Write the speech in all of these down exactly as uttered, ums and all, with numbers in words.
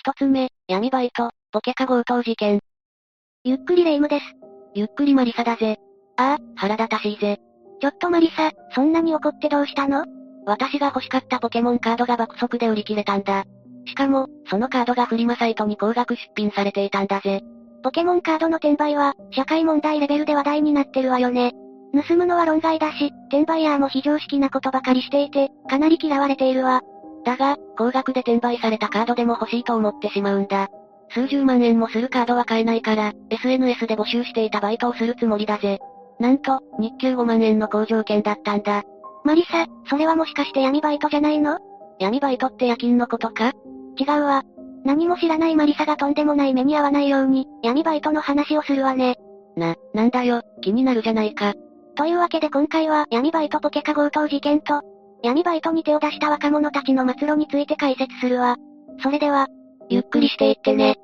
一つ目、闇バイト、ポケカ強盗事件。 ゆっくりレ夢ムです。 ゆっくりマリサだぜ。ああ、腹立たしいぜ。 ちょっとマリサ、そんなに怒ってどうしたの？ 私が欲しかったポケモンカードが爆速で売り切れたんだ。しかも、そのカードがフリマサイトに高額出品されていたんだぜ。 ポケモンカードの転売は、社会問題レベルで話題になってるわよね。盗むのは論外だし、転売ヤーも非常識なことばかりしていて、かなり嫌われているわ。 だが、高額で転売されたカードでも欲しいと思ってしまうんだ。数十万円もするカードは買えないから、エスエヌエス で募集していたバイトをするつもりだぜ。なんと、日給ごまんえんの好条件だったんだ。 マリサ、それはもしかして闇バイトじゃないの？ 闇バイトって夜勤のことか？ 違うわ。何も知らないマリサがとんでもない目に遭わないように、闇バイトの話をするわね。 な、なんだよ、気になるじゃないか。 というわけで今回は闇バイトポケカ強盗事件と、闇バイトに手を出した若者たちの末路について解説するわ。それでは、 ゆっくりしていってね。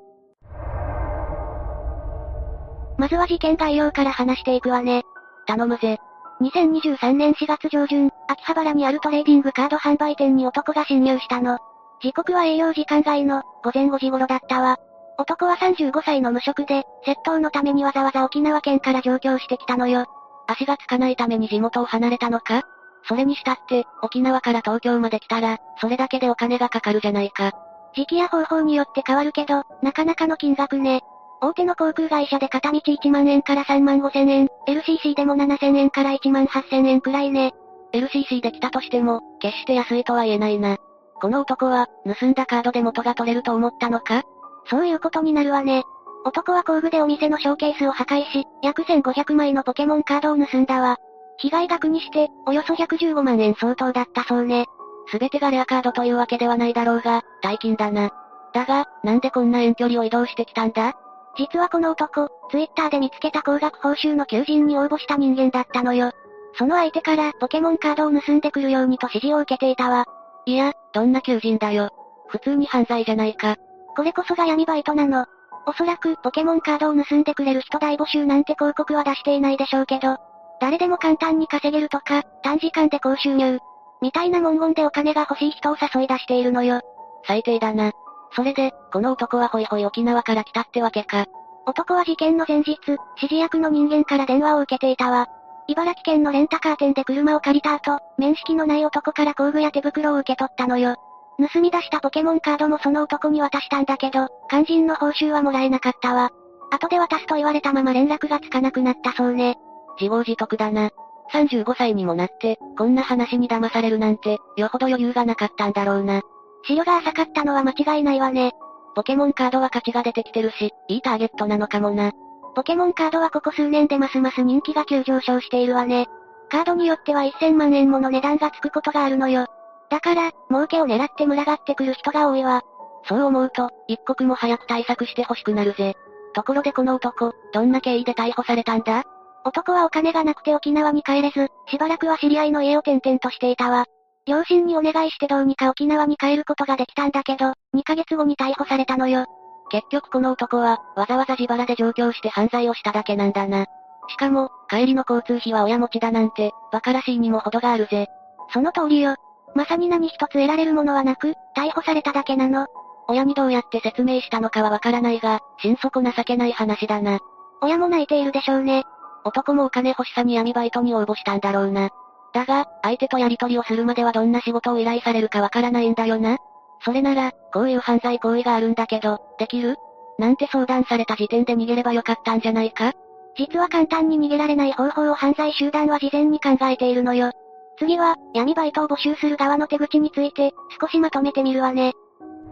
まずは事件概要から話していくわね。 頼むぜ。 にせんにじゅうさんねんしがつ上旬、秋葉原にあるトレーディングカード販売店に男が侵入したの。時刻は営業時間外の午前ごじ頃だったわ。男はさんじゅうごさいの無職で、窃盗のためにわざわざ沖縄県から上京してきたのよ。 足がつかないために地元を離れたのか？それにしたって、沖縄から東京まで来たら、それだけでお金がかかるじゃないか。 時期や方法によって変わるけど、なかなかの金額ね。大手の航空会社で片道いちまんえんからさんまんごせんえん、エルシーシー でもななせんえんからいちまんはっせんえんくらいね。 エルシーシー で来たとしても、決して安いとは言えないな。この男は、盗んだカードで元が取れると思ったのか？ そういうことになるわね。男は工具でお店のショーケースを破壊し、約せんごひゃくまいのポケモンカードを盗んだわ。被害額にして、およそひゃくじゅうごまんえん相当だったそうね。 すべてがレアカードというわけではないだろうが、大金だな。だが、なんでこんな遠距離を移動してきたんだ？ 実はこの男、ツイッターで見つけた高額報酬の求人に応募した人間だったのよ。その相手からポケモンカードを盗んでくるようにと指示を受けていたわ。 いや、どんな求人だよ。普通に犯罪じゃないか。 これこそが闇バイトなの。おそらくポケモンカードを盗んでくれる人大募集なんて広告は出していないでしょうけど、誰でも簡単に稼げるとか、短時間で高収入、みたいな文言でお金が欲しい人を誘い出しているのよ。 最低だな。それで、この男はホイホイ沖縄から来たってわけか。 男は事件の前日、指示役の人間から電話を受けていたわ。茨城県のレンタカー店で車を借りた後、面識のない男から工具や手袋を受け取ったのよ。盗み出したポケモンカードもその男に渡したんだけど、肝心の報酬はもらえなかったわ。後で渡すと言われたまま連絡がつかなくなったそうね。 自業自得だな。さんじゅうごさいにもなって、こんな話に騙されるなんて、よほど余裕がなかったんだろうな。 資料が浅かったのは間違いないわね。 ポケモンカードは価値が出てきてるし、いいターゲットなのかもな。 ポケモンカードはここ数年でますます人気が急上昇しているわね。カードによってはせんまんえんもの値段がつくことがあるのよ。だから、儲けを狙って群がってくる人が多いわ。 そう思うと、一刻も早く対策して欲しくなるぜ。ところでこの男、どんな経緯で逮捕されたんだ？ 男はお金がなくて沖縄に帰れず、しばらくは知り合いの家を転々としていたわ。両親にお願いしてどうにか沖縄に帰ることができたんだけど、にかげつごに逮捕されたのよ。 結局この男は、わざわざ自腹で上京して犯罪をしただけなんだな。しかも、帰りの交通費は親持ちだなんて、馬鹿らしいにも程があるぜ。 その通りよ。まさに何一つ得られるものはなく、逮捕されただけなの。 親にどうやって説明したのかはわからないが、心底情けない話だな。 親も泣いているでしょうね。 男もお金欲しさに闇バイトに応募したんだろうな。だが、相手とやり取りをするまではどんな仕事を依頼されるかわからないんだよな。それなら、こういう犯罪行為があるんだけど、できる？なんて相談された時点で逃げればよかったんじゃないか？ 実は簡単に逃げられない方法を犯罪集団は事前に考えているのよ。次は、闇バイトを募集する側の手口について、少しまとめてみるわね。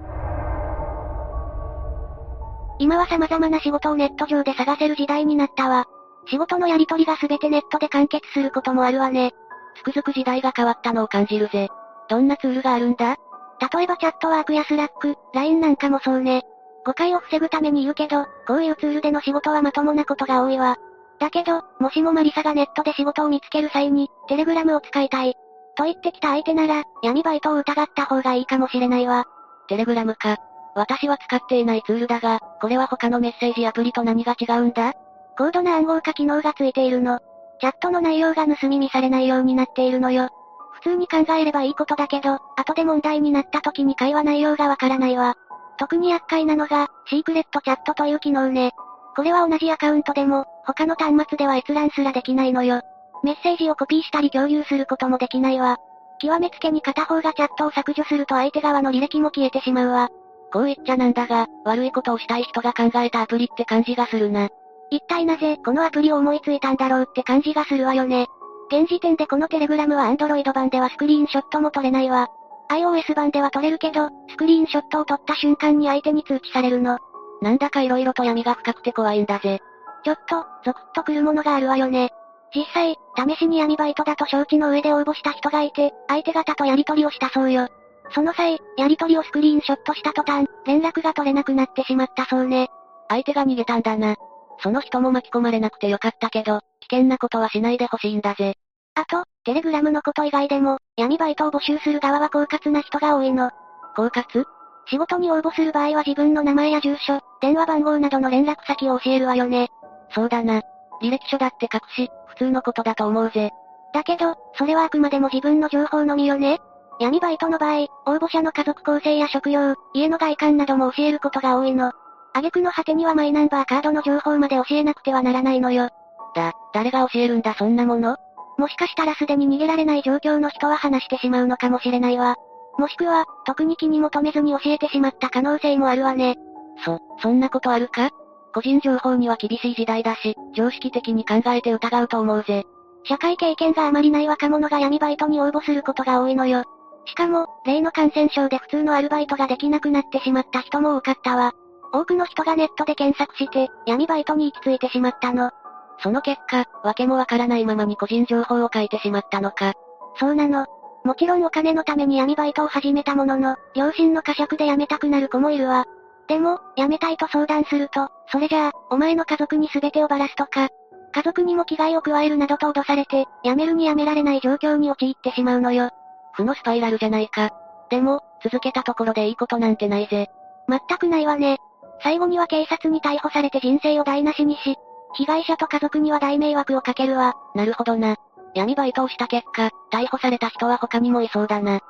今は様々な仕事をネット上で探せる時代になったわ。仕事のやり取りが全てネットで完結することもあるわね。 つくづく時代が変わったのを感じるぜ。どんなツールがあるんだ？ 例えばチャットワークやスラック、ライン なんかもそうね。誤解を防ぐために言うけど、こういうツールでの仕事はまともなことが多いわ。だけど、もしもマリサがネットで仕事を見つける際に、テレグラムを使いたい。と言ってきた相手なら、闇バイトを疑った方がいいかもしれないわ。 テレグラムか。私は使っていないツールだが、これは他のメッセージアプリと何が違うんだ？ 高度な暗号化機能がついているの。チャットの内容が盗み見されないようになっているのよ。普通に考えればいいことだけど、後で問題になった時に会話内容がわからないわ。 特に厄介なのが、シークレットチャットという機能ね。これは同じアカウントでも、他の端末では閲覧すらできないのよ。メッセージをコピーしたり共有することもできないわ。極めつけに片方がチャットを削除すると相手側の履歴も消えてしまうわ。 こう言っちゃなんだが、悪いことをしたい人が考えたアプリって感じがするな。 一体なぜ、このアプリを思いついたんだろうって感じがするわよね。現時点でこのテレグラムは Android 版ではスクリーンショットも撮れないわ。iOS 版では撮れるけど、スクリーンショットを撮った瞬間に相手に通知されるの。 なんだか色々と闇が深くて怖いんだぜ。 ちょっと、ゾクッとくるものがあるわよね。実際、試しに闇バイトだと承知の上で応募した人がいて、相手方とやり取りをしたそうよ。その際、やり取りをスクリーンショットした途端、連絡が取れなくなってしまったそうね。 相手が逃げたんだな。その人も巻き込まれなくてよかったけど、危険なことはしないでほしいんだぜ。 あと、テレグラムのこと以外でも、闇バイトを募集する側は狡猾な人が多いの。 狡猾？ 仕事に応募する場合は自分の名前や住所、電話番号などの連絡先を教えるわよね。 そうだな。履歴書だって書くし、普通のことだと思うぜ。 だけど、それはあくまでも自分の情報のみよね。闇バイトの場合、応募者の家族構成や職業、家の外観なども教えることが多いの。挙句の果てにはマイナンバーカードの情報まで教えなくてはならないのよ。 だ、誰が教えるんだそんなもの？ もしかしたらすでに逃げられない状況の人は話してしまうのかもしれないわ。もしくは、特に気に求めずに教えてしまった可能性もあるわね。 そ、そんなことあるか？個人情報には厳しい時代だし、常識的に考えて疑うと思うぜ。 社会経験があまりない若者が闇バイトに応募することが多いのよ。しかも、例の感染症で普通のアルバイトができなくなってしまった人も多かったわ。多くの人がネットで検索して、闇バイトに行き着いてしまったの。 その結果、わけもわからないままに個人情報を書いてしまったのか。 そうなの。もちろんお金のために闇バイトを始めたものの、両親の呵責で辞めたくなる子もいるわ。でも、辞めたいと相談すると、それじゃあ、お前の家族に全てをばらすとか、家族にも危害を加えるなどと脅されて、辞めるに辞められない状況に陥ってしまうのよ。 負のスパイラルじゃないか。でも、続けたところでいいことなんてないぜ。 全くないわね。最後には警察に逮捕されて人生を台無しにし、被害者と家族には大迷惑をかけるわ。 なるほどな。闇バイトをした結果、逮捕された人は他にもいそうだな。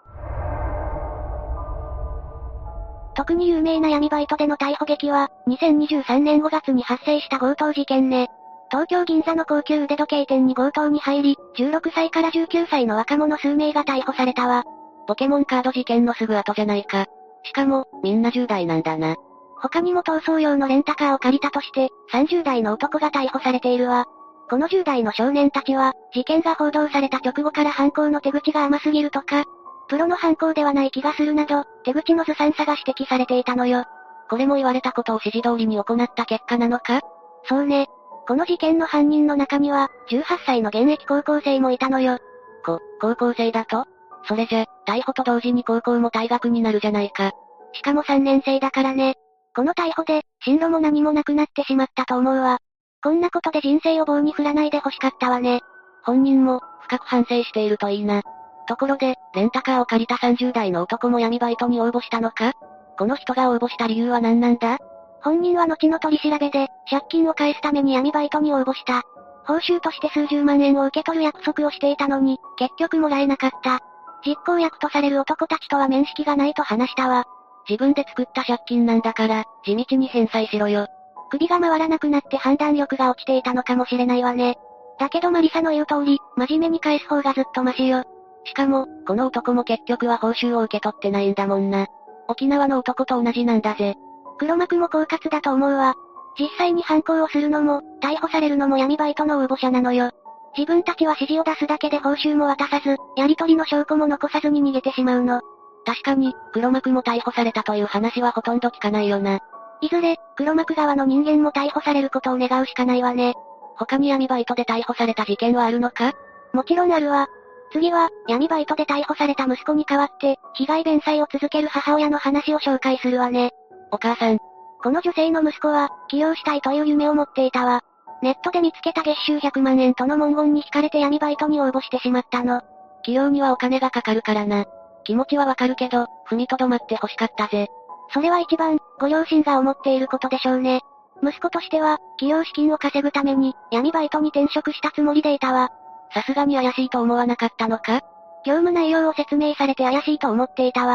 特に有名な闇バイトでの逮捕劇は、にせんにじゅうさんねんごがつに発生した強盗事件ね。東京銀座の高級腕時計店に強盗に入り、じゅうろくさいからじゅうきゅうさいの若者数名が逮捕されたわ。 ポケモンカード事件のすぐ後じゃないか。しかも、みんなじゅう代なんだな。 他にも逃走用のレンタカーを借りたとして、さんじゅう代の男が逮捕されているわ。このじゅう代の少年たちは、事件が報道された直後から犯行の手口が甘すぎるとか、プロの犯行ではない気がするなど、手口のずさんさが指摘されていたのよ。 これも言われたことを指示通りに行った結果なのか？ そうね。この事件の犯人の中には、じゅうはっさいの現役高校生もいたのよ。 こ、高校生だと？それじゃ、逮捕と同時に高校も退学になるじゃないか。 しかもさんねん生だからね。この逮捕で、進路も何もなくなってしまったと思うわ。こんなことで人生を棒に振らないで欲しかったわね。 本人も、深く反省しているといいな。ところで、レンタカーを借りたさんじゅう代の男も闇バイトに応募したのか？この人が応募した理由は何なんだ？ 本人は後の取り調べで、借金を返すために闇バイトに応募した。報酬として数十万円を受け取る約束をしていたのに、結局もらえなかった。実行役とされる男たちとは面識がないと話したわ。 自分で作った借金なんだから、地道に返済しろよ。 首が回らなくなって判断力が落ちていたのかもしれないわね。だけどマリサの言う通り、真面目に返す方がずっとマシよ。 しかも、この男も結局は報酬を受け取ってないんだもんな。沖縄の男と同じなんだぜ。 黒幕も狡猾だと思うわ。実際に犯行をするのも、逮捕されるのも闇バイトの応募者なのよ。自分たちは指示を出すだけで報酬も渡さず、やり取りの証拠も残さずに逃げてしまうの。 確かに、黒幕も逮捕されたという話はほとんど聞かないよな。 いずれ、黒幕側の人間も逮捕されることを願うしかないわね。 他に闇バイトで逮捕された事件はあるのか？ もちろんあるわ。次は、闇バイトで逮捕された息子に代わって、被害弁済を続ける母親の話を紹介するわね。 お母さん。 この女性の息子は、起業したいという夢を持っていたわ。ネットで見つけた月収ひゃくまんえんとの文言に惹かれて闇バイトに応募してしまったの。 起業にはお金がかかるからな。気持ちはわかるけど、踏みとどまって欲しかったぜ。 それは一番、ご両親が思っていることでしょうね。息子としては、起業資金を稼ぐために、闇バイトに転職したつもりでいたわ。 さすがに怪しいと思わなかったのか？ 業務内容を説明されて怪しいと思っていたわ。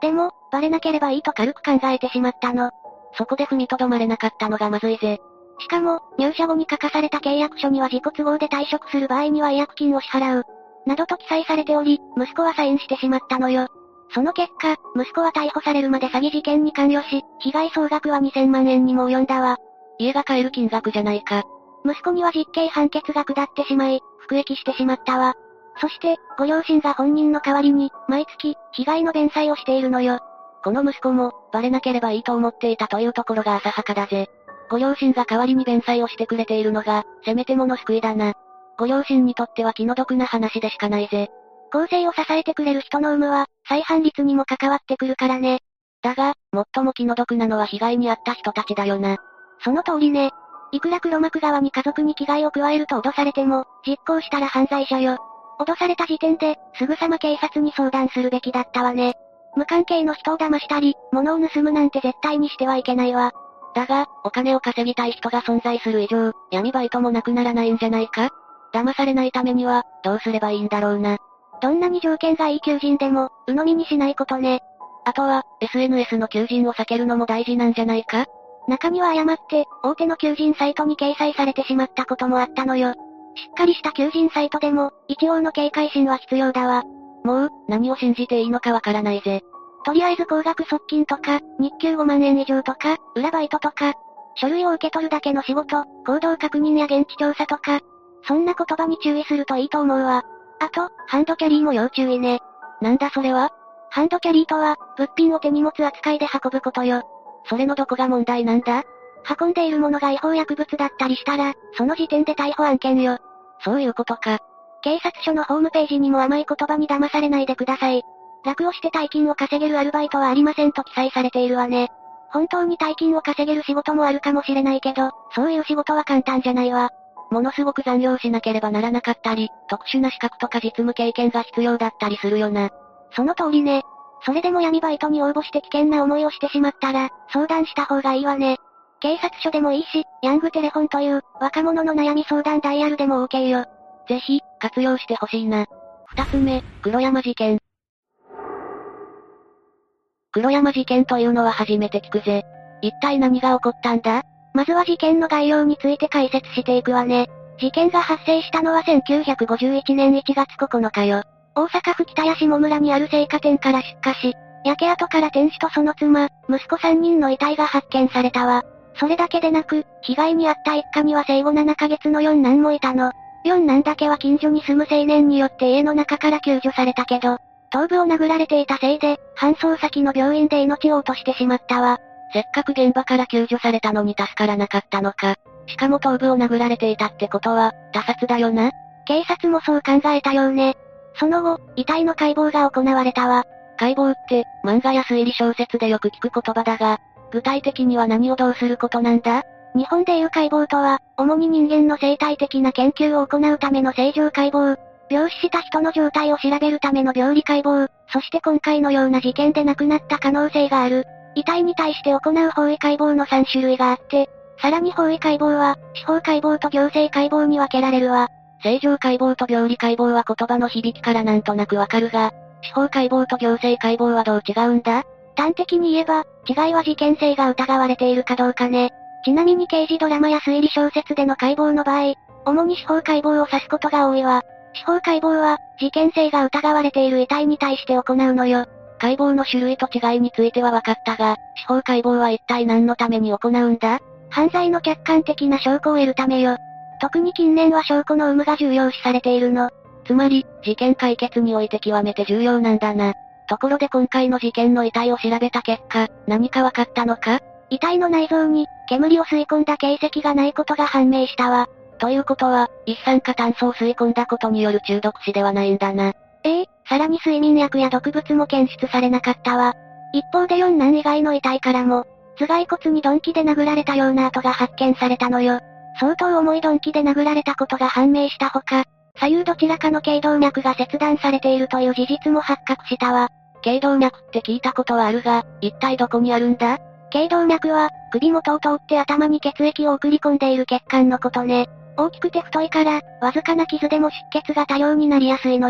でも、バレなければいいと軽く考えてしまったの。 そこで踏みとどまれなかったのがまずいぜ。 しかも、入社後に書かされた契約書には自己都合で退職する場合には違約金を支払う。などと記載されており、息子はサインしてしまったのよ。その結果、息子は逮捕されるまで詐欺事件に関与し、被害総額はにせんまんえんにも及んだわ。 家が買える金額じゃないか。 息子には実刑判決が下ってしまい、服役してしまったわ。そして、ご両親が本人の代わりに、毎月、被害の弁済をしているのよ。 この息子も、バレなければいいと思っていたというところが浅はかだぜ。ご両親が代わりに弁済をしてくれているのが、せめてもの救いだな。ご両親にとっては気の毒な話でしかないぜ。 更生を支えてくれる人の有無は、再犯率にも関わってくるからね。 だが、最も気の毒なのは被害に遭った人たちだよな。 その通りね。いくら黒幕側に家族に危害を加えると脅されても、実行したら犯罪者よ。脅された時点で、すぐさま警察に相談するべきだったわね。無関係の人を騙したり、物を盗むなんて絶対にしてはいけないわ。 だが、お金を稼ぎたい人が存在する以上、闇バイトもなくならないんじゃないか？騙されないためには、どうすればいいんだろうな。 どんなに条件がいい求人でも、鵜呑みにしないことね。 あとは、エスエヌエス の求人を避けるのも大事なんじゃないか？ 中には誤って、大手の求人サイトに掲載されてしまったこともあったのよ。しっかりした求人サイトでも、一応の警戒心は必要だわ。 もう、何を信じていいのかわからないぜ。 とりあえず高額側近とか、日給ごまんえん以上とか、裏バイトとか、書類を受け取るだけの仕事、行動確認や現地調査とか、そんな言葉に注意するといいと思うわ。あと、ハンドキャリーも要注意ね。 なんだそれは？ ハンドキャリーとは、物品を手荷物扱いで運ぶことよ。 それのどこが問題なんだ？ 運んでいるものが違法薬物だったりしたら、その時点で逮捕案件よ。 そういうことか。 警察署のホームページにも甘い言葉に騙されないでください。楽をして大金を稼げるアルバイトはありませんと記載されているわね。本当に大金を稼げる仕事もあるかもしれないけど、そういう仕事は簡単じゃないわ。 ものすごく残業しなければならなかったり、特殊な資格とか実務経験が必要だったりするよな。 その通りね。それでも闇バイトに応募して危険な思いをしてしまったら、相談した方がいいわね。警察署でもいいし、ヤングテレフォンという、若者の悩み相談ダイヤルでも OK よ。 ぜひ、活用してほしいな。二つ目、黒山事件。黒山事件というのは初めて聞くぜ。一体何が起こったんだ？ まずは事件の概要について解説していくわね。事件が発生したのはせんきゅうひゃくごじゅういちねんいちがつここのかよ。大阪府北谷下村にある青果店から出火し、焼け跡から店主とその妻、息子さんにんの遺体が発見されたわ。それだけでなく、被害に遭った一家には生後ななかげつの四男もいたの。四男だけは近所に住む青年によって家の中から救助されたけど、頭部を殴られていたせいで、搬送先の病院で命を落としてしまったわ。 せっかく現場から救助されたのに助からなかったのか。しかも頭部を殴られていたってことは、他殺だよな。 警察もそう考えたようね。その後、遺体の解剖が行われたわ。 解剖って、漫画や推理小説でよく聞く言葉だが、具体的には何をどうすることなんだ？ 日本でいう解剖とは、主に人間の生態的な研究を行うための正常解剖、病死した人の状態を調べるための病理解剖、そして今回のような事件で亡くなった可能性がある。遺体に対して行う法医解剖のさんしゅるいがあって、さらに法医解剖は、司法解剖と行政解剖に分けられるわ。 正常解剖と病理解剖は言葉の響きからなんとなくわかるが、司法解剖と行政解剖はどう違うんだ？ 端的に言えば、違いは事件性が疑われているかどうかね。ちなみに刑事ドラマや推理小説での解剖の場合、主に司法解剖を指すことが多いわ。司法解剖は、事件性が疑われている遺体に対して行うのよ。 解剖の種類と違いについては分かったが、司法解剖は一体何のために行うんだ？ 犯罪の客観的な証拠を得るためよ。特に近年は証拠の有無が重要視されているの。 つまり、事件解決において極めて重要なんだな。ところで今回の事件の遺体を調べた結果、何か分かったのか？ 遺体の内臓に、煙を吸い込んだ形跡がないことが判明したわ。 ということは、一酸化炭素を吸い込んだことによる中毒死ではないんだな。 ええ、さらに睡眠薬や毒物も検出されなかったわ。一方で四男以外の遺体からも、頭蓋骨に鈍器で殴られたような跡が発見されたのよ。相当重い鈍器で殴られたことが判明したほか、左右どちらかの頸動脈が切断されているという事実も発覚したわ。 頸動脈って聞いたことはあるが、一体どこにあるんだ？ 頸動脈は、首元を通って頭に血液を送り込んでいる血管のことね。大きくて太いから、わずかな傷でも出血が多量になりやすいのよ。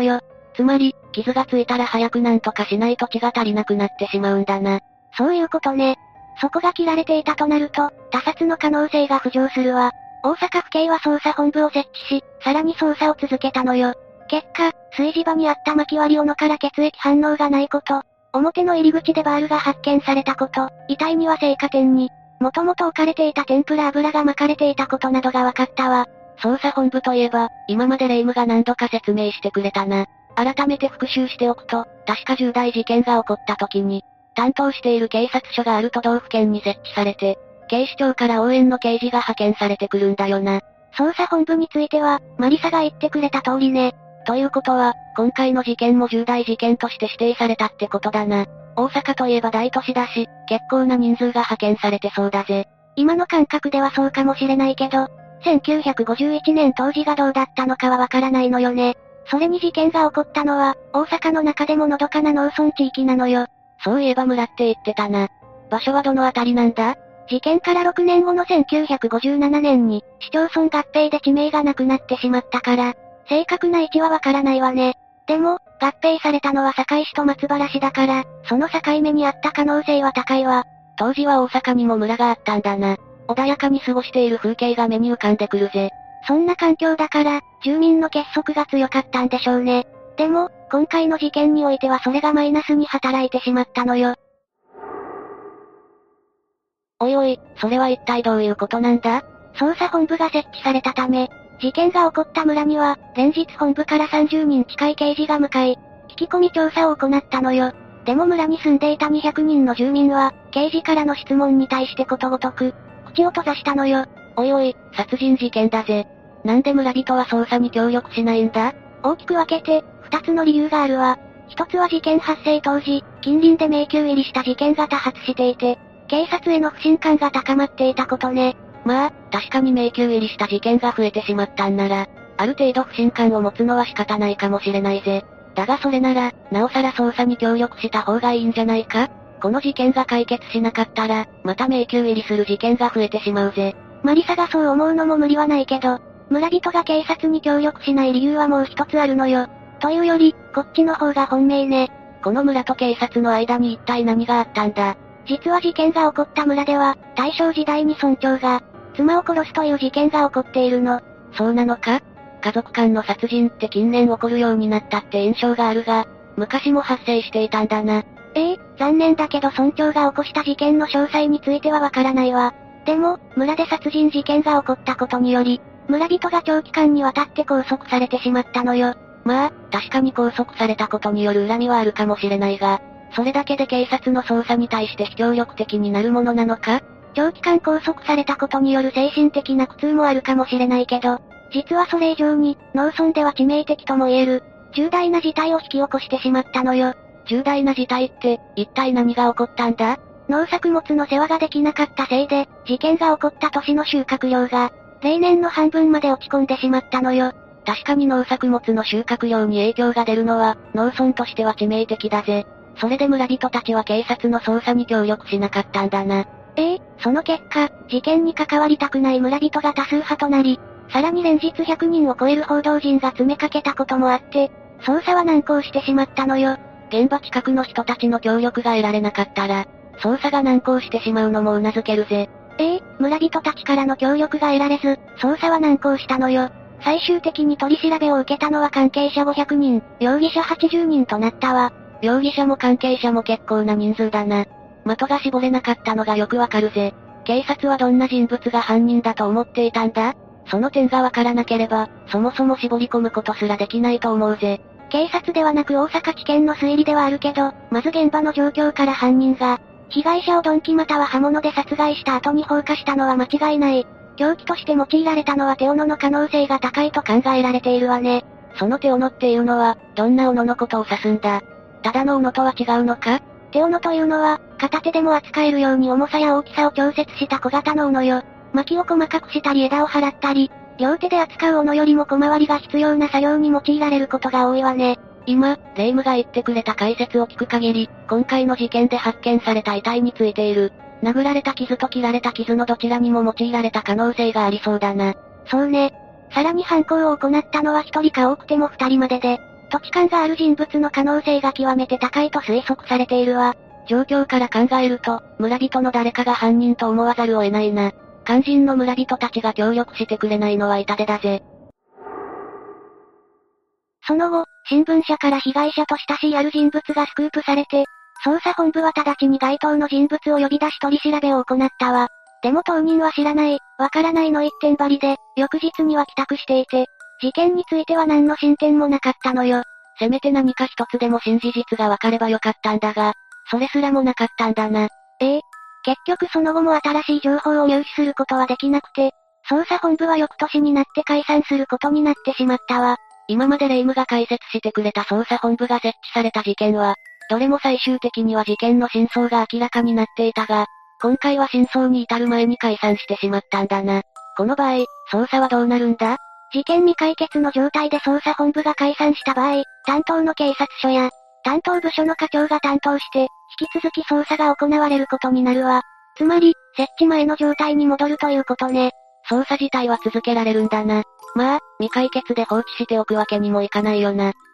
つまり、傷がついたら早くなんとかしないと血が足りなくなってしまうんだな。 そういうことね。そこが切られていたとなると、他殺の可能性が浮上するわ。大阪府警は捜査本部を設置し、さらに捜査を続けたのよ。結果、炊事場にあった薪割り斧から血液反応がないこと、表の入り口でバールが発見されたこと、遺体には青果店に、もともと置かれていた天ぷら油が巻かれていたことなどが分かったわ。 捜査本部といえば、今まで霊夢が何度か説明してくれたな。改めて復習しておくと、確か重大事件が起こった時に、担当している警察署がある都道府県に設置されて、警視庁から応援の刑事が派遣されてくるんだよな。 捜査本部については、マリサが言ってくれた通りね。 ということは、今回の事件も重大事件として指定されたってことだな。大阪といえば大都市だし、結構な人数が派遣されてそうだぜ。 今の感覚ではそうかもしれないけど、せんきゅうひゃくごじゅういちねん当時がどうだったのかはわからないのよね。それに事件が起こったのは、大阪の中でものどかな農村地域なのよ。 そういえば村って言ってたな。場所はどのあたりなんだ？ 事件からろくねんごのせんきゅうひゃくごじゅうななねんに、市町村合併で地名がなくなってしまったから、正確な位置はわからないわね。でも、合併されたのは堺市と松原市だから、その境目にあった可能性は高いわ。 当時は大阪にも村があったんだな。穏やかに過ごしている風景が目に浮かんでくるぜ。 そんな環境だから、住民の結束が強かったんでしょうね。でも、今回の事件においてはそれがマイナスに働いてしまったのよ。 おいおい、それは一体どういうことなんだ？ 捜査本部が設置されたため、事件が起こった村には、連日本部からさんじゅうにん近い刑事が向かい、聞き込み調査を行ったのよ。でも村に住んでいたにひゃくにんの住民は、刑事からの質問に対してことごとく、口を閉ざしたのよ。 おいおい、殺人事件だぜ。なんで村人は捜査に協力しないんだ？ 大きく分けて、二つの理由があるわ。一つは事件発生当時、近隣で迷宮入りした事件が多発していて、警察への不信感が高まっていたことね。 まあ、確かに迷宮入りした事件が増えてしまったんなら、ある程度不信感を持つのは仕方ないかもしれないぜ。だがそれなら、なおさら捜査に協力した方がいいんじゃないか？この事件が解決しなかったら、また迷宮入りする事件が増えてしまうぜ。 マリサがそう思うのも無理はないけど、村人が警察に協力しない理由はもう一つあるのよ。というより、こっちの方が本命ね。 この村と警察の間に一体何があったんだ？ 実は事件が起こった村では、大正時代に村長が、妻を殺すという事件が起こっているの。 そうなのか？家族間の殺人って近年起こるようになったって印象があるが、昔も発生していたんだな。 ええ、残念だけど村長が起こした事件の詳細についてはわからないわ。でも、村で殺人事件が起こったことにより、村人が長期間にわたって拘束されてしまったのよ。 まあ、確かに拘束されたことによる恨みはあるかもしれないが、それだけで警察の捜査に対して非協力的になるものなのか？ 長期間拘束されたことによる精神的な苦痛もあるかもしれないけど、実はそれ以上に、農村では致命的とも言える、重大な事態を引き起こしてしまったのよ。 重大な事態って、一体何が起こったんだ？ 農作物の世話ができなかったせいで、事件が起こった年の収穫量が、例年の半分まで落ち込んでしまったのよ。 確かに農作物の収穫量に影響が出るのは、農村としては致命的だぜ。それで村人たちは警察の捜査に協力しなかったんだな。 ええ、その結果、事件に関わりたくない村人が多数派となり、さらに連日ひゃくにんを超える報道陣が詰めかけたこともあって、捜査は難航してしまったのよ。 現場近くの人たちの協力が得られなかったら、捜査が難航してしまうのも頷けるぜ。 ええ、村人たちからの協力が得られず、捜査は難航したのよ。最終的に取り調べを受けたのは関係者ごひゃくにん、容疑者はちじゅうにんとなったわ。 容疑者も関係者も結構な人数だな。的が絞れなかったのがよくわかるぜ。警察はどんな人物が犯人だと思っていたんだ？その点がわからなければ、そもそも絞り込むことすらできないと思うぜ。 警察ではなく大阪地検の推理ではあるけど、まず現場の状況から犯人が、被害者を鈍器または刃物で殺害した後に放火したのは間違いない。凶器として用いられたのは手斧の可能性が高いと考えられているわね。 その手斧っていうのは、どんな斧のことを指すんだ？ただの斧とは違うのか？ 手斧というのは、片手でも扱えるように重さや大きさを調節した小型の斧よ。薪を細かくしたり枝を払ったり、両手で扱う斧よりも小回りが必要な作業に用いられることが多いわね。 今、霊夢が言ってくれた解説を聞く限り、今回の事件で発見された遺体についている、殴られた傷と切られた傷のどちらにも用いられた可能性がありそうだな。 そうね。さらに犯行を行ったのは一人か多くても二人までで、 土地勘がある人物の可能性が極めて高いと推測されているわ。 状況から考えると、村人の誰かが犯人と思わざるを得ないな。肝心の村人たちが協力してくれないのは痛手だぜ。 その後、新聞社から被害者と親しいある人物がスクープされて、捜査本部は直ちに該当の人物を呼び出し取り調べを行ったわ。でも当人は知らない、わからないの一点張りで、翌日には帰宅していて、事件については何の進展もなかったのよ。 せめて何か一つでも新事実がわかればよかったんだが、それすらもなかったんだな。 ええ。結局その後も新しい情報を入手することはできなくて、捜査本部は翌年になって解散することになってしまったわ。 今までレイムが解説してくれた捜査本部が設置された事件は、どれも最終的には事件の真相が明らかになっていたが、今回は真相に至る前に解散してしまったんだな。この場合、捜査はどうなるんだ？ 事件未解決の状態で捜査本部が解散した場合、担当の警察署や、担当部署の課長が担当して、引き続き捜査が行われることになるわ。つまり、設置前の状態に戻るということね。 捜査自体は続けられるんだな。まあ、未解決で放置しておくわけにもいかないよな。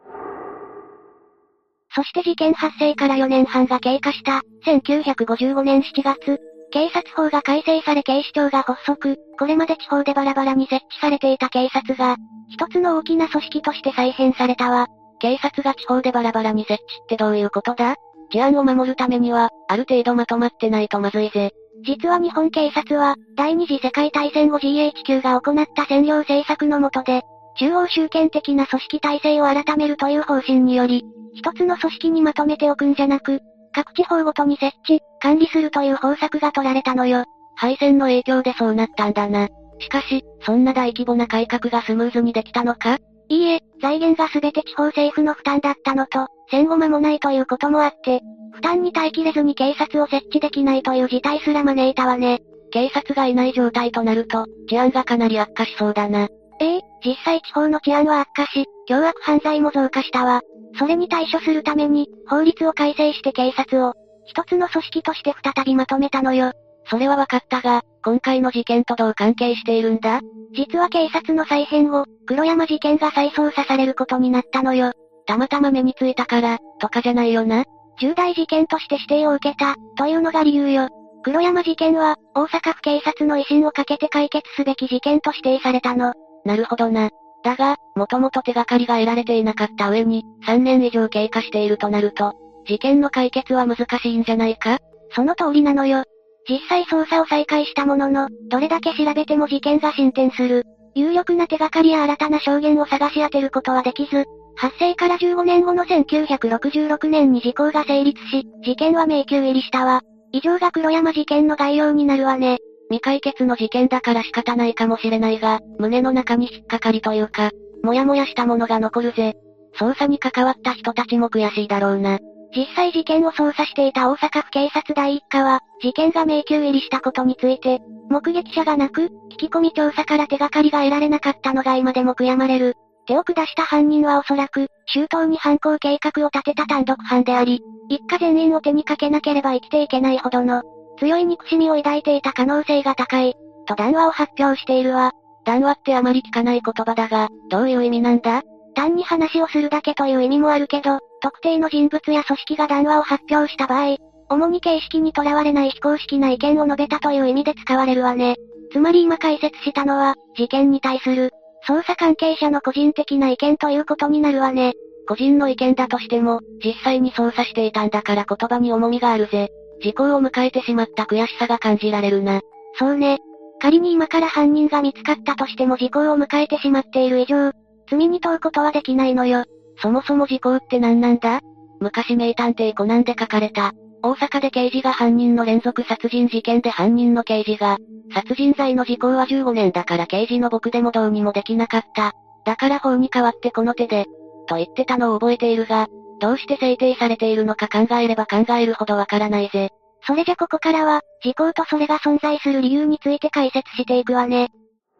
そして事件発生からよねんはんが経過した、せんきゅうひゃくごじゅうごねんしちがつ、警察法が改正され警視庁が発足、これまで地方でバラバラに設置されていた警察が、一つの大きな組織として再編されたわ。 警察が地方でバラバラに設置ってどういうことだ？治安を守るためには、ある程度まとまってないとまずいぜ。 実は日本警察は、第二次世界大戦後 ジーエイチキュー が行った占領政策の下で、中央集権的な組織体制を改めるという方針により、一つの組織にまとめておくんじゃなく、各地方ごとに設置、管理するという方策が取られたのよ。 敗戦の影響でそうなったんだな。しかし、そんな大規模な改革がスムーズにできたのか？ いいえ、財源がすべて地方政府の負担だったのと、戦後間もないということもあって、負担に耐えきれずに警察を設置できないという事態すら招いたわね。 警察がいない状態となると、治安がかなり悪化しそうだな。 ええ、実際地方の治安は悪化し、凶悪犯罪も増加したわ。それに対処するために、法律を改正して警察を、一つの組織として再びまとめたのよ。 それはわかったが、今回の事件とどう関係しているんだ？ 実は警察の再編後、黒山事件が再捜査されることになったのよ。 たまたま目についたから、とかじゃないよな。 重大事件として指定を受けた、というのが理由よ。黒山事件は、大阪府警察の威信をかけて解決すべき事件と指定されたの。 なるほどな。だが、もともと手がかりが得られていなかった上に、さんねん以上経過しているとなると、事件の解決は難しいんじゃないか？ その通りなのよ。実際捜査を再開したものの、どれだけ調べても事件が進展する。有力な手がかりや新たな証言を探し当てることはできず、発生からじゅうごねんごのせんきゅうひゃくろくじゅうろくねんに時効が成立し、事件は迷宮入りしたわ。以上が黒山事件の概要になるわね。 未解決の事件だから仕方ないかもしれないが、胸の中に引っかかりというか、もやもやしたものが残るぜ。捜査に関わった人たちも悔しいだろうな。 実際事件を捜査していた大阪府警察第一課は、事件が迷宮入りしたことについて、目撃者がなく、聞き込み調査から手がかりが得られなかったのが今でも悔やまれる。手を下した犯人はおそらく、周到に犯行計画を立てた単独犯であり、一家全員を手にかけなければ生きていけないほどの、強い憎しみを抱いていた可能性が高い、と談話を発表しているわ。 談話ってあまり聞かない言葉だが、どういう意味なんだ？ 単に話をするだけという意味もあるけど、特定の人物や組織が談話を発表した場合、主に形式にとらわれない非公式な意見を述べたという意味で使われるわね。つまり今解説したのは、事件に対する、捜査関係者の個人的な意見ということになるわね。 個人の意見だとしても、実際に捜査していたんだから言葉に重みがあるぜ。時効を迎えてしまった悔しさが感じられるな。 そうね。仮に今から犯人が見つかったとしても時効を迎えてしまっている以上、罪に問うことはできないのよ。 そもそも時効って何なんだ？昔名探偵コナンで書かれた。大阪で刑事が犯人の連続殺人事件で犯人の刑事が、殺人罪の時効はじゅうごねんだから刑事の僕でもどうにもできなかった。だから法に代わってこの手で、と言ってたのを覚えているが、どうして制定されているのか考えれば考えるほどわからないぜ。 それじゃここからは、時効とそれが存在する理由について解説していくわね。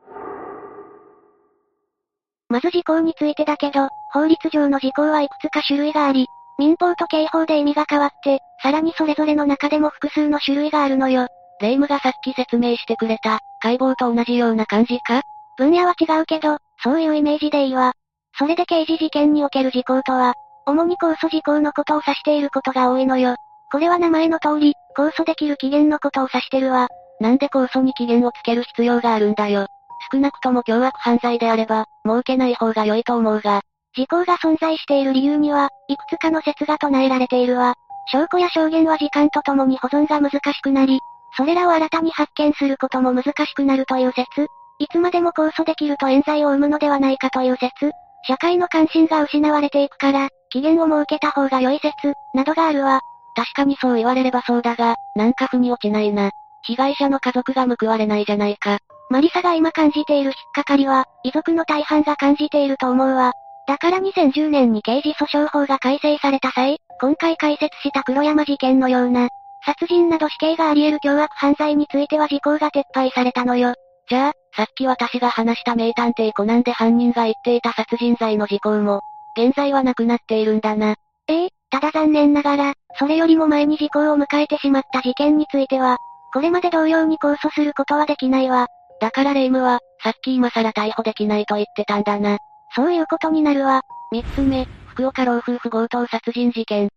まず時効についてだけど、法律上の時効はいくつか種類があり、民法と刑法で意味が変わって、さらにそれぞれの中でも複数の種類があるのよ。 レイムがさっき説明してくれた、解剖と同じような感じか？ 分野は違うけど、そういうイメージでいいわ。 それで刑事事件における時効とは、主に控訴時効のことを指していることが多いのよ。これは名前の通り、控訴できる期限のことを指してるわ。 なんで控訴に期限をつける必要があるんだよ。少なくとも凶悪犯罪であれば、設けない方が良いと思うが。 時効が存在している理由には、いくつかの説が唱えられているわ。証拠や証言は時間とともに保存が難しくなり、それらを新たに発見することも難しくなるという説。いつまでも控訴できると冤罪を生むのではないかという説。社会の関心が失われていくから、期限を設けた方が良い説、などがあるわ。 確かにそう言われればそうだが、なんか腑に落ちないな。被害者の家族が報われないじゃないか。 マリサが今感じている引っかかりは、遺族の大半が感じていると思うわ。だからにせんじゅうねんに刑事訴訟法が改正された際、今回解説した黒山事件のような、殺人など死刑があり得る凶悪犯罪については時効が撤廃されたのよ。 じゃあ、さっき私が話した名探偵コナンで犯人が言っていた殺人罪の時効も、現在はなくなっているんだな。 ええ、ただ残念ながら、それよりも前に時効を迎えてしまった事件については、これまで同様に控訴することはできないわ。 だからレイムは、さっき今更逮捕できないと言ってたんだな。 そういうことになるわ。 三つ目、福岡老夫婦強盗殺人事件。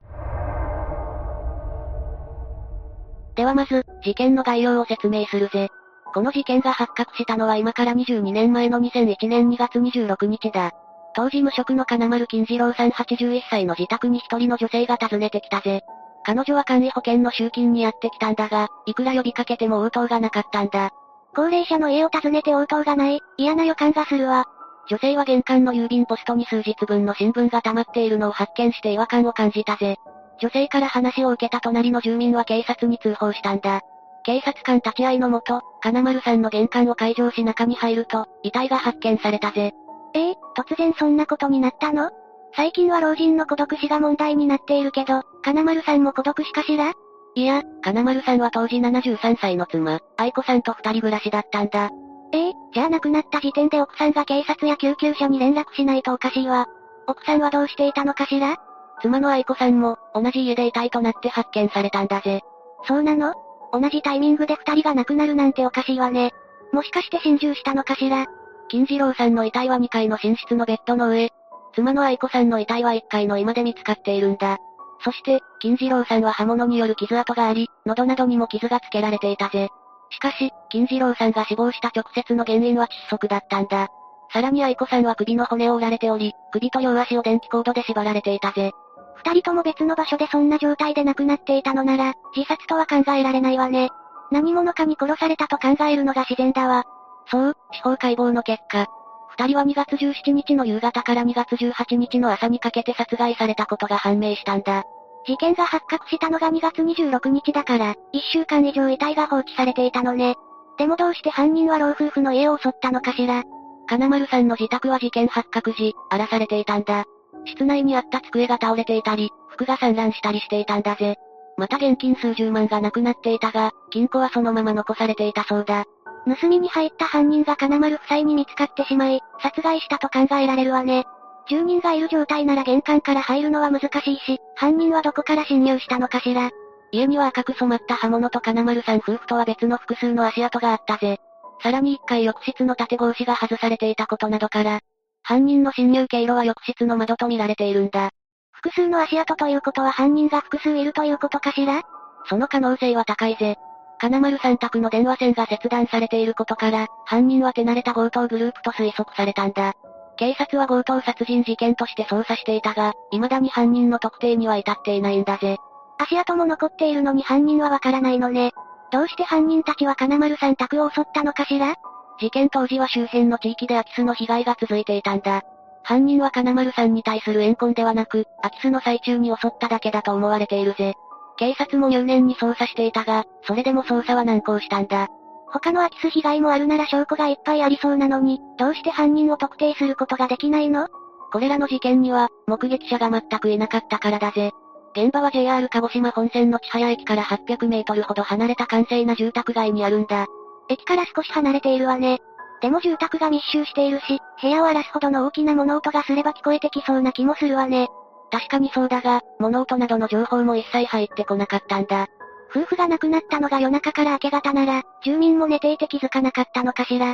ではまず、事件の概要を説明するぜ。この事件が発覚したのは今からにじゅうにねんまえのにせんいちねんにがつにじゅうろくにちだ。当時無職の金丸金次郎さんはちじゅういっさいの自宅に一人の女性が訪ねてきたぜ。彼女は簡易保険の集金にやってきたんだが、いくら呼びかけても応答がなかったんだ。 高齢者の家を訪ねて応答がない、嫌な予感がするわ。 女性は玄関の郵便ポストに数日分の新聞が溜まっているのを発見して違和感を感じたぜ。女性から話を受けた隣の住民は警察に通報したんだ。警察官立ち会いのもと、金丸さんの玄関を開錠し中に入ると、遺体が発見されたぜ。 ええ、突然そんなことになったの？最近は老人の孤独死が問題になっているけど、金丸さんも孤独死かしら？ いや、金丸さんは当時ななじゅうさんさいの妻、愛子さんと二人暮らしだったんだ。 ええ、じゃあ亡くなった時点で奥さんが警察や救急車に連絡しないとおかしいわ。奥さんはどうしていたのかしら？ 妻の愛子さんも、同じ家で遺体となって発見されたんだぜ。 そうなの？同じタイミングで二人が亡くなるなんておかしいわね。もしかして心中したのかしら？ 金次郎さんの遺体はにかいの寝室のベッドの上。妻の愛子さんの遺体はいっかいの居間で見つかっているんだ。そして、金次郎さんは刃物による傷跡があり、喉などにも傷がつけられていたぜ。しかし、金次郎さんが死亡した直接の原因は窒息だったんだ。さらに愛子さんは首の骨を折られており、首と両足を電気コードで縛られていたぜ。 二人とも別の場所でそんな状態で亡くなっていたのなら、自殺とは考えられないわね。何者かに殺されたと考えるのが自然だわ。 そう、司法解剖の結果、二人はにがつじゅうしちにちの夕方からにがつじゅうはちにちの朝にかけて殺害されたことが判明したんだ。 事件が発覚したのがにがつにじゅうろくにちだから、いっしゅうかん以上遺体が放置されていたのね。でもどうして犯人は老夫婦の家を襲ったのかしら？ 金丸さんの自宅は事件発覚時、荒らされていたんだ。室内にあった机が倒れていたり、服が散乱したりしていたんだぜ。また現金数十万がなくなっていたが、金庫はそのまま残されていたそうだ。 盗みに入った犯人が金丸夫妻に見つかってしまい、殺害したと考えられるわね。住人がいる状態なら玄関から入るのは難しいし、犯人はどこから侵入したのかしら？ 家には赤く染まった刃物と金丸さん夫婦とは別の複数の足跡があったぜ。さらに一階浴室の縦格子が外されていたことなどから、犯人の侵入経路は浴室の窓と見られているんだ。 複数の足跡ということは犯人が複数いるということかしら？ その可能性は高いぜ。金丸さん宅の電話線が切断されていることから、犯人は手慣れた強盗グループと推測されたんだ。警察は強盗殺人事件として捜査していたが、未だに犯人の特定には至っていないんだぜ。 足跡も残っているのに犯人はわからないのね。どうして犯人たちは金丸さん宅を襲ったのかしら？ 事件当時は周辺の地域で空き巣の被害が続いていたんだ。犯人は金丸さんに対する怨恨ではなく、空き巣の最中に襲っただけだと思われているぜ。警察も入念に捜査していたが、それでも捜査は難航したんだ。 他の空き巣被害もあるなら証拠がいっぱいありそうなのに、どうして犯人を特定することができないの？ これらの事件には、目撃者が全くいなかったからだぜ。現場は ジェイアール 鹿児島本線の千早駅からはっぴゃくメートルほど離れた閑静な住宅街にあるんだ。 駅から少し離れているわね。でも住宅が密集しているし、部屋を荒らすほどの大きな物音がすれば聞こえてきそうな気もするわね。 確かにそうだが、物音などの情報も一切入ってこなかったんだ。 夫婦が亡くなったのが夜中から明け方なら、住民も寝ていて気づかなかったのかしら。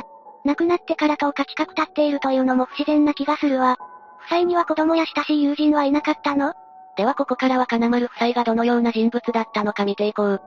亡くなってからとおか近く経っているというのも不自然な気がするわ。夫妻には子供や親しい友人はいなかったの？ ではここからは金丸夫妻がどのような人物だったのか見ていこう。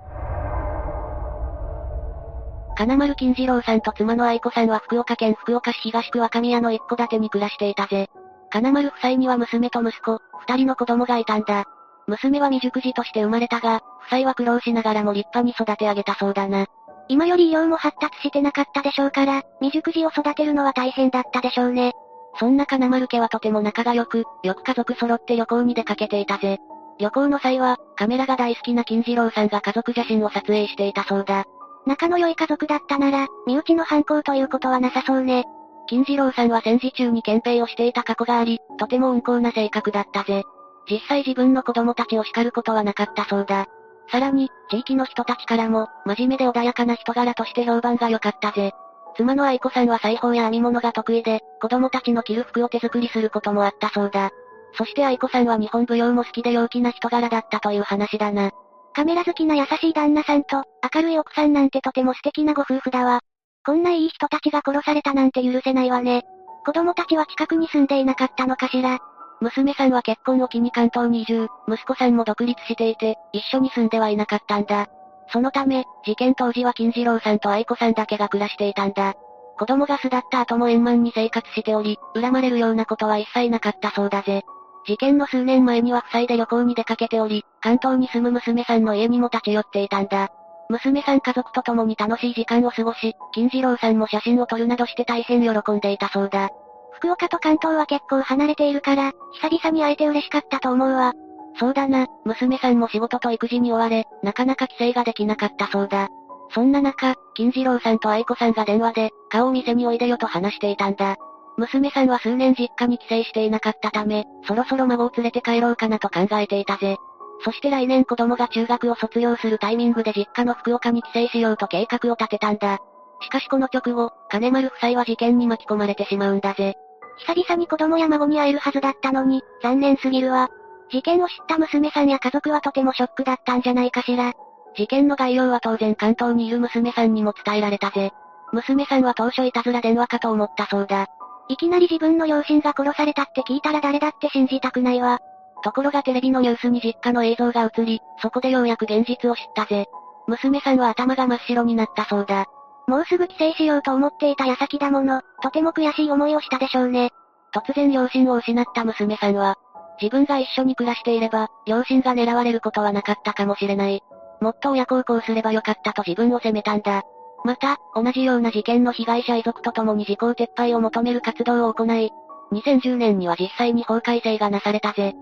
金丸金次郎さんと妻の愛子さんは福岡県福岡市東区若宮の一戸建てに暮らしていたぜ。金丸夫妻には娘と息子、二人の子供がいたんだ。娘は未熟児として生まれたが、夫妻は苦労しながらも立派に育て上げたそうだな。 今より医療も発達してなかったでしょうから、未熟児を育てるのは大変だったでしょうね。 そんな金丸家はとても仲が良く、よく家族揃って旅行に出かけていたぜ。旅行の際は、カメラが大好きな金次郎さんが家族写真を撮影していたそうだ。 仲の良い家族だったなら、身内の犯行ということはなさそうね。 金次郎さんは戦時中に憲兵をしていた過去があり、とても温厚な性格だったぜ。実際自分の子供たちを叱ることはなかったそうだ。さらに、地域の人たちからも、真面目で穏やかな人柄として評判が良かったぜ。妻の愛子さんは裁縫や編み物が得意で、子供たちの着る服を手作りすることもあったそうだ。そして愛子さんは日本舞踊も好きで陽気な人柄だったという話だな。 カメラ好きな優しい旦那さんと、明るい奥さんなんてとても素敵なご夫婦だわ。こんないい人たちが殺されたなんて許せないわね。子供たちは近くに住んでいなかったのかしら。 娘さんは結婚を機に関東に移住、息子さんも独立していて、一緒に住んではいなかったんだ。そのため、事件当時は金次郎さんと愛子さんだけが暮らしていたんだ。子供が巣立った後も円満に生活しており、恨まれるようなことは一切なかったそうだぜ。事件の数年前には夫妻で旅行に出かけており、関東に住む娘さんの家にも立ち寄っていたんだ。娘さん家族と共に楽しい時間を過ごし、金次郎さんも写真を撮るなどして大変喜んでいたそうだ。 福岡と関東は結構離れているから、久々に会えて嬉しかったと思うわ。 そうだな、娘さんも仕事と育児に追われ、なかなか帰省ができなかったそうだ。そんな中、金次郎さんと愛子さんが電話で、顔を見せにおいでよと話していたんだ。娘さんは数年実家に帰省していなかったため、そろそろ孫を連れて帰ろうかなと考えていたぜ。そして来年子供が中学を卒業するタイミングで実家の福岡に帰省しようと計画を立てたんだ。しかしこの直後、金丸夫妻は事件に巻き込まれてしまうんだぜ。 久々に子供や孫に会えるはずだったのに、残念すぎるわ。事件を知った娘さんや家族はとてもショックだったんじゃないかしら。 事件の概要は当然関東にいる娘さんにも伝えられたぜ。娘さんは当初いたずら電話かと思ったそうだ。 いきなり自分の両親が殺されたって聞いたら誰だって信じたくないわ。 ところがテレビのニュースに実家の映像が映り、そこでようやく現実を知ったぜ。娘さんは頭が真っ白になったそうだ。 もうすぐ帰省しようと思っていた矢先だもの、とても悔しい思いをしたでしょうね。 突然両親を失った娘さんは、自分が一緒に暮らしていれば、両親が狙われることはなかったかもしれない。もっと親孝行すればよかったと自分を責めたんだ。また、同じような事件の被害者遺族と共に時効撤廃を求める活動を行い、にせんじゅうねんには実際に法改正がなされたぜ。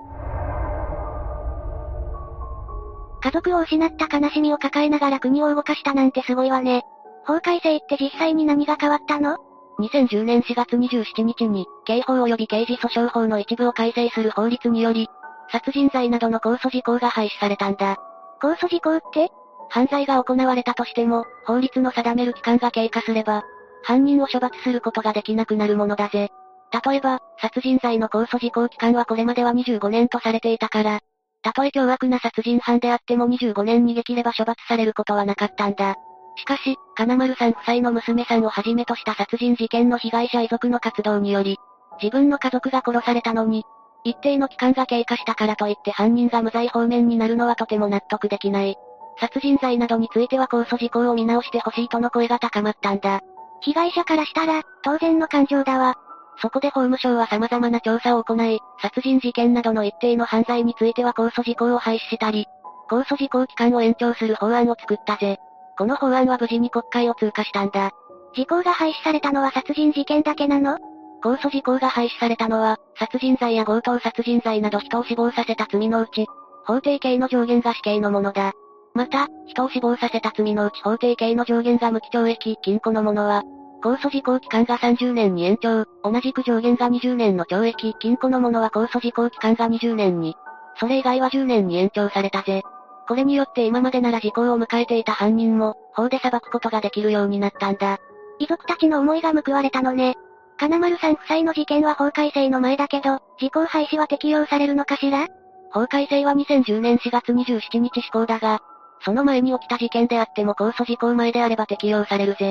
家族を失った悲しみを抱えながら国を動かしたなんてすごいわね。法改正って実際に何が変わったの？ にせんじゅうねんしがつにじゅうしちにちに、刑法及び刑事訴訟法の一部を改正する法律により、殺人罪などの控訴事項が廃止されたんだ。 控訴事項って？ 犯罪が行われたとしても、法律の定める期間が経過すれば、犯人を処罰することができなくなるものだぜ。例えば、殺人罪の控訴事項期間はこれまではにじゅうごねんとされていたから、たとえ凶悪な殺人犯であってもにじゅうごねん逃げ切れば処罰されることはなかったんだ。しかし、金丸さん夫妻の娘さんをはじめとした殺人事件の被害者遺族の活動により、自分の家族が殺されたのに、一定の期間が経過したからといって犯人が無罪放免になるのはとても納得できない。殺人罪などについては控訴事項を見直してほしいとの声が高まったんだ。 被害者からしたら、当然の感情だわ。 そこで法務省は様々な調査を行い、殺人事件などの一定の犯罪については控訴事項を廃止したり、控訴事項期間を延長する法案を作ったぜ。この法案は無事に国会を通過したんだ。 時効が廃止されたのは殺人事件だけなの？ 控訴事項が廃止されたのは、殺人罪や強盗殺人罪など人を死亡させた罪のうち、法定刑の上限が死刑のものだ。また、人を死亡させた罪のうち法定刑の上限が無期懲役、禁錮のものは、控訴事項期間がさんじゅうねんに延長、同じく上限がにじゅうねんの懲役、禁錮のものは控訴事項期間がにじゅうねんに、それ以外はじゅうねんに延長されたぜ。これによって今までなら時効を迎えていた犯人も、法で裁くことができるようになったんだ。 遺族たちの思いが報われたのね。金丸さん夫妻の事件は法改正の前だけど、時効廃止は適用されるのかしら？ 法改正はにせんじゅうねんしがつにじゅうしちにち施行だが、その前に起きた事件であっても控訴事項前であれば適用されるぜ。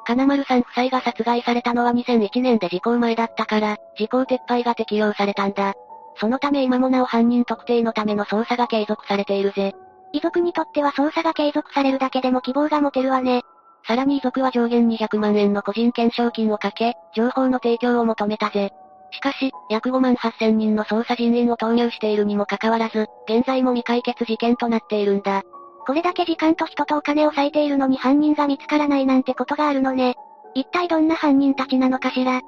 金丸さん夫妻が殺害されたのはにせんいちねんで時効前だったから、時効撤廃が適用されたんだ。そのため今もなお犯人特定のための捜査が継続されているぜ。 遺族にとっては捜査が継続されるだけでも希望が持てるわね。 さらに遺族は上限にひゃくまんえんの個人懸賞金をかけ、情報の提供を求めたぜ。しかし、約ごまんはっせんにんの捜査人員を投入しているにもかかわらず、現在も未解決事件となっているんだ。 これだけ時間と人とお金を割いているのに犯人が見つからないなんてことがあるのね。一体どんな犯人たちなのかしら。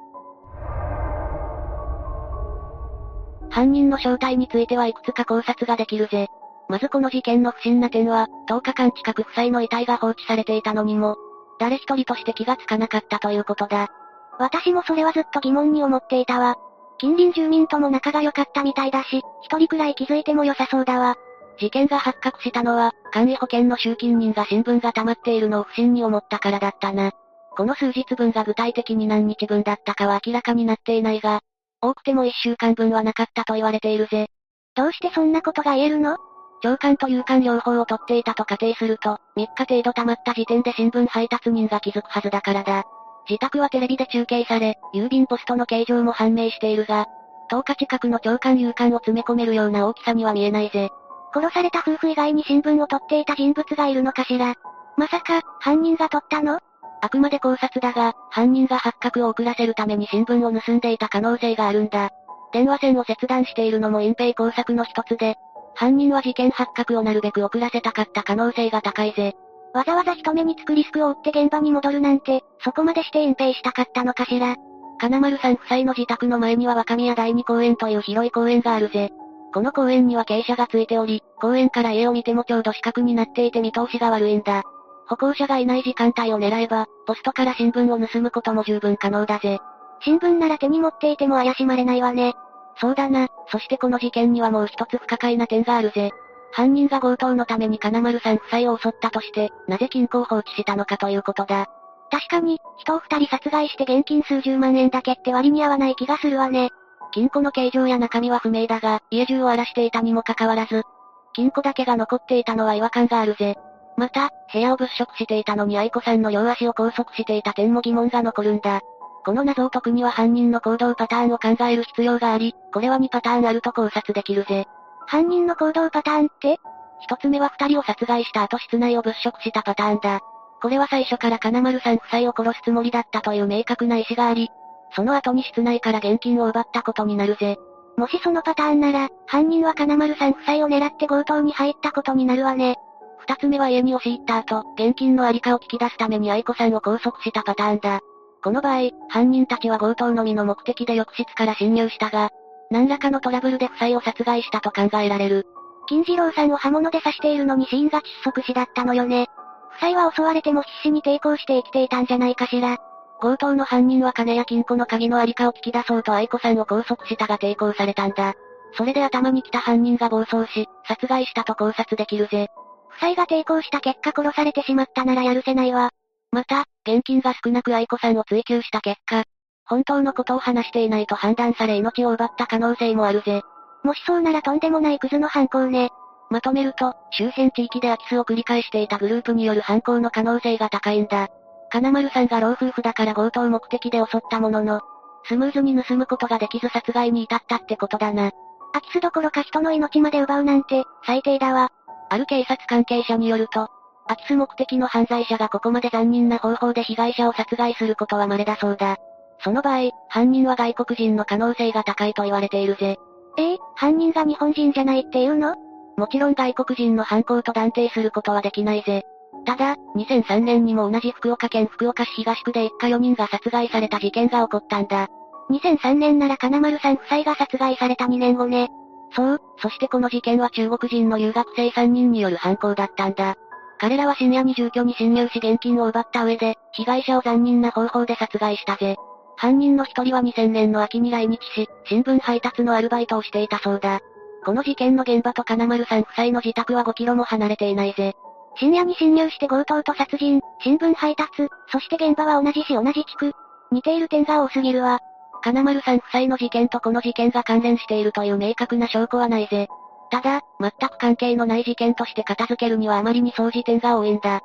犯人の正体についてはいくつか考察ができるぜ。まずこの事件の不審な点は、とおかかん近く夫妻の遺体が放置されていたのにも、誰一人として気がつかなかったということだ。 私もそれはずっと疑問に思っていたわ。近隣住民とも仲が良かったみたいだし、一人くらい気づいても良さそうだわ。 事件が発覚したのは、簡易保険の集金人が新聞が溜まっているのを不審に思ったからだったな。この数日分が具体的に何日分だったかは明らかになっていないが、多くてもいっしゅうかんぶんはなかったと言われているぜ。 どうしてそんなことが言えるの？ 長官と有感療法をとっていたと仮定すると、みっか程度溜まった時点で新聞配達人が気づくはずだからだ。自宅はテレビで中継され、郵便ポストの形状も判明しているが、とおか近くの長官有感を詰め込めるような大きさには見えないぜ。 殺された夫婦以外に新聞を取っていた人物がいるのかしら。まさか、犯人が取ったの？ あくまで考察だが、犯人が発覚を遅らせるために新聞を盗んでいた可能性があるんだ。電話線を切断しているのも隠蔽工作の一つで、犯人は事件発覚をなるべく遅らせたかった可能性が高いぜ。 わざわざ人目につくリスクを負って現場に戻るなんて、そこまでして隠蔽したかったのかしら。 金丸さん夫妻の自宅の前には若宮第二公園という広い公園があるぜ。この公園には傾斜がついており、公園から家を見てもちょうど死角になっていて見通しが悪いんだ。歩行者がいない時間帯を狙えば、ポストから新聞を盗むことも十分可能だぜ。 新聞なら手に持っていても怪しまれないわね。 そうだな、そしてこの事件にはもう一つ不可解な点があるぜ。犯人が強盗のために金丸さん夫妻を襲ったとして、なぜ金庫を放置したのかということだ。 確かに、人を二人殺害して現金数十万円だけって割に合わない気がするわね。 金庫の形状や中身は不明だが、家中を荒らしていたにもかかわらず、金庫だけが残っていたのは違和感があるぜ。また、部屋を物色していたのに愛子さんの両足を拘束していた点も疑問が残るんだ。この謎を解くには犯人の行動パターンを考える必要があり、これはにパターンあると考察できるぜ。 犯人の行動パターンって？ 一つ目は二人を殺害した後室内を物色したパターンだ。これは最初から金丸さん夫妻を殺すつもりだったという明確な意思があり、その後に室内から現金を奪ったことになるぜ。 もしそのパターンなら、犯人は金丸さん夫妻を狙って強盗に入ったことになるわね。 二つ目は家に押し入った後、現金のありかを聞き出すために愛子さんを拘束したパターンだ。この場合、犯人たちは強盗のみの目的で浴室から侵入したが、何らかのトラブルで夫妻を殺害したと考えられる。 金次郎さんを刃物で刺しているのに死因が窒息死だったのよね。夫妻は襲われても必死に抵抗して生きていたんじゃないかしら。 強盗の犯人は金や金庫の鍵のありかを聞き出そうと愛子さんを拘束したが抵抗されたんだ。それで頭に来た犯人が暴走し、殺害したと考察できるぜ。 夫妻が抵抗した結果殺されてしまったならやるせないわ。 また、現金が少なく愛子さんを追及した結果、本当のことを話していないと判断され命を奪った可能性もあるぜ。 もしそうならとんでもないクズの犯行ね。 まとめると、周辺地域で空き巣を繰り返していたグループによる犯行の可能性が高いんだ。金丸さんが老夫婦だから強盗目的で襲ったものの、スムーズに盗むことができず殺害に至ったってことだな。 空き巣どころか人の命まで奪うなんて、最低だわ。 ある警察関係者によると、空き巣目的の犯罪者がここまで残忍な方法で被害者を殺害することは稀だそうだ。その場合、犯人は外国人の可能性が高いと言われているぜ。 ええー、犯人が日本人じゃないっていうの？ もちろん外国人の犯行と断定することはできないぜ。ただ、にせんさんねんにも同じ福岡県福岡市東区で一家よにんが殺害された事件が起こったんだ。 にせんさんねんなら金丸さん夫妻が殺害されたにねんごね。 そう、そしてこの事件は中国人の留学生さんにんによる犯行だったんだ。彼らは深夜に住居に侵入し現金を奪った上で、被害者を残忍な方法で殺害したぜ。犯人の一人はにせんねんの秋に来日し、新聞配達のアルバイトをしていたそうだ。この事件の現場と金丸さん夫妻の自宅はごキロも離れていないぜ。 深夜に侵入して強盗と殺人、新聞配達、そして現場は同じ市同じ地区。似ている点が多すぎるわ。 金丸さん夫妻の事件とこの事件が関連しているという明確な証拠はないぜ。ただ、全く関係のない事件として片付けるにはあまりに相似点が多いんだ。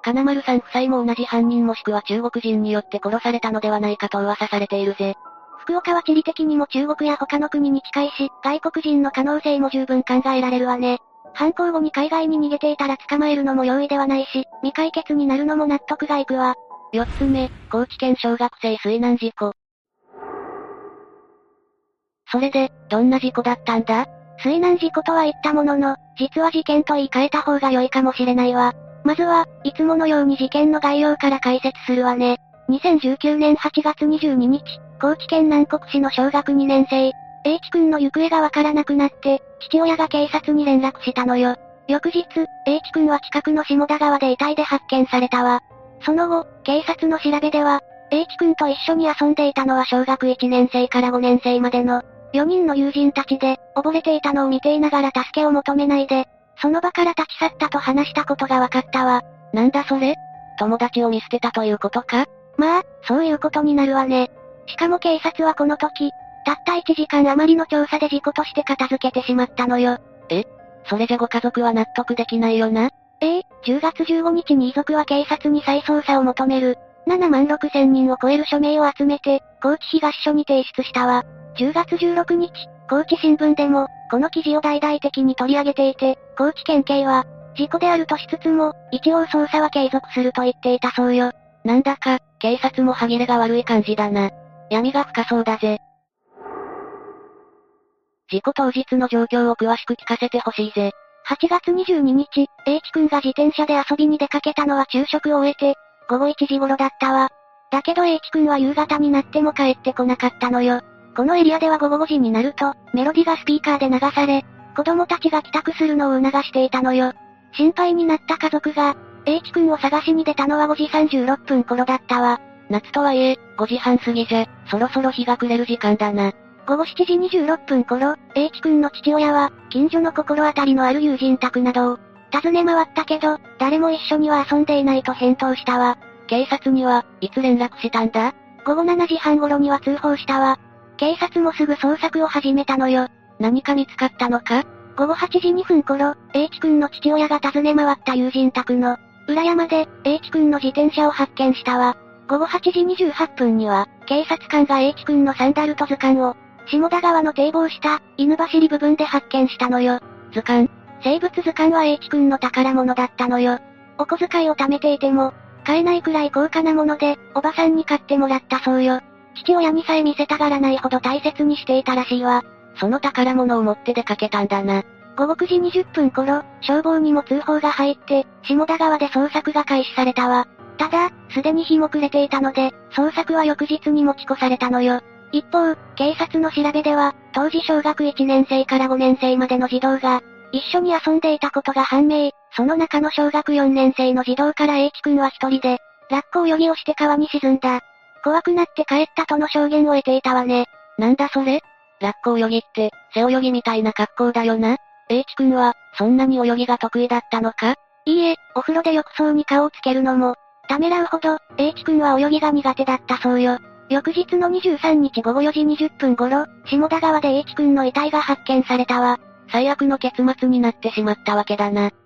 金丸さん夫妻も同じ犯人もしくは中国人によって殺されたのではないかと噂されているぜ。 福岡は地理的にも中国や他の国に近いし、外国人の可能性も十分考えられるわね。犯行後に海外に逃げていたら捕まえるのも容易ではないし、未解決になるのも納得がいくわ。 四つ目、高知県小学生水難事故。それで、どんな事故だったんだ？ 水難事故とは言ったものの、実は事件と言い換えた方が良いかもしれないわ。まずは、いつものように事件の概要から解説するわね。にせんじゅうきゅうねんはちがつにじゅうににち、高知県南国市の小学にねん生、H 君の行方がわからなくなって、父親が警察に連絡したのよ。翌日、H 君は近くの下田川で遺体で発見されたわ。その後、警察の調べでは、H 君と一緒に遊んでいたのは小学いちねん生からごねん生までのよにんの友人たちで、溺れていたのを見ていながら助けを求めないで、その場から立ち去ったと話したことが分かったわ。 なんだそれ？友達を見捨てたということか？ まあ、そういうことになるわね。しかも警察はこの時、たったいちじかん余りの調査で事故として片付けてしまったのよ。 え？それじゃご家族は納得できないよな？ ええ、じゅうがつじゅうごにちに遺族は警察に再捜査を求める、ななまんろくせんにんを超える署名を集めて、高知東署に提出したわ。じゅうがつじゅうろくにち、高知新聞でも、この記事を大々的に取り上げていて、高知県警は、事故であるとしつつも、一応捜査は継続すると言っていたそうよ。 なんだか、警察も歯切れが悪い感じだな。闇が深そうだぜ。事故当日の状況を詳しく聞かせてほしいぜ。 はちがつにじゅうににち、H 君が自転車で遊びに出かけたのは昼食を終えて、ごごいちじ頃だったわ。だけど H 君は夕方になっても帰ってこなかったのよ。このエリアではごごごじになると、メロディがスピーカーで流され、子供たちが帰宅するのを促していたのよ。心配になった家族が、H 君を探しに出たのはごじさんじゅうろっぷん頃だったわ。 夏とはいえ、ごじはん過ぎじゃ、そろそろ日が暮れる時間だな。 ごごしちじにじゅうろっぷん頃、H 君の父親は、近所の心当たりのある友人宅などを、訪ね回ったけど、誰も一緒には遊んでいないと返答したわ。 警察には、いつ連絡したんだ？ ごごしちじはん頃には通報したわ。警察もすぐ捜索を始めたのよ。 何か見つかったのか？ ごごはちじにふん頃、H 君の父親が訪ね回った友人宅の、裏山で、H 君の自転車を発見したわ。ごごはちじにじゅうはっぷんには、警察官が H 君のサンダルと図鑑を、下田川の堤防下、犬走り部分で発見したのよ。 図鑑？ 生物図鑑は H 君の宝物だったのよ。お小遣いを貯めていても、買えないくらい高価なもので、おばさんに買ってもらったそうよ。父親にさえ見せたがらないほど大切にしていたらしいわ。 その宝物を持って出かけたんだな。 ごごくじにじゅっぷん頃、消防にも通報が入って、下田川で捜索が開始されたわ。ただ、すでに日も暮れていたので、捜索は翌日に持ち越されたのよ。一方、警察の調べでは、当時小学いちねん生からごねん生までの児童が、一緒に遊んでいたことが判明。その中の小学よねん生の児童から H 君は一人で、ラッコ泳ぎをして川に沈んだ。怖くなって帰ったとの証言を得ていたわね。 なんだそれ？ラッコ泳ぎって、背泳ぎみたいな格好だよな。H 君は、そんなに泳ぎが得意だったのか？ いいえ、お風呂で浴槽に顔をつけるのも、ためらうほど、H 君は泳ぎが苦手だったそうよ。翌日のにじゅうさんにちごごよじにじゅっぷん頃、下田川で H 君の遺体が発見されたわ。 最悪の結末になってしまったわけだな。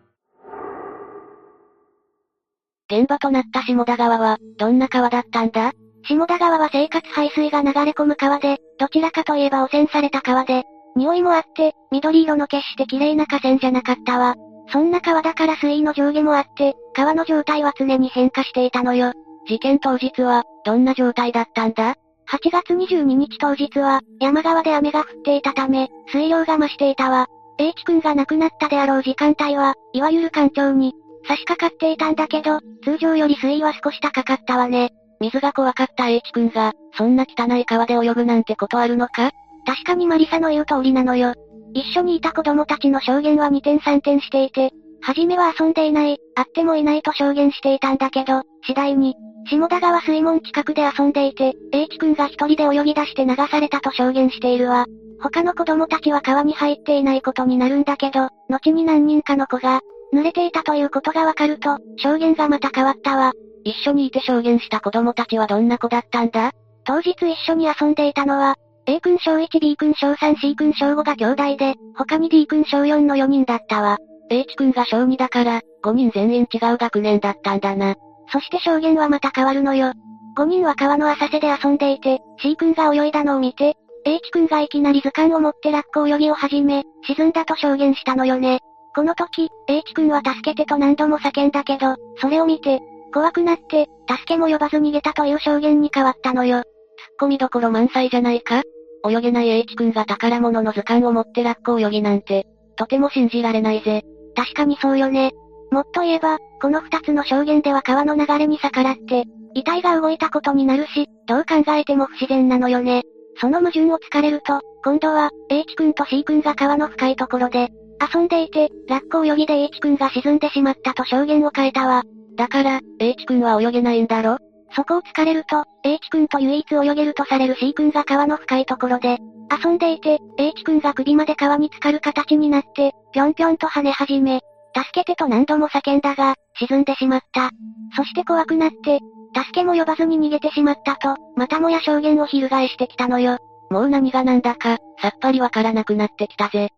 現場となった下田川は、どんな川だったんだ？ 下田川は生活排水が流れ込む川で、どちらかといえば汚染された川で、匂いもあって、緑色の決して綺麗な河川じゃなかったわ。そんな川だから水位の上下もあって、川の状態は常に変化していたのよ。 事件当日は、どんな状態だったんだ？ はちがつにじゅうににち当日は、山側で雨が降っていたため、水量が増していたわ。H 君が亡くなったであろう時間帯は、いわゆる干潮に、差し掛かっていたんだけど、通常より水位は少し高かったわね。 水が怖かった H 君が、そんな汚い川で泳ぐなんてことあるのか？ 確かにマリサの言う通りなのよ。一緒にいた子供たちの証言は二転三転していて、はじめは遊んでいない、会ってもいないと証言していたんだけど、次第に、下田川水門近くで遊んでいて、H 君が一人で泳ぎ出して流されたと証言しているわ。他の子供たちは川に入っていないことになるんだけど、後に何人かの子が、濡れていたということがわかると、証言がまた変わったわ。 一緒にいて証言した子供たちはどんな子だったんだ？ 当日一緒に遊んでいたのは、A 君小いち、B 君小さん、C 君小ごが兄弟で、他に D 君小よんのよにんだったわ。 H 君が小にだから、 ごにん全員違う学年だったんだな。 そして証言はまた変わるのよ。ごにんは川の浅瀬で遊んでいて、C 君が泳いだのを見て、H 君がいきなり図鑑を持ってラッコ泳ぎを始め、沈んだと証言したのよね。この時、H 君は助けてと何度も叫んだけど、それを見て、怖くなって、助けも呼ばず逃げたという証言に変わったのよ。 突っ込みどころ満載じゃないか？泳げない H 君が宝物の図鑑を持ってラッコ泳ぎなんて、とても信じられないぜ。 確かにそうよね。もっと言えば、この二つの証言では川の流れに逆らって、遺体が動いたことになるし、どう考えても不自然なのよね。その矛盾を突かれると、今度は、H 君と C 君が川の深いところで、遊んでいて、ラッコ泳ぎで H 君が沈んでしまったと証言を変えたわ。 だから、H 君は泳げないんだろ？ そこを突かれると、H 君と唯一泳げるとされる C 君が川の深いところで、遊んでいて、H 君が首まで川に浸かる形になって、ぴょんぴょんと跳ね始め、助けてと何度も叫んだが、沈んでしまった。そして怖くなって、助けも呼ばずに逃げてしまったと、またもや証言を翻してきたのよ。 もう何が何だか、さっぱりわからなくなってきたぜ。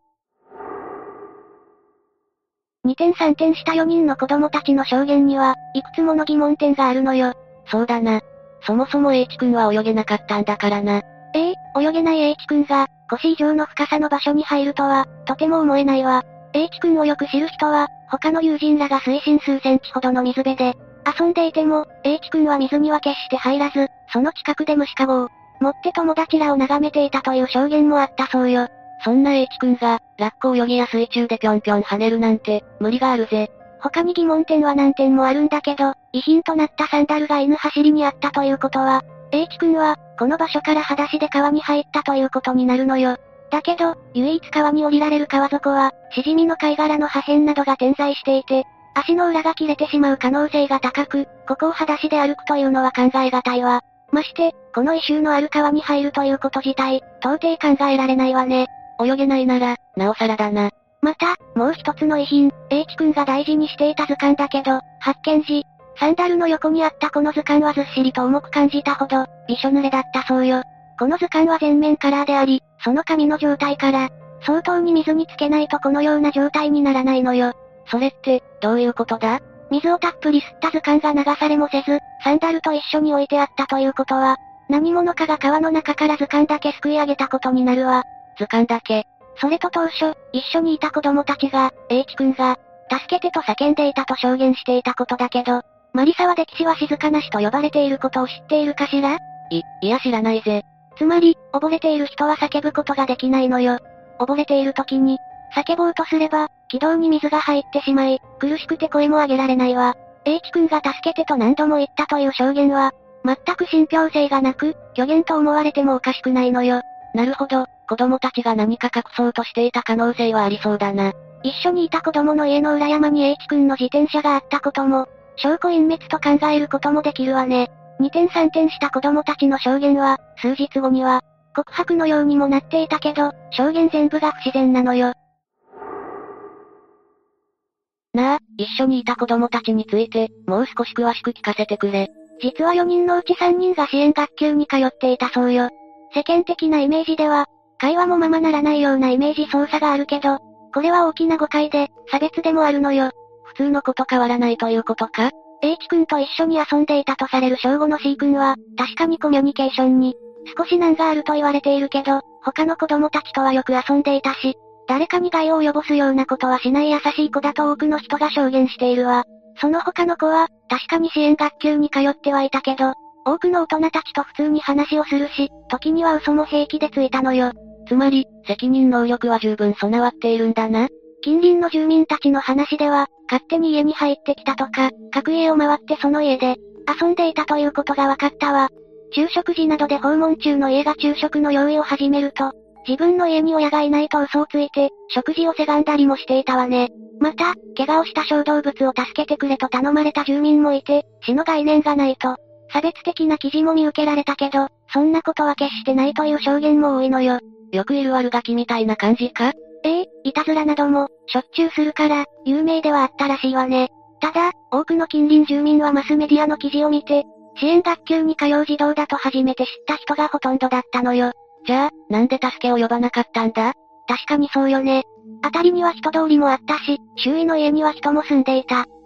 二転三転したよにんの子供たちの証言には、いくつもの疑問点があるのよ。 そうだな。そもそも H 君は泳げなかったんだからな。 ええ、泳げない H 君が、腰以上の深さの場所に入るとは、とても思えないわ。H 君をよく知る人は、他の友人らが水深数センチほどの水辺で、遊んでいても、H 君は水には決して入らず、その近くで虫かごを、持って友達らを眺めていたという証言もあったそうよ。 そんな H 君が、ラッコ泳ぎや水中でぴょんぴょん跳ねるなんて、無理があるぜ。 他に疑問点は何点もあるんだけど、遺品となったサンダルが犬走りにあったということは、H 君は、この場所から裸足で川に入ったということになるのよ。だけど、唯一川に降りられる川底は、シジミの貝殻の破片などが点在していて、足の裏が切れてしまう可能性が高く、ここを裸足で歩くというのは考え難いわ。まして、この異臭のある川に入るということ自体、到底考えられないわね。 泳げないなら、なおさらだな。 また、もう一つの遺品、H 君が大事にしていた図鑑だけど、発見時、サンダルの横にあったこの図鑑はずっしりと重く感じたほど、びしょ濡れだったそうよ。この図鑑は全面カラーであり、その紙の状態から、相当に水につけないとこのような状態にならないのよ。 それって、どういうことだ？ 水をたっぷり吸った図鑑が流されもせず、サンダルと一緒に置いてあったということは、何者かが川の中から図鑑だけすくい上げたことになるわ。 図鑑だけ。 それと当初、一緒にいた子供たちが、H 君が、助けてと叫んでいたと証言していたことだけど、マリサは溺死は静かな死と呼ばれていることを知っているかしら？ い、いや知らないぜ。 つまり、溺れている人は叫ぶことができないのよ。溺れている時に、叫ぼうとすれば、気道に水が入ってしまい、苦しくて声も上げられないわ。H 君が助けてと何度も言ったという証言は、全く信憑性がなく、虚言と思われてもおかしくないのよ。 なるほど、子供たちが何か隠そうとしていた可能性はありそうだな。 一緒にいた子供の家の裏山に H 君の自転車があったことも、証拠隠滅と考えることもできるわね。二転三転した子供たちの証言は、数日後には、告白のようにもなっていたけど、証言全部が不自然なのよ。 なあ、一緒にいた子供たちについて、もう少し詳しく聞かせてくれ。 実はよにんのうちさんにんが支援学級に通っていたそうよ。世間的なイメージでは、会話もままならないようなイメージ操作があるけど、これは大きな誤解で、差別でもあるのよ。 普通の子と変わらないということか？ H 君と一緒に遊んでいたとされる小ごの C 君は、確かにコミュニケーションに、少し難があると言われているけど、他の子供たちとはよく遊んでいたし、誰かに害を及ぼすようなことはしない優しい子だと多くの人が証言しているわ。その他の子は、確かに支援学級に通ってはいたけど、多くの大人たちと普通に話をするし、時には嘘も平気でついたのよ。 つまり、責任能力は十分備わっているんだな。 近隣の住民たちの話では、勝手に家に入ってきたとか、各家を回ってその家で、遊んでいたということが分かったわ。昼食時などで訪問中の家が昼食の用意を始めると、自分の家に親がいないと嘘をついて、食事をせがんだりもしていたわね。また、怪我をした小動物を助けてくれと頼まれた住民もいて、死の概念がないと、差別的な記事も見受けられたけど、そんなことは決してないという証言も多いのよ。 よくいる悪ガキみたいな感じか？ ええ、いたずらなども、しょっちゅうするから、有名ではあったらしいわね。ただ、多くの近隣住民はマスメディアの記事を見て、支援学級に通う児童だと初めて知った人がほとんどだったのよ。 じゃあ、なんで助けを呼ばなかったんだ？ 確かにそうよね。あたりには人通りもあったし、周囲の家には人も住んでいた。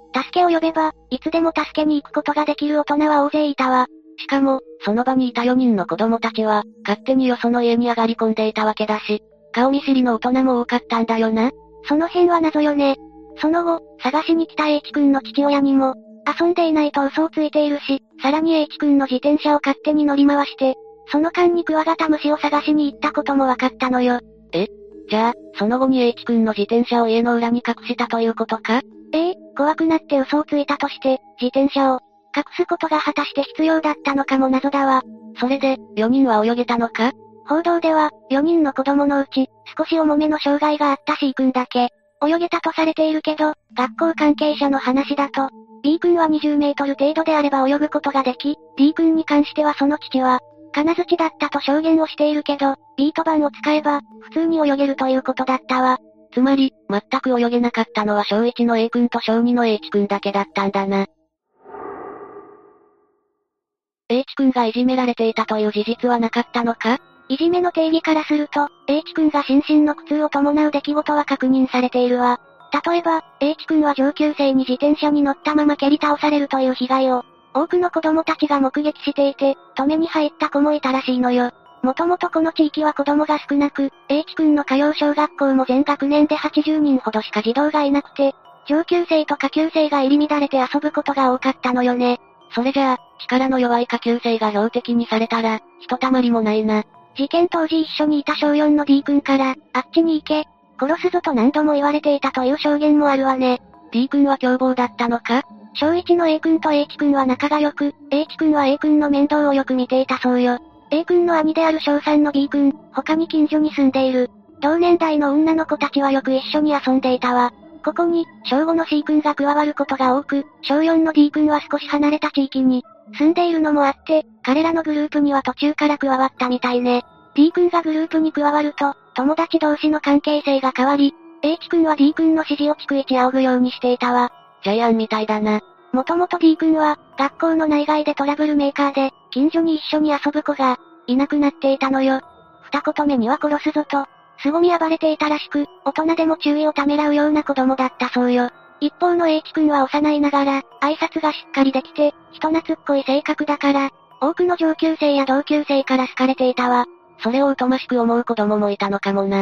助けを呼べば、いつでも助けに行くことができる大人は大勢いたわ。 しかも、その場にいたよにんの子供たちは、勝手によその家に上がり込んでいたわけだし、顔見知りの大人も多かったんだよな。 その辺は謎よね。その後、探しに来た H 君の父親にも、遊んでいないと嘘をついているし、さらに H 君の自転車を勝手に乗り回して、その間にクワガタムシを探しに行ったことも分かったのよ。 え？じゃあ、その後に H 君の自転車を家の裏に隠したということか？ ええ、怖くなって嘘をついたとして、自転車を隠すことが果たして必要だったのかも謎だわ。 それで、よにんは泳げたのか？ 報道では、よにんの子供のうち、少し重めの障害があった C 君だけ、泳げたとされているけど、学校関係者の話だと、B 君はにじゅうメートル程度であれば泳ぐことができ、D 君に関してはその父は、金槌だったと証言をしているけど、ビート板を使えば、普通に泳げるということだったわ。 つまり、全く泳げなかったのは小いちの A 君と小にの H 君だけだったんだな。H 君がいじめられていたという事実はなかったのか？ いじめの定義からすると、H 君が心身の苦痛を伴う出来事は確認されているわ。例えば、H 君は上級生に自転車に乗ったまま蹴り倒されるという被害を、多くの子供たちが目撃していて、止めに入った子もいたらしいのよ。もともとこの地域は子供が少なく、H 君の通う小学校も全学年ではちじゅうにんほどしか児童がいなくて、上級生と下級生が入り乱れて遊ぶことが多かったのよね。 それじゃあ、力の弱い下級生が標的にされたら、ひとたまりもないな。 事件当時一緒にいた小よんの D 君から、あっちに行け、殺すぞと何度も言われていたという証言もあるわね。 D 君は凶暴だったのか？ 小いちの A 君と H 君は仲が良く、H 君は A 君の面倒をよく見ていたそうよ。A 君の兄である小さんの B 君、他に近所に住んでいる、同年代の女の子たちはよく一緒に遊んでいたわ。ここに、小ごの C 君が加わることが多く、小よんの D 君は少し離れた地域に、住んでいるのもあって、彼らのグループには途中から加わったみたいね。D 君がグループに加わると、友達同士の関係性が変わり、H 君は D 君の指示を逐一仰ぐようにしていたわ。 ジャイアンみたいだな。 もともと D 君は、学校の内外でトラブルメーカーで、近所に一緒に遊ぶ子が、いなくなっていたのよ。二言目には殺すぞと、凄み暴れていたらしく、大人でも注意をためらうような子供だったそうよ。一方の H 君は幼いながら、挨拶がしっかりできて、人懐っこい性格だから、多くの上級生や同級生から好かれていたわ。 それを疎ましく思う子供もいたのかもな。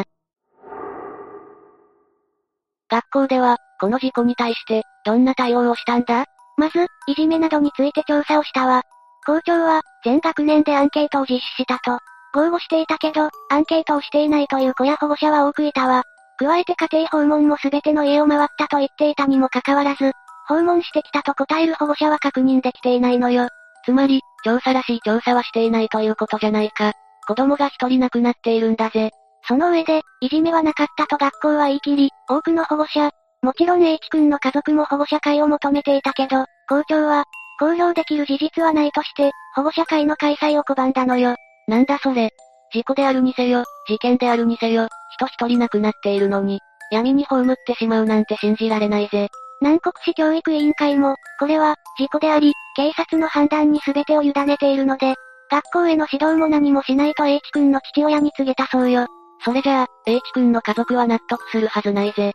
学校では、この事故に対して、どんな対応をしたんだ？ まず、いじめなどについて調査をしたわ。校長は、全学年でアンケートを実施したと、豪語していたけど、アンケートをしていないという子や保護者は多くいたわ。加えて家庭訪問もすべての家を回ったと言っていたにもかかわらず、訪問してきたと答える保護者は確認できていないのよ。 つまり、調査らしい調査はしていないということじゃないか。子供が一人亡くなっているんだぜ。 その上で、いじめはなかったと学校は言い切り、多くの保護者、もちろん H 君の家族も保護者会を求めていたけど、校長は、公表できる事実はないとして、保護者会の開催を拒んだのよ。 なんだそれ。事故であるにせよ、事件であるにせよ、人一人亡くなっているのに、闇に葬ってしまうなんて信じられないぜ。 南国市教育委員会も、これは、事故であり、警察の判断に全てを委ねているので、学校への指導も何もしないと H 君の父親に告げたそうよ。 それじゃあ、H 君の家族は納得するはずないぜ。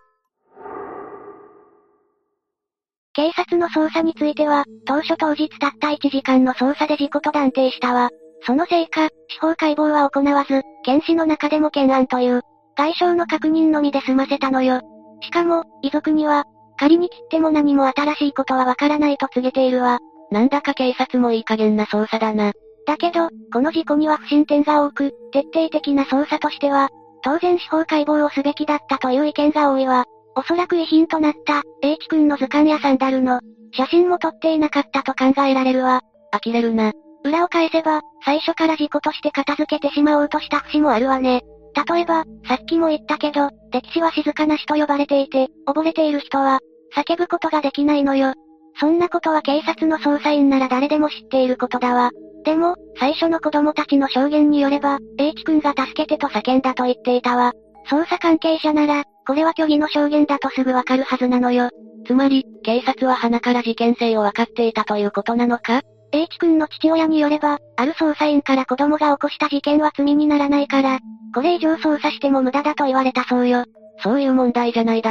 警察の捜査については、当初当日たったいちじかんの捜査で事故と断定したわ。そのせいか、司法解剖は行わず、検視の中でも懸案という、外傷の確認のみで済ませたのよ。しかも、遺族には、仮に切っても何も新しいことはわからないと告げているわ。 なんだか警察もいい加減な捜査だな。 だけど、この事故には不審点が多く、徹底的な捜査としては、当然司法解剖をすべきだったという意見が多いわ。おそらく遺品となった、H 君の図鑑やサンダルの、写真も撮っていなかったと考えられるわ。 呆れるな。 裏を返せば、最初から事故として片付けてしまおうとした節もあるわね。例えば、さっきも言ったけど、溺死は静かな死と呼ばれていて、溺れている人は、叫ぶことができないのよ。そんなことは警察の捜査員なら誰でも知っていることだわ。でも、最初の子供たちの証言によれば、H 君が助けてと叫んだと言っていたわ。捜査関係者なら、これは虚偽の証言だとすぐわかるはずなのよ。 つまり、警察は鼻から事件性を分かっていたということなのか？ H 君の父親によれば、ある捜査員から子供が起こした事件は罪にならないから、これ以上捜査しても無駄だと言われたそうよ。 そういう問題じゃないだろ。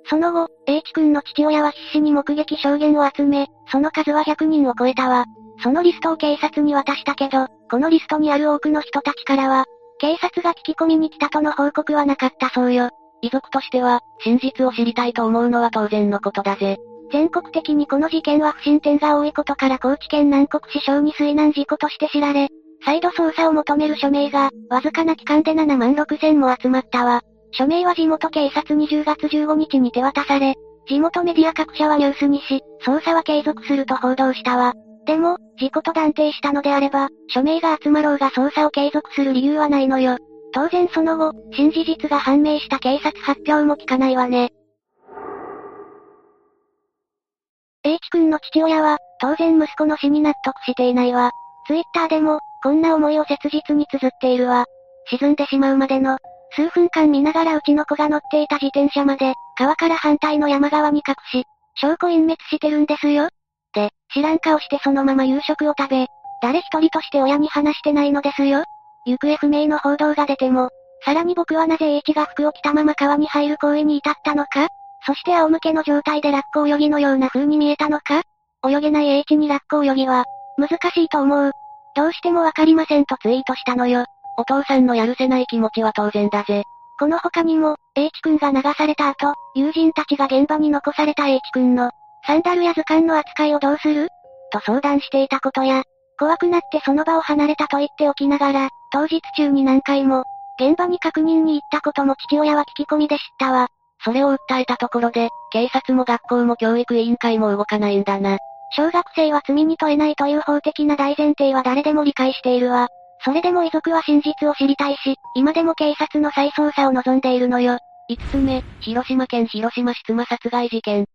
その後、H 君の父親は必死に目撃証言を集め、その数はひゃくにんを超えたわ。そのリストを警察に渡したけど、このリストにある多くの人たちからは、警察が聞き込みに来たとの報告はなかったそうよ。 遺族としては、真実を知りたいと思うのは当然のことだぜ。 全国的にこの事件は不審点が多いことから高知県南国市小児水難事故として知られ、再度捜査を求める署名が、わずかな期間でななまんろくせんも集まったわ。署名は地元警察にじゅうがつじゅうごにちに手渡され、地元メディア各社はニュースにし、捜査は継続すると報道したわ。でも、事故と断定したのであれば、署名が集まろうが捜査を継続する理由はないのよ。当然その後、新事実が判明した警察発表も聞かないわね。H 君の父親は、当然息子の死に納得していないわ。ツイッターでも、こんな思いを切実に綴っているわ。沈んでしまうまでの、数分間見ながらうちの子が乗っていた自転車まで、川から反対の山側に隠し、証拠隠滅してるんですよ。で、知らん顔してそのまま夕食を食べ、誰一人として親に話してないのですよ。行方不明の報道が出ても、さらに僕はなぜ H が服を着たまま川に入る行為に至ったのか、そして仰向けの状態でラッコ泳ぎのような風に見えたのか、泳げない H にラッコ泳ぎは、難しいと思う。どうしてもわかりませんとツイートしたのよ。 お父さんのやるせない気持ちは当然だぜ。 この他にも、H 君が流された後、友人たちが現場に残された H 君の、サンダルや図鑑の扱いをどうすると相談していたことや、怖くなってその場を離れたと言っておきながら、当日中に何回も、現場に確認に行ったことも父親は聞き込みで知ったわ。 それを訴えたところで、警察も学校も教育委員会も動かないんだな。 小学生は罪に問えないという法的な大前提は誰でも理解しているわ。それでも遺族は真実を知りたいし、今でも警察の再捜査を望んでいるのよ。 いつつめ、広島県広島市妻殺害事件。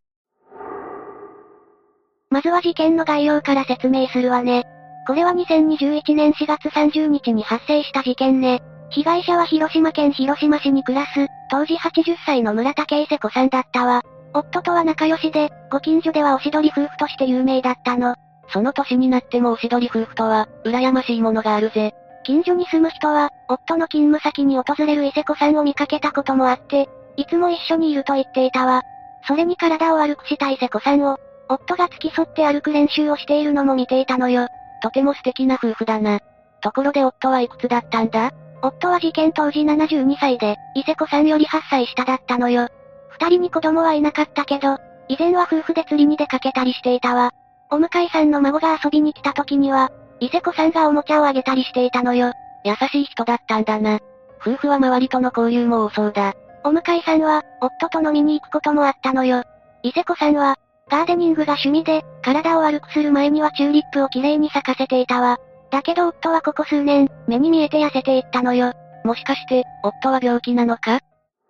まずは事件の概要から説明するわね。これはにせんにじゅういちねんしがつさんじゅうにちに発生した事件ね。被害者は広島県広島市に暮らす、当時はちじゅっさいの村竹伊勢子さんだったわ。夫とは仲良しで、ご近所ではおしどり夫婦として有名だったの。 その年になってもおしどり夫婦とは、羨ましいものがあるぜ。 近所に住む人は、夫の勤務先に訪れる伊勢子さんを見かけたこともあって、いつも一緒にいると言っていたわ。それに体を悪くした伊勢子さんを、夫が付き添って歩く練習をしているのも見ていたのよ。 とても素敵な夫婦だな。ところで夫はいくつだったんだ？ 夫は事件当時ななじゅうにさいで、伊勢子さんよりはっさい下だったのよ。二人に子供はいなかったけど、以前は夫婦で釣りに出かけたりしていたわ。お向かいさんの孫が遊びに来た時には、伊勢子さんがおもちゃをあげたりしていたのよ。 優しい人だったんだな。夫婦は周りとの交流も多そうだ。 お向かいさんは、夫と飲みに行くこともあったのよ。伊勢子さんは、ガーデニングが趣味で、体を悪くする前にはチューリップをきれいに咲かせていたわ。だけど夫はここ数年、目に見えて痩せていったのよ。 もしかして、夫は病気なのか？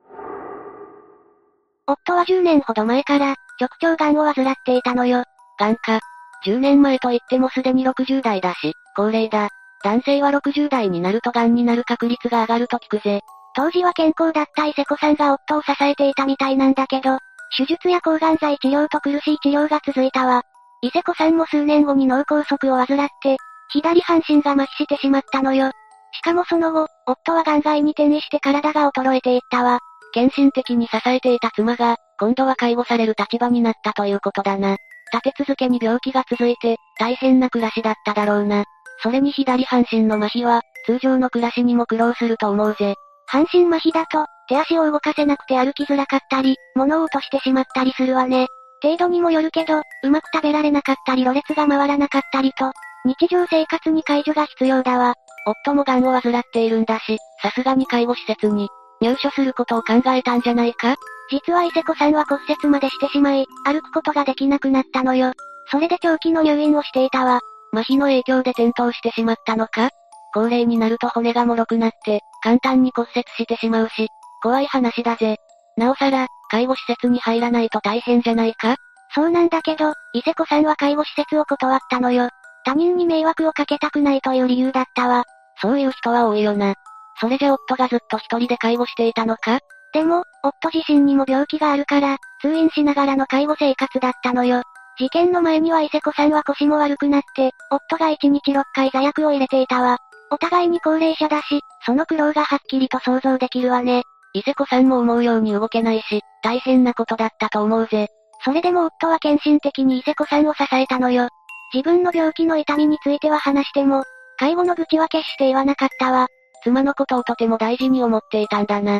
夫はじゅうねんほど前から、直腸癌を患っていたのよ。 癌か。じゅうねんまえと言ってもすでにろくじゅうだいだし、高齢だ。男性はろくじゅうだいになると癌になる確率が上がると聞くぜ。 当時は健康だった伊勢子さんが夫を支えていたみたいなんだけど、手術や抗がん剤治療と苦しい治療が続いたわ。伊勢子さんも数年後に脳梗塞を患って、左半身が麻痺してしまったのよ。しかもその後、夫は癌外に転移して体が衰えていったわ。 献身的に支えていた妻が、今度は介護される立場になったということだな。立て続けに病気が続いて、大変な暮らしだっただろうな。それに左半身の麻痺は、通常の暮らしにも苦労すると思うぜ。 半身麻痺だと、手足を動かせなくて歩きづらかったり、物を落としてしまったりするわね。程度にもよるけど、うまく食べられなかったりろれつが回らなかったりと、日常生活に介助が必要だわ。 夫も癌を患っているんだし、さすがに介護施設に、入所することを考えたんじゃないか？ 実は伊勢子さんは骨折までしてしまい、歩くことができなくなったのよ。それで長期の入院をしていたわ。 麻痺の影響で転倒してしまったのか？高齢になると骨が脆くなって、簡単に骨折してしまうし、怖い話だぜ。なおさら、介護施設に入らないと大変じゃないか？ そうなんだけど、伊勢子さんは介護施設を断ったのよ。他人に迷惑をかけたくないという理由だったわ。 そういう人は多いよな。それじゃ夫がずっと一人で介護していたのか？ でも、夫自身にも病気があるから、通院しながらの介護生活だったのよ。事件の前には伊勢子さんは腰も悪くなって、夫がいちにちろっかい座薬を入れていたわ。お互いに高齢者だし、その苦労がはっきりと想像できるわね。 伊勢子さんも思うように動けないし、大変なことだったと思うぜ。 それでも夫は献身的に伊勢子さんを支えたのよ。自分の病気の痛みについては話しても、介護の愚痴は決して言わなかったわ。 妻のことをとても大事に思っていたんだな。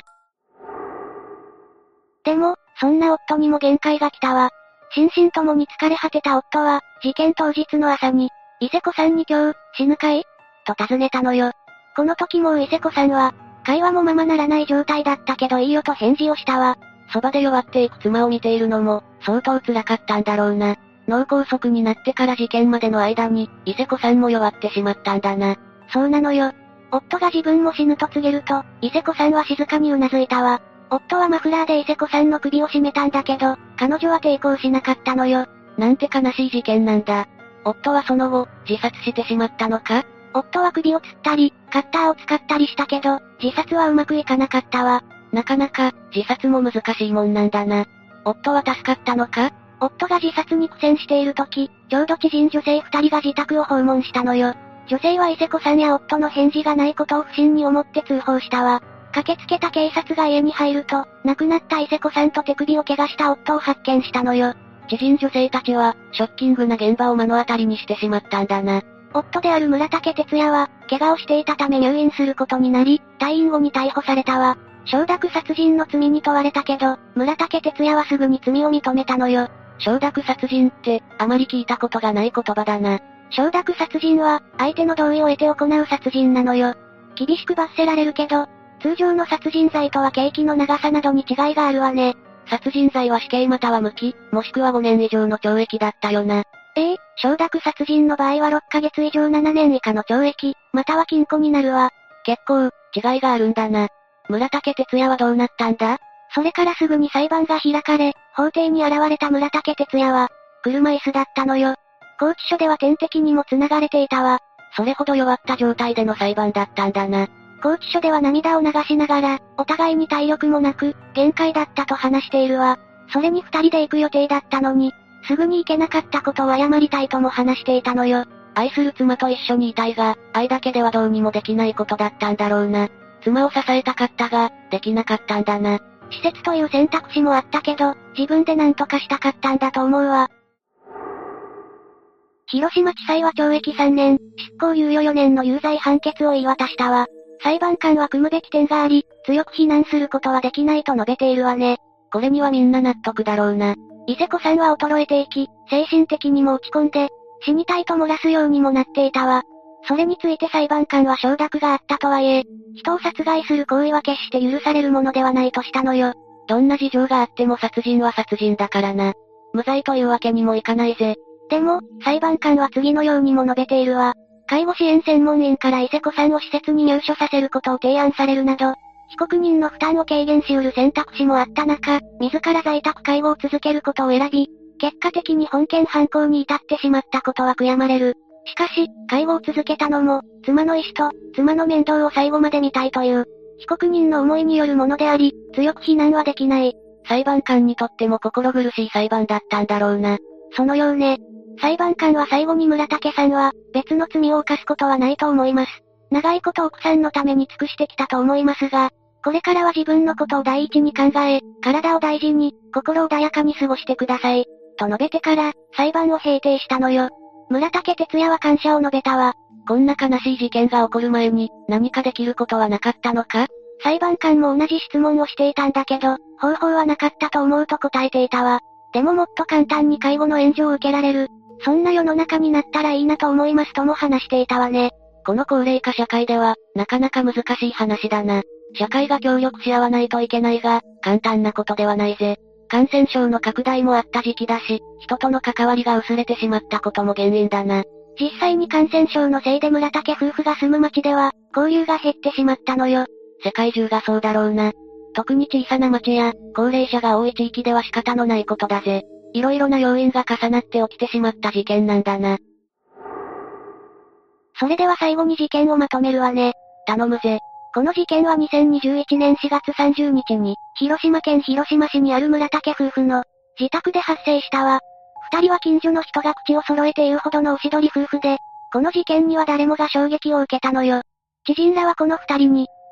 でも、そんな夫にも限界が来たわ。心身ともに疲れ果てた夫は、事件当日の朝に、伊勢子さんに今日、死ぬかいと尋ねたのよ。この時もう伊勢子さんは、会話もままならない状態だったけどいいよと返事をしたわ。 そばで弱っていく妻を見ているのも、相当辛かったんだろうな。脳梗塞になってから事件までの間に、伊勢子さんも弱ってしまったんだな。 そうなのよ。夫が自分も死ぬと告げると、伊勢子さんは静かにうなずいたわ。夫はマフラーで伊勢子さんの首を絞めたんだけど、彼女は抵抗しなかったのよ。 なんて悲しい事件なんだ。夫はその後、自殺してしまったのか？ 夫は首を吊ったり、カッターを使ったりしたけど、自殺はうまくいかなかったわ。 なかなか、自殺も難しいもんなんだな。夫は助かったのか？ 夫が自殺に苦戦している時、ちょうど知人女性二人が自宅を訪問したのよ。女性は伊勢子さんや夫の返事がないことを不審に思って通報したわ。駆けつけた警察が家に入ると、亡くなった伊勢子さんと手首を怪我した夫を発見したのよ。 知人女性たちは、ショッキングな現場を目の当たりにしてしまったんだな。 夫である村竹哲也は、怪我をしていたため入院することになり、退院後に逮捕されたわ。承諾殺人の罪に問われたけど、村竹哲也はすぐに罪を認めたのよ。 承諾殺人って、あまり聞いたことがない言葉だな。 承諾殺人は、相手の同意を得て行う殺人なのよ。厳しく罰せられるけど、通常の殺人罪とは刑期の長さなどに違いがあるわね。 殺人罪は死刑または無期、もしくはごねん以上の懲役だったよな。 ええ、承諾殺人の場合はろっかげつ以上ななねん以下の懲役、または禁錮になるわ。 結構、違いがあるんだな。村竹哲也はどうなったんだ？ それからすぐに裁判が開かれ、法廷に現れた村竹哲也は、車椅子だったのよ。拘置所では点滴にも繋がれていたわ。 それほど弱った状態での裁判だったんだな。 拘置所では涙を流しながら、お互いに体力もなく、限界だったと話しているわ。それに二人で行く予定だったのに、すぐに行けなかったことを謝りたいとも話していたのよ。 愛する妻と一緒にいたいが、愛だけではどうにもできないことだったんだろうな。妻を支えたかったが、できなかったんだな。 施設という選択肢もあったけど、自分で何とかしたかったんだと思うわ。広島地裁は懲役さんねん、執行猶予よねんの有罪判決を言い渡したわ。裁判官は組むべき点があり、強く非難することはできないと述べているわね。 これにはみんな納得だろうな。 伊勢子さんは衰えていき、精神的にも落ち込んで、死にたいと漏らすようにもなっていたわ。それについて裁判官は承諾があったとはいえ、人を殺害する行為は決して許されるものではないとしたのよ。 どんな事情があっても殺人は殺人だからな。無罪というわけにもいかないぜ。 でも、裁判官は次のようにも述べているわ。介護支援専門員から伊勢子さんを施設に入所させることを提案されるなど、被告人の負担を軽減し得る選択肢もあった中、自ら在宅介護を続けることを選び、結果的に本件犯行に至ってしまったことは悔やまれる。しかし、介護を続けたのも、妻の意思と、妻の面倒を最後まで見たいという、被告人の思いによるものであり、強く非難はできない。 裁判官にとっても心苦しい裁判だったんだろうな。 そのようね。裁判官は最後に村竹さんは、別の罪を犯すことはないと思います。長いこと奥さんのために尽くしてきたと思いますが、これからは自分のことを第一に考え、体を大事に、心穏やかに過ごしてください。と述べてから、裁判を閉廷したのよ。村竹哲也は感謝を述べたわ。 こんな悲しい事件が起こる前に、何かできることはなかったのか？ 裁判官も同じ質問をしていたんだけど、方法はなかったと思うと答えていたわ。でももっと簡単に介護の援助を受けられる、そんな世の中になったらいいなと思いますとも話していたわね。 この高齢化社会では、なかなか難しい話だな。社会が協力し合わないといけないが、簡単なことではないぜ。感染症の拡大もあった時期だし、人との関わりが薄れてしまったことも原因だな。 実際に感染症のせいで村竹夫婦が住む町では、交流が減ってしまったのよ。 世界中がそうだろうな。特に小さな町や、高齢者が多い地域では仕方のないことだぜ。いろいろな要因が重なって起きてしまった事件なんだな。 それでは最後に事件をまとめるわね。 頼むぜ。 この事件はにせんにじゅういちねんしがつさんじゅうにちに、広島県広島市にある村竹夫婦の自宅で発生したわ。二人は近所の人が口を揃えて言うほどのおしどり夫婦で、この事件には誰もが衝撃を受けたのよ。知人らはこの二人に、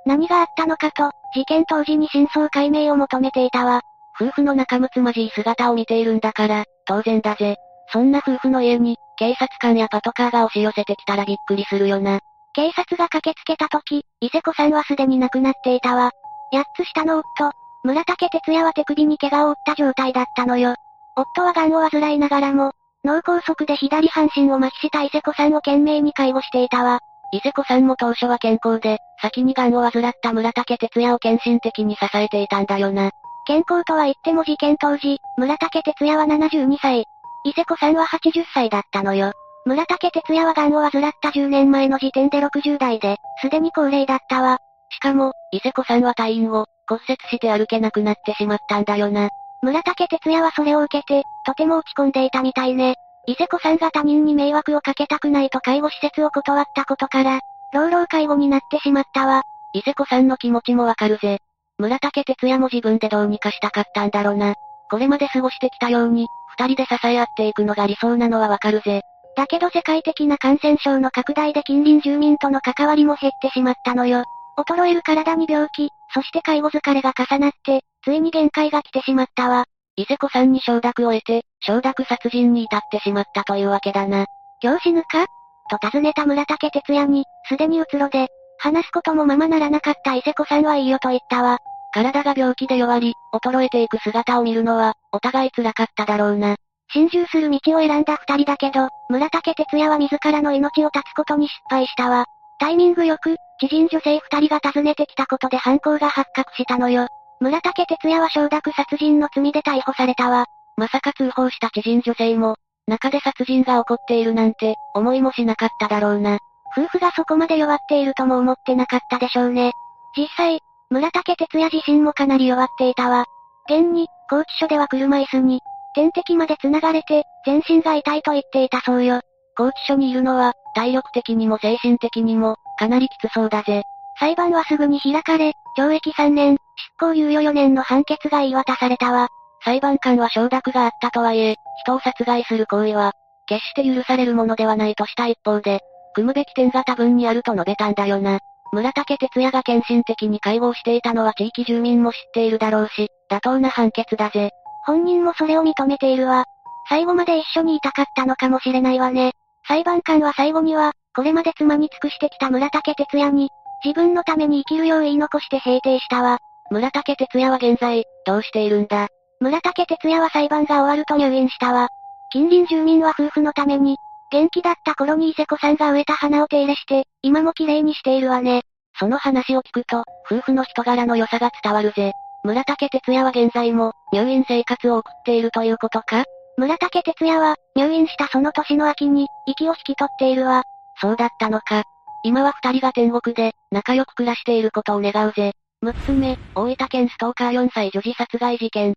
何があったのかと、事件当時に真相解明を求めていたわ。 夫婦の仲睦まじい姿を見ているんだから、当然だぜ。そんな夫婦の家に、警察官やパトカーが押し寄せてきたらびっくりするよな。 警察が駆けつけた時、伊勢子さんはすでに亡くなっていたわ。八つ下の夫、村竹哲也は手首に怪我を負った状態だったのよ。夫は癌を患いながらも、脳梗塞で左半身を麻痺した伊勢子さんを懸命に介護していたわ。 伊勢子さんも当初は健康で、先に癌を患った村竹哲也を献身的に支えていたんだよな。 健康とは言っても事件当時、村竹哲也はななじゅうにさい。伊勢子さんははちじゅっさいだったのよ。村竹哲也は癌を患ったじゅうねんまえの時点でろくじゅうだいで、すでに高齢だったわ。 しかも、伊勢子さんは退院後、骨折して歩けなくなってしまったんだよな。 村竹哲也はそれを受けて、とても落ち込んでいたみたいね。伊勢子さんが他人に迷惑をかけたくないと介護施設を断ったことから、老老介護になってしまったわ。 伊勢子さんの気持ちもわかるぜ。村竹哲也も自分でどうにかしたかったんだろうな。これまで過ごしてきたように、二人で支え合っていくのが理想なのはわかるぜ。 だけど世界的な感染症の拡大で近隣住民との関わりも減ってしまったのよ。衰える体に病気、そして介護疲れが重なって、ついに限界が来てしまったわ。 伊勢子さんに承諾を得て、承諾殺人に至ってしまったというわけだな。 今日死ぬかと尋ねた村竹哲也に、すでにうつろで、話すこともままならなかった伊勢子さんはいいよと言ったわ。 体が病気で弱り、衰えていく姿を見るのは、お互い辛かっただろうな。 心中する道を選んだ二人だけど、村竹哲也は自らの命を絶つことに失敗したわ。タイミングよく、知人女性二人が訪ねてきたことで犯行が発覚したのよ。村竹哲也は承諾殺人の罪で逮捕されたわ。 まさか通報した知人女性も、中で殺人が起こっているなんて、思いもしなかっただろうな。 夫婦がそこまで弱っているとも思ってなかったでしょうね。実際、村竹哲也自身もかなり弱っていたわ。現に、拘置所では車椅子に、点滴まで繋がれて、全身が痛いと言っていたそうよ。 拘置所にいるのは、体力的にも精神的にも、かなりきつそうだぜ。 裁判はすぐに開かれ、懲役さんねん、執行猶予よねんの判決が言い渡されたわ。 裁判官は承諾があったとはいえ、人を殺害する行為は、決して許されるものではないとした一方で、組むべき点が多分にあると述べたんだよな。村竹哲也が献身的に介護をしていたのは地域住民も知っているだろうし、妥当な判決だぜ。 本人もそれを認めているわ。最後まで一緒にいたかったのかもしれないわね。裁判官は最後には、これまで妻に尽くしてきた村竹哲也に、自分のために生きるよう言い残して平定したわ。 村竹哲也は現在、どうしているんだ？ 村竹哲也は裁判が終わると入院したわ。近隣住民は夫婦のために、元気だった頃に伊勢子さんが植えた花を手入れして、今も綺麗にしているわね。 その話を聞くと、夫婦の人柄の良さが伝わるぜ。村竹哲也は現在も、入院生活を送っているということか？ 村竹哲也は、入院したその年の秋に、息を引き取っているわ。 そうだったのか。今は二人が天国で、仲良く暮らしていることを願うぜ。むっつめ、大分県ストーカーよんさい女児殺害事件。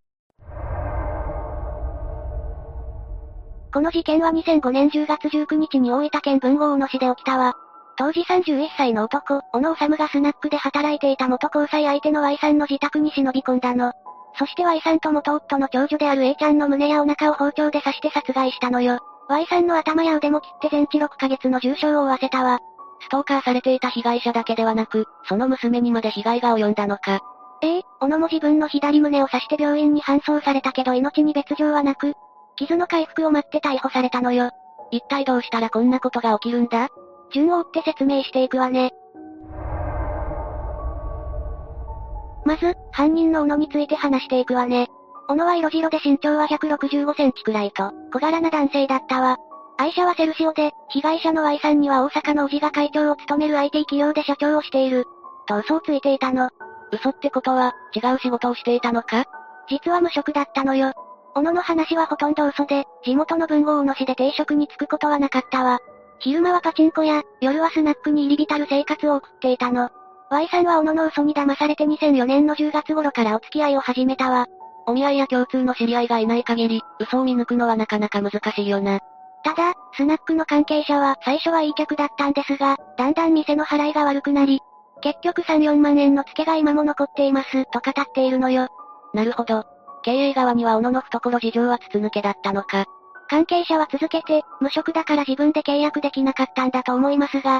この事件はにせんごねんじゅうがつじゅうくにちに大分県豊後大野市で起きたわ。当時さんじゅういっさいの男、小野治がスナックで働いていた元交際相手の Y さんの自宅に忍び込んだの。そして Y さんと元夫の長女である A ちゃんの胸やお腹を包丁で刺して殺害したのよ。Y さんの頭や腕も切って全治ろっかげつの重傷を負わせたわ。 ストーカーされていた被害者だけではなく、その娘にまで被害が及んだのか。 ええ、小野も自分の左胸を刺して病院に搬送されたけど命に別状はなく、傷の回復を待って逮捕されたのよ。 一体どうしたらこんなことが起きるんだ？ 順を追って説明していくわね。まず、犯人の小野について話していくわね。小野は色白で身長はひゃくろくじゅうごセンチくらいと、小柄な男性だったわ。愛車はセルシオで、被害者の Y さんには大阪の叔父が会長を務める アイティー 企業で社長をしている。と嘘をついていたの。 嘘ってことは、違う仕事をしていたのか？ 実は無職だったのよ。小野の話はほとんど嘘で、地元の豊後大野市で定職に就くことはなかったわ。昼間はパチンコや、夜はスナックに入り浸る生活を送っていたの。Y さんは小野の嘘に騙されてにせんよねんのじゅうがつ頃からお付き合いを始めたわ。 お見合いや共通の知り合いがいない限り、嘘を見抜くのはなかなか難しいよな。 ただ、スナックの関係者は最初はいい客だったんですが、だんだん店の払いが悪くなり、結局さん、よんまんえんの付けが今も残っています、と語っているのよ。 なるほど。経営側には小野の懐事情は筒抜けだったのか。 関係者は続けて、無職だから自分で契約できなかったんだと思いますが、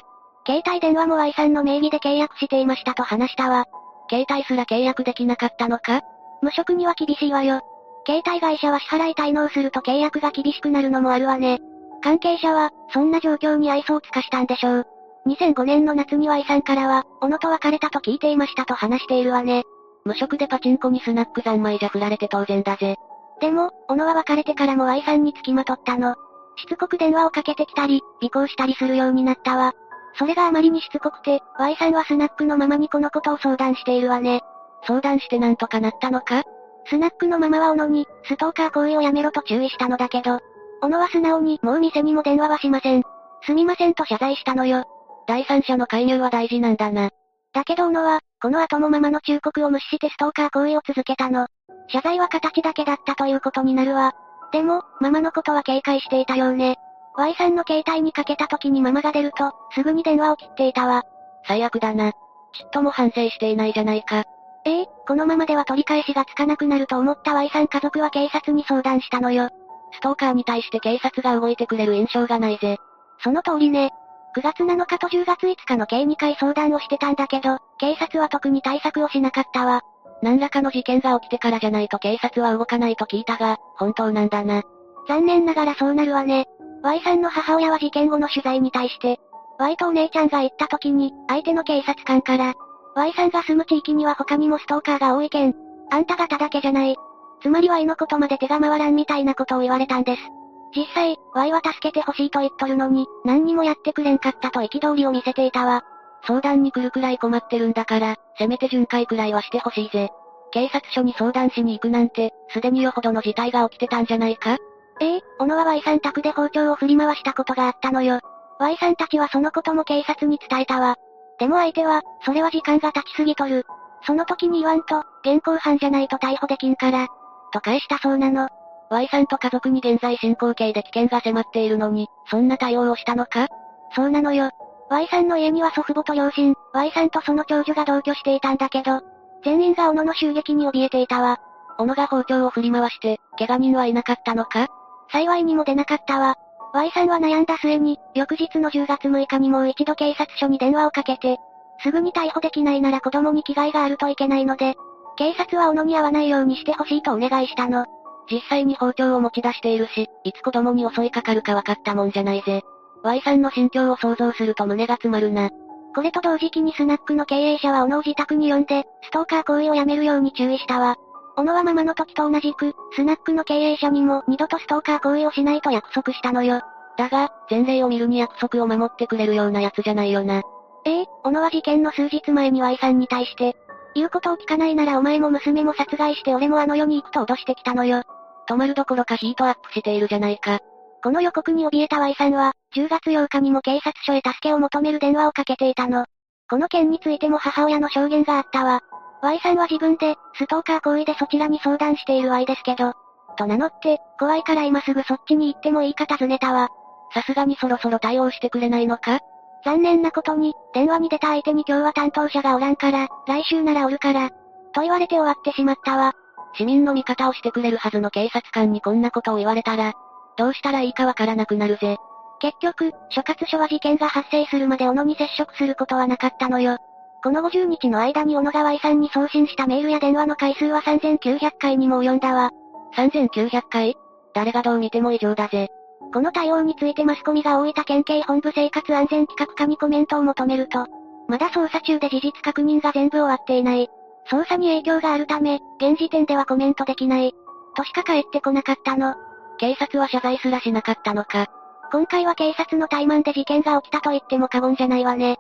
携帯電話も Y さんの名義で契約していましたと話したわ。 携帯すら契約できなかったのか？ 無職には厳しいわよ。携帯会社は支払い滞納すると契約が厳しくなるのもあるわね。関係者は、そんな状況に愛想を尽かしたんでしょう。にせんごねんの夏に Y さんからは、小野と別れたと聞いていましたと話しているわね。 無職でパチンコにスナック三昧じゃ振られて当然だぜ。 でも、小野は別れてからも Y さんに付きまとったの。しつこく電話をかけてきたり、尾行したりするようになったわ。それがあまりにしつこくて、Y さんはスナックのママにこのことを相談しているわね。 相談してなんとかなったのか？ スナックのママは小野に、ストーカー行為をやめろと注意したのだけど、小野は素直に、もう店にも電話はしません。すみませんと謝罪したのよ。 第三者の介入は大事なんだな。 だけど小野は、この後もママの忠告を無視してストーカー行為を続けたの。謝罪は形だけだったということになるわ。でも、ママのことは警戒していたようね。Y さんの携帯にかけた時にママが出ると、すぐに電話を切っていたわ。 最悪だな。ちっとも反省していないじゃないか。 ええ、このままでは取り返しがつかなくなると思った Y さん家族は警察に相談したのよ。 ストーカーに対して警察が動いてくれる印象がないぜ。 その通りね。くがつなのかとじゅうがついつかの計にかい相談をしてたんだけど、警察は特に対策をしなかったわ。 何らかの事件が起きてからじゃないと警察は動かないと聞いたが、本当なんだな。 残念ながらそうなるわね。Y さんの母親は事件後の取材に対して、Y とお姉ちゃんが行った時に、相手の警察官から、Y さんが住む地域には他にもストーカーが多いけん。あんた方だけじゃない。つまり Y のことまで手が回らんみたいなことを言われたんです。実際、Y は助けてほしいと言っとるのに、何にもやってくれんかったと憤りを見せていたわ。 相談に来るくらい困ってるんだから、せめて巡回くらいはしてほしいぜ。警察署に相談しに行くなんて、すでによほどの事態が起きてたんじゃないか？ ええ、小野は Y さん宅で包丁を振り回したことがあったのよ。Y さんたちはそのことも警察に伝えたわ。でも相手は、それは時間が経ちすぎとる。その時に言わんと、現行犯じゃないと逮捕できんから、と返したそうなの。 Y さんと家族に現在進行形で危険が迫っているのに、そんな対応をしたのか？ そうなのよ。Y さんの家には祖父母と両親、Y さんとその長女が同居していたんだけど、全員が小野の襲撃に怯えていたわ。 小野が包丁を振り回して、怪我人はいなかったのか？ 幸いにも出なかったわ。Y さんは悩んだ末に、翌日のじゅうがつむいかにもう一度警察署に電話をかけて、すぐに逮捕できないなら子供に危害があるといけないので、警察は小野に会わないようにしてほしいとお願いしたの。 実際に包丁を持ち出しているし、いつ子供に襲いかかるか分かったもんじゃないぜ。Y さんの心境を想像すると胸が詰まるな。 これと同時期にスナックの経営者は小野を自宅に呼んで、ストーカー行為をやめるように注意したわ。小野はママの時と同じく、スナックの経営者にも二度とストーカー行為をしないと約束したのよ。 だが、前例を見るに約束を守ってくれるようなやつじゃないよな。 ええ、小野は事件の数日前に Y さんに対して、言うことを聞かないならお前も娘も殺害して俺もあの世に行くと脅してきたのよ。 止まるどころかヒートアップしているじゃないか。 この予告に怯えた Y さんは、じゅうがつようかにも警察署へ助けを求める電話をかけていたの。この件についても母親の証言があったわ。Y さんは自分で、ストーカー行為でそちらに相談している Y ですけど、と名乗って、怖いから今すぐそっちに行ってもいいか尋ねたわ。 さすがにそろそろ対応してくれないのか？ 残念なことに、電話に出た相手に今日は担当者がおらんから、来週ならおるから、と言われて終わってしまったわ。 市民の味方をしてくれるはずの警察官にこんなことを言われたら、どうしたらいいかわからなくなるぜ。 結局、所轄署は事件が発生するまで小野に接触することはなかったのよ。このごじゅうにちの間に小野が Y さんに送信したメールや電話の回数はさんぜんきゅうひゃっかいにも及んだわ。 さんぜんきゅうひゃっかい？誰がどう見ても異常だぜ。 この対応についてマスコミが大分県警本部生活安全企画課にコメントを求めると、まだ捜査中で事実確認が全部終わっていない。捜査に影響があるため、現時点ではコメントできない。としか返ってこなかったの。 警察は謝罪すらしなかったのか。 今回は警察の怠慢で事件が起きたと言っても過言じゃないわね。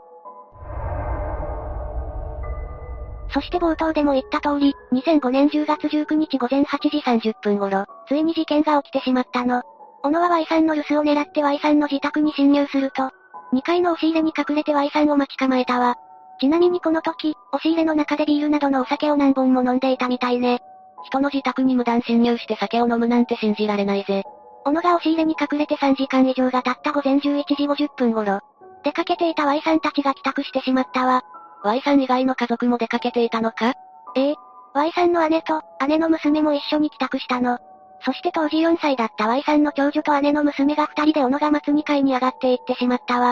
そして冒頭でも言った通り、にせんごねんじゅうがつじゅうくにちごぜんはちじさんじゅっぷん頃、ついに事件が起きてしまったの。小野は Y さんの留守を狙って Y さんの自宅に侵入すると、にかいの押し入れに隠れて Y さんを待ち構えたわ。ちなみにこの時、押し入れの中でビールなどのお酒を何本も飲んでいたみたいね。 人の自宅に無断侵入して酒を飲むなんて信じられないぜ。 小野が押し入れに隠れてさんじかん以上が経ったごぜんじゅういちじごじゅっぷん頃、出かけていた Y さんたちが帰宅してしまったわ。 Y さん以外の家族も出かけていたのか？ ええ。Y さんの姉と、姉の娘も一緒に帰宅したの。そして当時よんさいだった Y さんの長女と姉の娘が二人で小野が待つにかいに上がっていってしまったわ。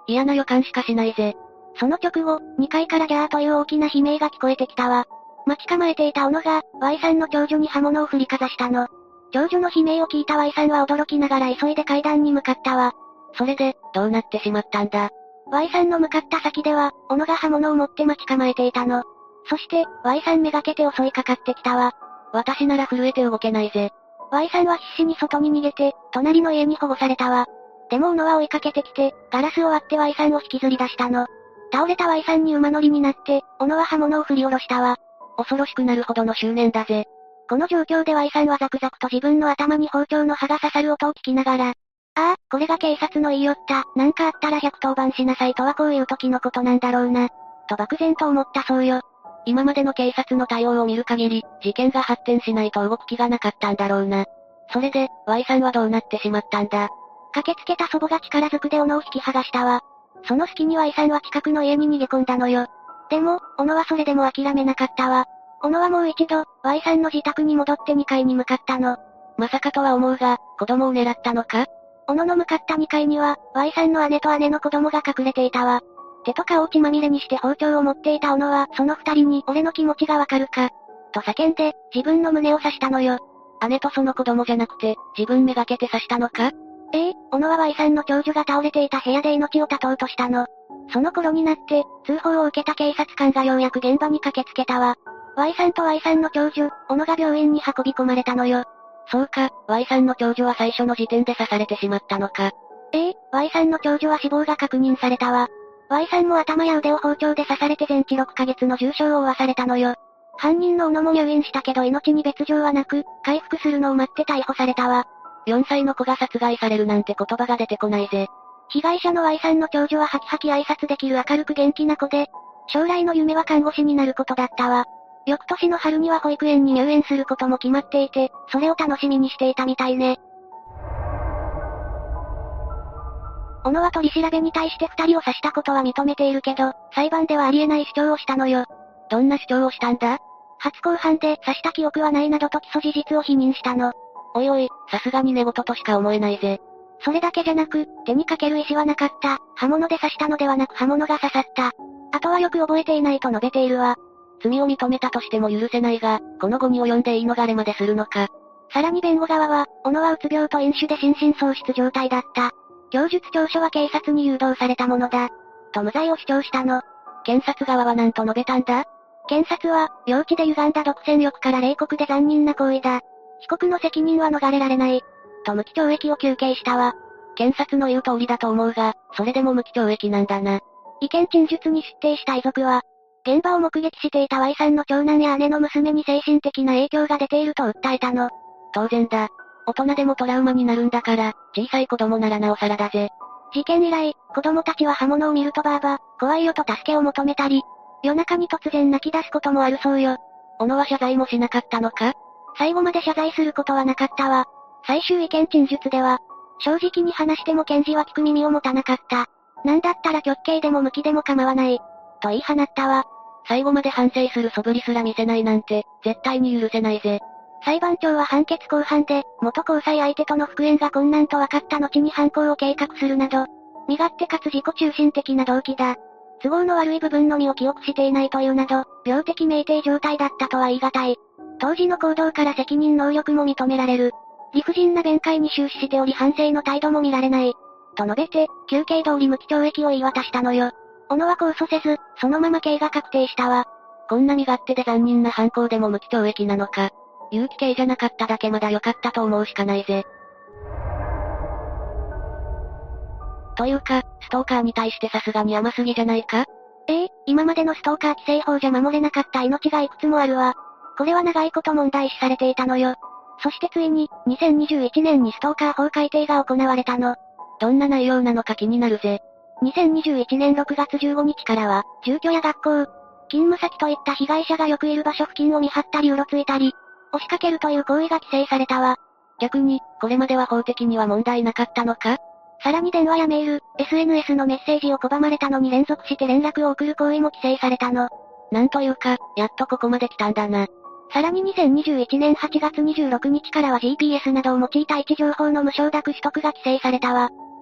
嫌な予感しかしないぜ。 その直後、にかいからギャーという大きな悲鳴が聞こえてきたわ。待ち構えていた小野が、Y さんの長女に刃物を振りかざしたの。長女の悲鳴を聞いた Y さんは驚きながら急いで階段に向かったわ。 それで、どうなってしまったんだ。 Y さんの向かった先では、小野が刃物を持って待ち構えていたの。そして、Y さんめがけて襲いかかってきたわ。 私なら震えて動けないぜ。 Y さんは必死に外に逃げて、隣の家に保護されたわ。でも小野は追いかけてきて、ガラスを割って Y さんを引きずり出したの。倒れた Y さんに馬乗りになって、小野は刃物を振り下ろしたわ。 恐ろしくなるほどの執念だぜ。 この状況で Y さんはザクザクと自分の頭に包丁の刃が刺さる音を聞きながら、ああ、これが警察の言いよった、なんかあったらひゃくとおばんしなさいとはこういう時のことなんだろうな。と漠然と思ったそうよ。 今までの警察の対応を見る限り、事件が発展しないと動く気がなかったんだろうな。それで、Y さんはどうなってしまったんだ。 駆けつけた祖母が力ずくで小野を引き剥がしたわ。その隙に Y さんは近くの家に逃げ込んだのよ。でも、小野はそれでも諦めなかったわ。小野はもう一度、Y さんの自宅に戻ってにかいに向かったの。 まさかとは思うが、子供を狙ったのか？ 小野の向かったにかいには、Y さんの姉と姉の子供が隠れていたわ。手と顔を血まみれにして包丁を持っていた小野は、その二人に俺の気持ちがわかるかと叫んで、自分の胸を刺したのよ。 姉とその子供じゃなくて、自分めがけて刺したのか？ ええ、小野は Y さんの長女が倒れていた部屋で命を絶とうとしたの。その頃になって、通報を受けた警察官がようやく現場に駆けつけたわ。Y さんと Y さんの長女、小野が病院に運び込まれたのよ。 そうか、Y さんの長女は最初の時点で刺されてしまったのか。 ええ、Y さんの長女は死亡が確認されたわ。Y さんも頭や腕を包丁で刺されて全治ろっかげつの重傷を負わされたのよ。犯人の小野も入院したけど命に別状はなく、回復するのを待って逮捕されたわ。 よんさいの子が殺害されるなんて言葉が出てこないぜ。 被害者の Y さんの長女はハキハキ挨拶できる明るく元気な子で、将来の夢は看護師になることだったわ。翌年の春には保育園に入園することも決まっていて、それを楽しみにしていたみたいね。小野は取り調べに対して二人を刺したことは認めているけど、裁判ではありえない主張をしたのよ。 どんな主張をしたんだ？ 初公判で刺した記憶はないなどと起訴事実を否認したの。 おいおい、さすがに寝言としか思えないぜ。 それだけじゃなく、手にかける意思はなかった、刃物で刺したのではなく刃物が刺さった。あとはよく覚えていないと述べているわ。 罪を認めたとしても許せないが、この後に及んで言い逃れまでするのか。 さらに弁護側は、小野はうつ病と飲酒で心神喪失状態だった。供述調書は警察に誘導されたものだ。と無罪を主張したの。 検察側は何と述べたんだ？ 検察は、幼稚で歪んだ独占欲から冷酷で残忍な行為だ。被告の責任は逃れられない。と無期懲役を求刑したわ。 検察の言う通りだと思うが、それでも無期懲役なんだな。 意見陳述に出廷した遺族は、現場を目撃していた Y さんの長男や姉の娘に精神的な影響が出ていると訴えたの。 当然だ。大人でもトラウマになるんだから、小さい子供ならなおさらだぜ。 事件以来、子供たちは刃物を見るとばあば、怖いよと助けを求めたり、夜中に突然泣き出すこともあるそうよ。 小野は謝罪もしなかったのか？ 最後まで謝罪することはなかったわ。最終意見陳述では、正直に話しても検事は聞く耳を持たなかった。なんだったら極刑でも無期でも構わない。と言い放ったわ。 最後まで反省する素振りすら見せないなんて、絶対に許せないぜ。 裁判長は判決公判で、元交際相手との復縁が困難と分かった後に犯行を計画するなど、身勝手かつ自己中心的な動機だ。都合の悪い部分のみを記憶していないというなど、病的酩酊状態だったとは言い難い。当時の行動から責任能力も認められる。理不尽な弁解に終始しており反省の態度も見られない。と述べて、求刑通り無期懲役を言い渡したのよ。小野は控訴せず、そのまま刑が確定したわ。 こんな身勝手で残忍な犯行でも無期懲役なのか。有期刑じゃなかっただけまだ良かったと思うしかないぜ。というか、ストーカーに対してさすがに甘すぎじゃないか？ ええ、今までのストーカー規制法じゃ守れなかった命がいくつもあるわ。これは長いこと問題視されていたのよ。そしてついに、にせんにじゅういちねんにストーカー法改定が行われたの。 どんな内容なのか気になるぜ。 にせんにじゅういちねんろくがつじゅうごにちからは、住居や学校、勤務先といった被害者がよくいる場所付近を見張ったりうろついたり、押しかけるという行為が規制されたわ。 逆に、これまでは法的には問題なかったのか？ さらに電話やメール、エスエヌエス のメッセージを拒まれたのに連続して連絡を送る行為も規制されたの。 なんというか、やっとここまで来たんだな。 さらににせんにじゅういちねんはちがつにじゅうろくにちからは ジーピーエス などを用いた位置情報の無償諾取得が規制されたわ。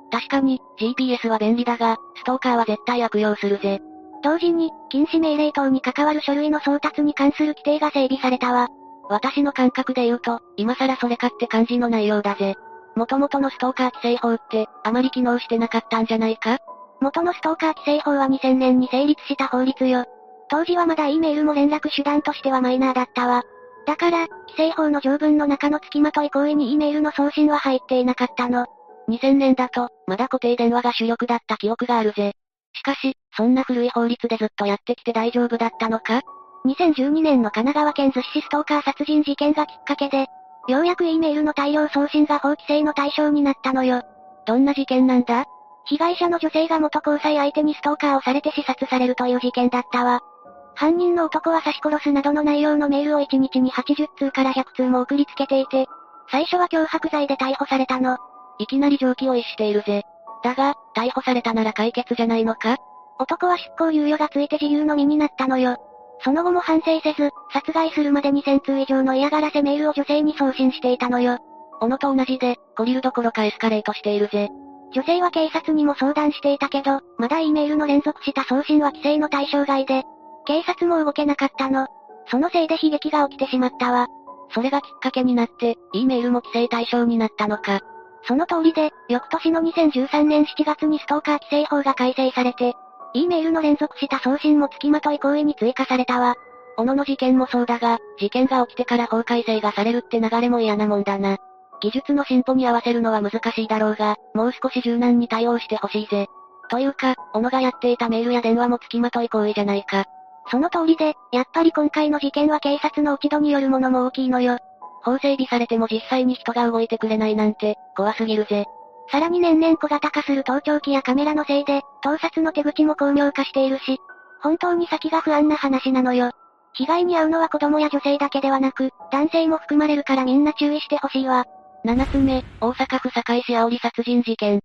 確かに、ジーピーエス は便利だが、ストーカーは絶対悪用するぜ。 同時に、禁止命令等に関わる書類の送達に関する規定が整備されたわ。 私の感覚で言うと、今更それかって感じの内容だぜ。元々のストーカー規制法って、あまり機能してなかったんじゃないか？ 元のストーカー規制法はにせんねんに成立した法律よ。当時はまだ E メールも連絡手段としてはマイナーだったわ。だから、規制法の条文の中の付きまとい行為に E メールの送信は入っていなかったの。 にせんねんだと、まだ固定電話が主力だった記憶があるぜ。しかし、そんな古い法律でずっとやってきて大丈夫だったのか？ にせんじゅうにねんの神奈川県逗子市ストーカー殺人事件がきっかけで、ようやく E メールの大量送信が法規制の対象になったのよ。 どんな事件なんだ？ 被害者の女性が元交際相手にストーカーをされて刺殺されるという事件だったわ。犯人の男は刺し殺すなどの内容のメールをいちにちにはちじゅっつうからひゃくつうも送りつけていて、最初は脅迫罪で逮捕されたの。 いきなり常軌を逸しているぜ。だが、逮捕されたなら解決じゃないのか？ 男は執行猶予がついて自由の身になったのよ。その後も反省せず、殺害するまでにせんつう以上の嫌がらせメールを女性に送信していたのよ。 斧と同じで、懲りるどころかエスカレートしているぜ。 女性は警察にも相談していたけど、まだ E メールの連続した送信は規制の対象外で、警察も動けなかったの。そのせいで悲劇が起きてしまったわ。 それがきっかけになって、E メールも規制対象になったのか。 その通りで、翌年のにせんじゅうさんねんしちがつにストーカー規制法が改正されて、E メールの連続した送信も付きまとい行為に追加されたわ。 斧の事件もそうだが、事件が起きてから法改正がされるって流れも嫌なもんだな。技術の進歩に合わせるのは難しいだろうが、もう少し柔軟に対応してほしいぜ。というか、斧がやっていたメールや電話も付きまとい行為じゃないか。 その通りで、やっぱり今回の事件は警察の落ち度によるものも大きいのよ。 法整備されても実際に人が動いてくれないなんて、怖すぎるぜ。 さらに年々小型化する盗聴器やカメラのせいで、盗撮の手口も巧妙化しているし、本当に先が不安な話なのよ。被害に遭うのは子供や女性だけではなく、男性も含まれるからみんな注意してほしいわ。 ななつめ、大阪府堺市煽り殺人事件。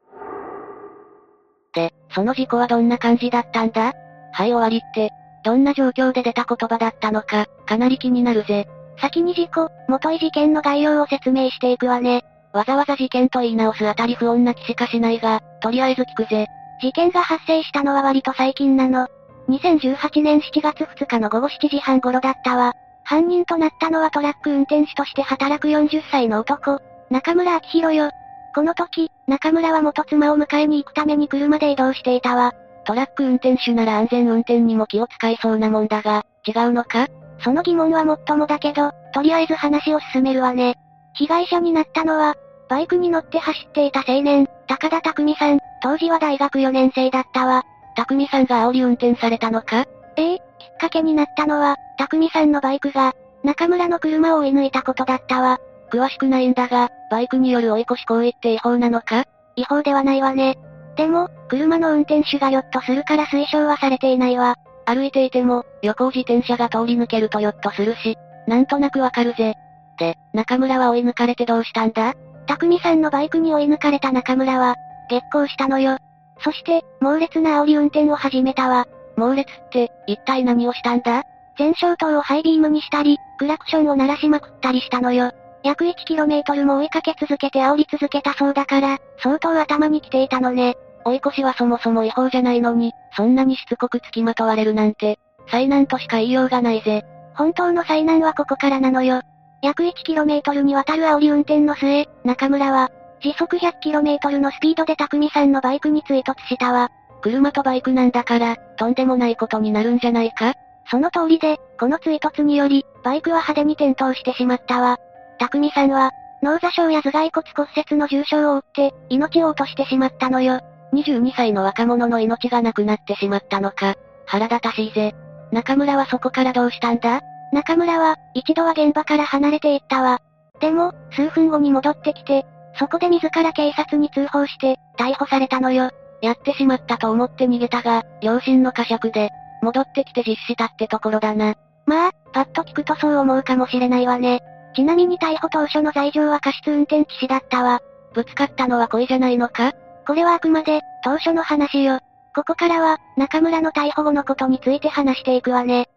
で、その事故はどんな感じだったんだ？はい終わりって、どんな状況で出た言葉だったのか、かなり気になるぜ。 先に事故、元い事件の概要を説明していくわね。 わざわざ事件と言い直すあたり不穏な気しかしないが、とりあえず聞くぜ。 事件が発生したのは割と最近なの。にせんじゅうはちねんしちがつふつかのごごしちじはん頃だったわ。犯人となったのはトラック運転手として働くよんじゅっさいの男、中村明宏よ。この時、中村は元妻を迎えに行くために車で移動していたわ。 トラック運転手なら安全運転にも気を使いそうなもんだが、違うのか？ その疑問はもっともだけど、とりあえず話を進めるわね。被害者になったのは、バイクに乗って走っていた青年、高田匠さん、当時は大学よねんせいだったわ。 匠さんが煽り運転されたのか？ ええ、きっかけになったのは、匠さんのバイクが、中村の車を追い抜いたことだったわ。 詳しくないんだが、バイクによる追い越し行為って違法なのか？ 違法ではないわね。でも、車の運転手がヨッとするから推奨はされていないわ。 歩いていても、横を自転車が通り抜けるとヨッとするし、なんとなくわかるぜ。で、中村は追い抜かれてどうしたんだ？ 匠さんのバイクに追い抜かれた中村は、激高したのよ。そして、猛烈な煽り運転を始めたわ。 猛烈って、一体何をしたんだ？ 前照灯をハイビームにしたり、クラクションを鳴らしまくったりしたのよ。約 いちキロメートル も追いかけ続けて煽り続けたそうだから、相当頭に来ていたのね。 追い越しはそもそも違法じゃないのに、そんなにしつこく付きまとわれるなんて、災難としか言いようがないぜ。 本当の災難はここからなのよ。約 いちキロメートル にわたる煽り運転の末、中村は、時速 ひゃくキロメートル のスピードで匠さんのバイクに追突したわ。 車とバイクなんだから、とんでもないことになるんじゃないか？ その通りで、この追突により、バイクは派手に転倒してしまったわ。匠さんは、脳挫傷や頭蓋骨骨折の重傷を負って、命を落としてしまったのよ。 にじゅうにさいの若者の命がなくなってしまったのか。腹立たしいぜ。中村はそこからどうしたんだ？ 中村は、一度は現場から離れていったわ。でも、数分後に戻ってきて、そこで自ら警察に通報して、逮捕されたのよ。 やってしまったと思って逃げたが、良心の呵責で、戻ってきて実施したってところだな。 まあ、パッと聞くとそう思うかもしれないわね。ちなみに逮捕当初の罪状は過失運転致死だったわ。 ぶつかったのは故意じゃないのか？ これはあくまで、当初の話よ。ここからは、中村の逮捕後のことについて話していくわね。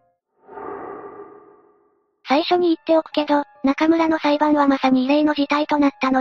最初に言っておくけど、中村の裁判はまさに異例の事態となったのよ。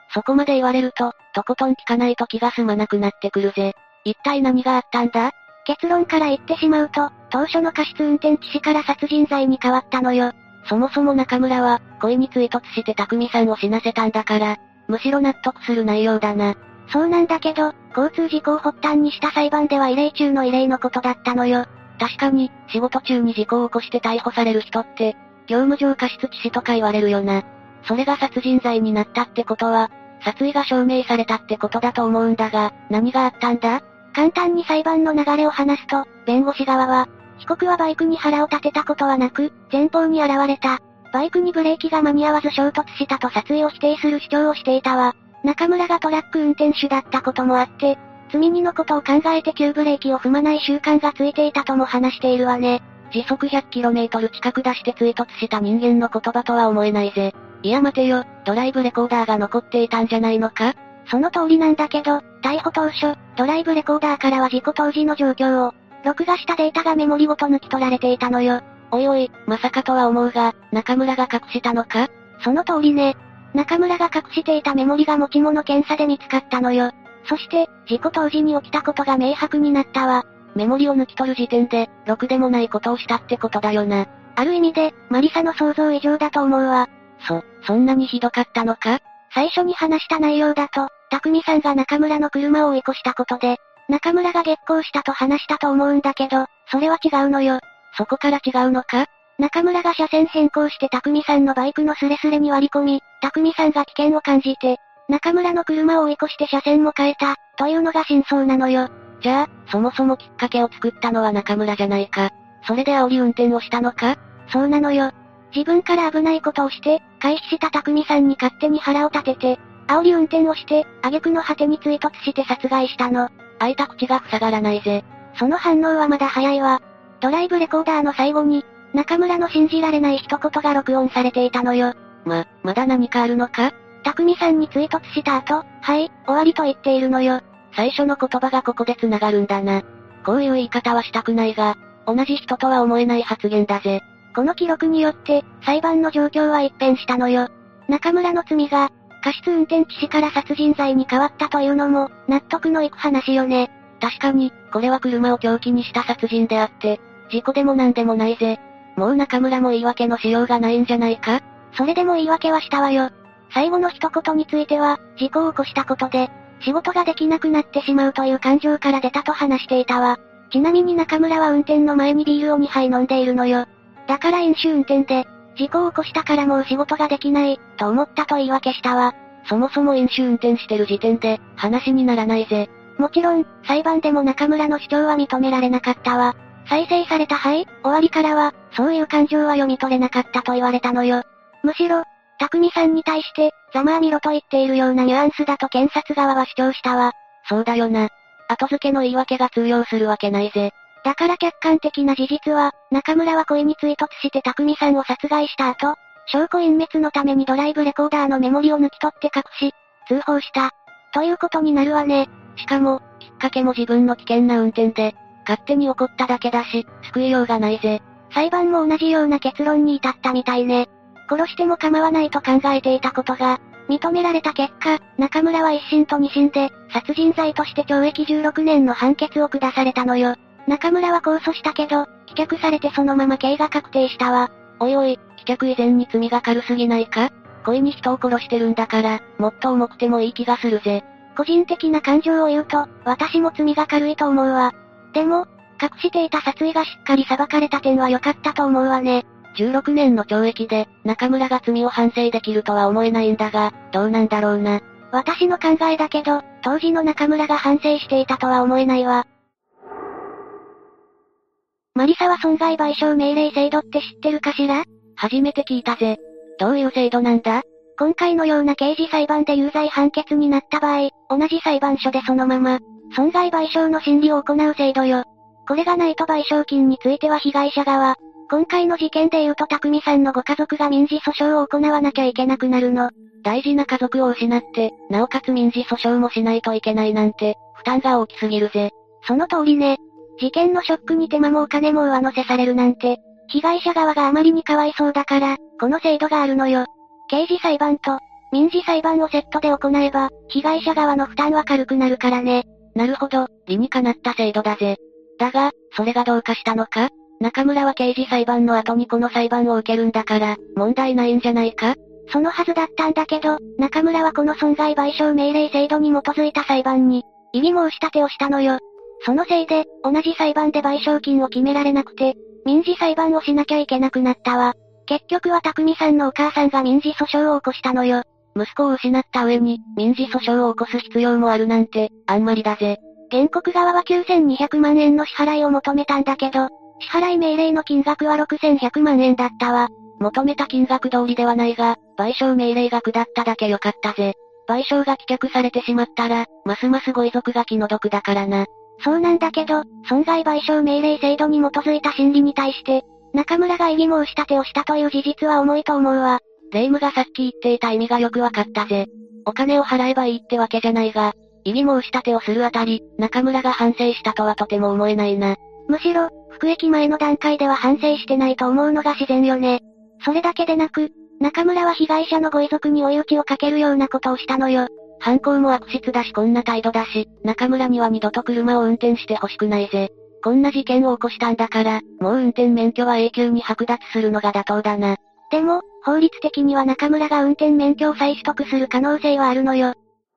そこまで言われると、とことん聞かないと気が済まなくなってくるぜ。一体何があったんだ？ 結論から言ってしまうと、当初の過失運転致死から殺人罪に変わったのよ。 そもそも中村は、故意に追突して匠さんを死なせたんだから、むしろ納得する内容だな。 そうなんだけど、交通事故を発端にした裁判では異例中の異例のことだったのよ。 確かに、仕事中に事故を起こして逮捕される人って、業務上過失致死とか言われるよな。それが殺人罪になったってことは、殺意が証明されたってことだと思うんだが、何があったんだ？ 簡単に裁判の流れを話すと、弁護士側は、被告はバイクに腹を立てたことはなく、前方に現れた。バイクにブレーキが間に合わず衝突したと殺意を否定する主張をしていたわ。中村がトラック運転手だったこともあって、積み荷のことを考えて急ブレーキを踏まない習慣がついていたとも話しているわね。 時速 ひゃくキロメートル 近く出して追突した人間の言葉とは思えないぜ。いや待てよ、ドライブレコーダーが残っていたんじゃないのか？ その通りなんだけど、逮捕当初、ドライブレコーダーからは事故当時の状況を、録画したデータがメモリごと抜き取られていたのよ。 おいおい、まさかとは思うが、中村が隠したのか？ その通りね。中村が隠していたメモリが持ち物検査で見つかったのよ。そして、事故当時に起きたことが明白になったわ。 メモリを抜き取る時点で、ろくでもないことをしたってことだよな。 ある意味で、マリサの想像以上だと思うわ。 そ、そんなにひどかったのか？ 最初に話した内容だと、匠さんが中村の車を追い越したことで、中村が激高したと話したと思うんだけど、それは違うのよ。 そこから違うのか？ 中村が車線変更して匠さんのバイクのスレスレに割り込み、匠さんが危険を感じて、中村の車を追い越して車線も変えた、というのが真相なのよ。 じゃあ、そもそもきっかけを作ったのは中村じゃないか。それで煽り運転をしたのか？ そうなのよ。自分から危ないことをして、回避した匠さんに勝手に腹を立てて、煽り運転をして、挙句の果てに追突して殺害したの。 開いた口が塞がらないぜ。 その反応はまだ早いわ。ドライブレコーダーの最後に、中村の信じられない一言が録音されていたのよ。 ま、まだ何かあるのか？ 匠さんに追突した後、はい、終わりと言っているのよ。 最初の言葉がここで繋がるんだな。こういう言い方はしたくないが、同じ人とは思えない発言だぜ。 この記録によって、裁判の状況は一変したのよ。中村の罪が、過失運転致死から殺人罪に変わったというのも、納得のいく話よね。 確かに、これは車を凶器にした殺人であって、事故でもなんでもないぜ。もう中村も言い訳のしようがないんじゃないか？ それでも言い訳はしたわよ。最後の一言については、事故を起こしたことで、仕事ができなくなってしまうという感情から出たと話していたわ。ちなみに中村は運転の前にビールをにはい飲んでいるのよ。だから飲酒運転で、事故を起こしたからもう仕事ができない、と思ったと言い訳したわ。 そもそも飲酒運転してる時点で、話にならないぜ。 もちろん、裁判でも中村の主張は認められなかったわ。再生されたはい、終わりからは、そういう感情は読み取れなかったと言われたのよ。むしろ、匠さんに対して、ざまあみろと言っているようなニュアンスだと検察側は主張したわ。 そうだよな。後付けの言い訳が通用するわけないぜ。 だから客観的な事実は、中村は故意に追突して匠さんを殺害した後、証拠隠滅のためにドライブレコーダーのメモリを抜き取って隠し、通報した。ということになるわね。 しかも、きっかけも自分の危険な運転で、勝手に起こっただけだし、救いようがないぜ。 裁判も同じような結論に至ったみたいね。殺しても構わないと考えていたことが、認められた結果、中村は一審と二審で、殺人罪として懲役じゅうろくねんの判決を下されたのよ。中村は控訴したけど、棄却されてそのまま刑が確定したわ。 おいおい、棄却以前に罪が軽すぎないか？故意に人を殺してるんだから、もっと重くてもいい気がするぜ。 個人的な感情を言うと、私も罪が軽いと思うわ。でも、隠していた殺意がしっかり裁かれた点は良かったと思うわね。 じゅうろくねんの懲役で、中村が罪を反省できるとは思えないんだが、どうなんだろうな。 私の考えだけど、当時の中村が反省していたとは思えないわ。マリサは損害賠償命令制度って知ってるかしら？ 初めて聞いたぜ。どういう制度なんだ？ 今回のような刑事裁判で有罪判決になった場合、同じ裁判所でそのまま、損害賠償の審理を行う制度よ。これがないと賠償金については被害者側、今回の事件で言うと匠さんのご家族が民事訴訟を行わなきゃいけなくなるの。 大事な家族を失って、なおかつ民事訴訟もしないといけないなんて、負担が大きすぎるぜ。 その通りね。事件のショックに手間もお金も上乗せされるなんて、被害者側があまりにかわいそうだから、この制度があるのよ。刑事裁判と、 民事裁判をセットで行えば、被害者側の負担は軽くなるからね。 なるほど、理にかなった制度だぜ。だが、それがどうかしたのか？中村は刑事裁判の後にこの裁判を受けるんだから、問題ないんじゃないか？ そのはずだったんだけど、中村はこの損害賠償命令制度に基づいた裁判に、異議申し立てをしたのよ。そのせいで、同じ裁判で賠償金を決められなくて、民事裁判をしなきゃいけなくなったわ。結局は匠さんのお母さんが民事訴訟を起こしたのよ。 息子を失った上に、民事訴訟を起こす必要もあるなんて、あんまりだぜ。 原告側はきゅうせんにひゃくまんえんの支払いを求めたんだけど、支払い命令の金額はろくせんひゃくまんえんだったわ。 求めた金額通りではないが、賠償命令が下っただけよかったぜ。賠償が棄却されてしまったら、ますますご遺族が気の毒だからな。 そうなんだけど、損害賠償命令制度に基づいた審理に対して、中村が異議申し立てをしたという事実は重いと思うわ。 霊夢がさっき言っていた意味がよくわかったぜ。お金を払えばいいってわけじゃないが、異議申し立てをするあたり、中村が反省したとはとても思えないな。 むしろ、服役前の段階では反省してないと思うのが自然よね。それだけでなく、中村は被害者のご遺族に追い打ちをかけるようなことをしたのよ。 犯行も悪質だしこんな態度だし、中村には二度と車を運転してほしくないぜ。こんな事件を起こしたんだから、もう運転免許は永久に剥奪するのが妥当だな。 でも、法律的には中村が運転免許を再取得する可能性はあるのよ。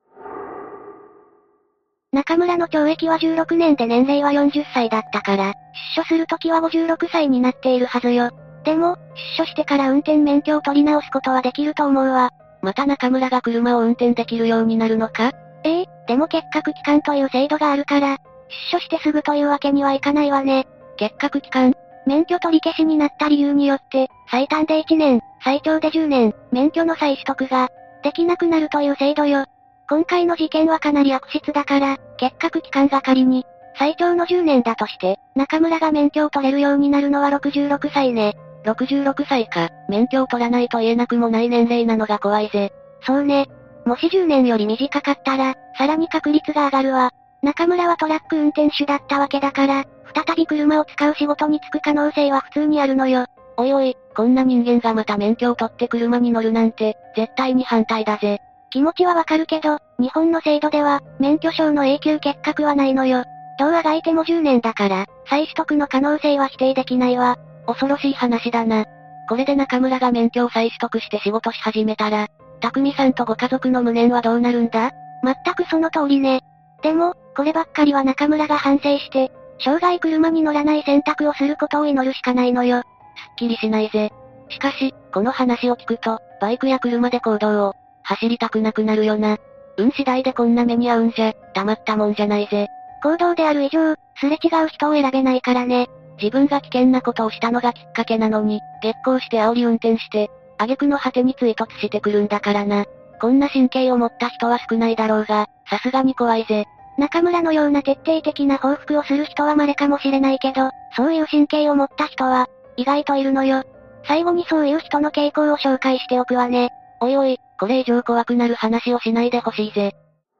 中村の懲役はじゅうろくねんで年齢はよんじゅっさいだったから、出所するときはごじゅうろくさいになっているはずよ。でも、出所してから運転免許を取り直すことはできると思うわ。 また中村が車を運転できるようになるのか？ ええ、でも結核期間という制度があるから、出所してすぐというわけにはいかないわね。 結核期間？ 免許取り消しになった理由によって、最短でいちねん、最長でじゅうねん、免許の再取得が、できなくなるという制度よ。今回の事件はかなり悪質だから、結核期間が仮に、最長のじゅうねんだとして、中村が免許を取れるようになるのはろくじゅうろくさいね。 ろくじゅうろくさいか、免許を取らないと言えなくもない年齢なのが怖いぜ。 そうね。もしじゅうねんより短かったら、さらに確率が上がるわ。中村はトラック運転手だったわけだから、再び車を使う仕事に就く可能性は普通にあるのよ。 おいおい、こんな人間がまた免許を取って車に乗るなんて、絶対に反対だぜ。 気持ちはわかるけど、日本の制度では、免許証の永久欠格はないのよ。どうあがいてもじゅうねんだから、再取得の可能性は否定できないわ。 恐ろしい話だな。これで中村が免許を再取得して仕事し始めたら、匠さんとご家族の無念はどうなるんだ？ 全くその通りね。でも、こればっかりは中村が反省して、生涯車に乗らない選択をすることを祈るしかないのよ。 すっきりしないぜ。しかし、この話を聞くと、バイクや車で行動を、走りたくなくなるよな。運次第でこんな目に遭うんじゃ、たまったもんじゃないぜ。 行動である以上、すれ違う人を選べないからね。 自分が危険なことをしたのがきっかけなのに、激高して煽り運転して、挙句の果てに追突してくるんだからな。こんな神経を持った人は少ないだろうが、さすがに怖いぜ。 中村のような徹底的な報復をする人は稀かもしれないけど、そういう神経を持った人は、意外といるのよ。最後にそういう人の傾向を紹介しておくわね。 おいおい、これ以上怖くなる話をしないでほしいぜ。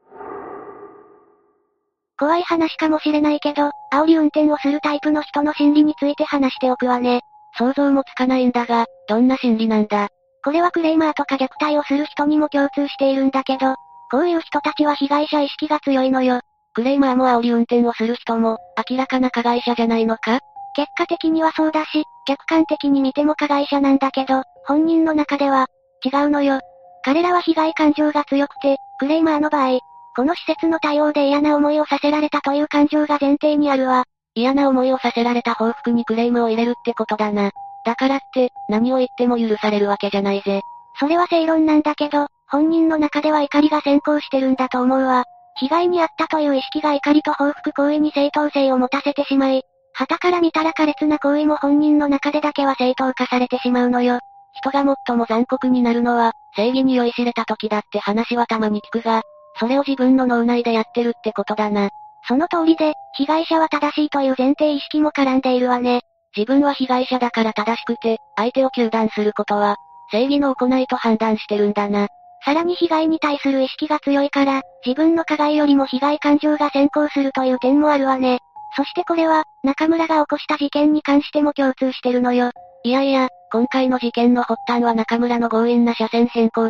怖い話かもしれないけど、煽り運転をするタイプの人の心理について話しておくわね。 想像もつかないんだが、どんな心理なんだ？ これはクレイマーとか虐待をする人にも共通しているんだけど、こういう人たちは被害者意識が強いのよ。 クレイマーも煽り運転をする人も、明らかな加害者じゃないのか？ 結果的にはそうだし、客観的に見ても加害者なんだけど、本人の中では、違うのよ。彼らは被害感情が強くて、クレイマーの場合、この施設の対応で嫌な思いをさせられたという感情が前提にあるわ。 嫌な思いをさせられた報復にクレームを入れるってことだな。だからって、何を言っても許されるわけじゃないぜ。 それは正論なんだけど、本人の中では怒りが先行してるんだと思うわ。被害に遭ったという意識が怒りと報復行為に正当性を持たせてしまい、傍から見たら苛烈な行為も本人の中でだけは正当化されてしまうのよ。 人が最も残酷になるのは、正義に酔いしれた時だって話はたまに聞くが、それを自分の脳内でやってるってことだな。 その通りで、被害者は正しいという前提意識も絡んでいるわね。 自分は被害者だから正しくて、相手を糾弾することは、正義の行いと判断してるんだな。 さらに被害に対する意識が強いから、自分の加害よりも被害感情が先行するという点もあるわね。そしてこれは、中村が起こした事件に関しても共通してるのよ。 いやいや、今回の事件の発端は中村の強引な車線変更で、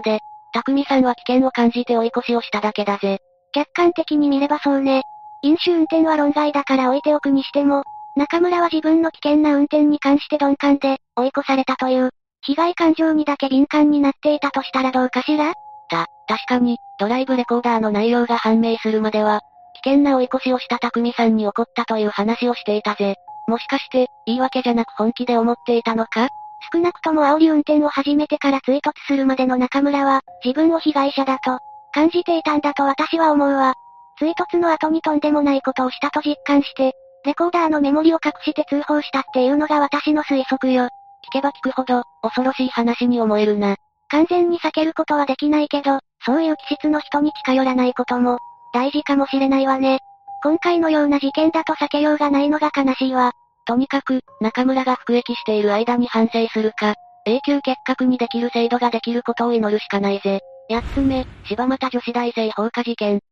匠さんは危険を感じて追い越しをしただけだぜ。 客観的に見ればそうね。飲酒運転は論外だから置いておくにしても、中村は自分の危険な運転に関して鈍感で、追い越されたという、被害感情にだけ敏感になっていたとしたらどうかしら？ た、確かに、ドライブレコーダーの内容が判明するまでは、危険な追い越しをした匠さんに怒ったという話をしていたぜ。もしかして、言い訳じゃなく本気で思っていたのか？ 少なくとも煽り運転を始めてから追突するまでの中村は、自分を被害者だと、感じていたんだと私は思うわ。追突の後にとんでもないことをしたと実感して、レコーダーのメモリを隠して通報したっていうのが私の推測よ。 聞けば聞くほど、恐ろしい話に思えるな。 完全に避けることはできないけど、そういう気質の人に近寄らないことも、大事かもしれないわね。今回のような事件だと避けようがないのが悲しいわ。 とにかく、中村が服役している間に反省するか、永久結核にできる制度ができることを祈るしかないぜ。八つ目、柴又女子大生放火事件。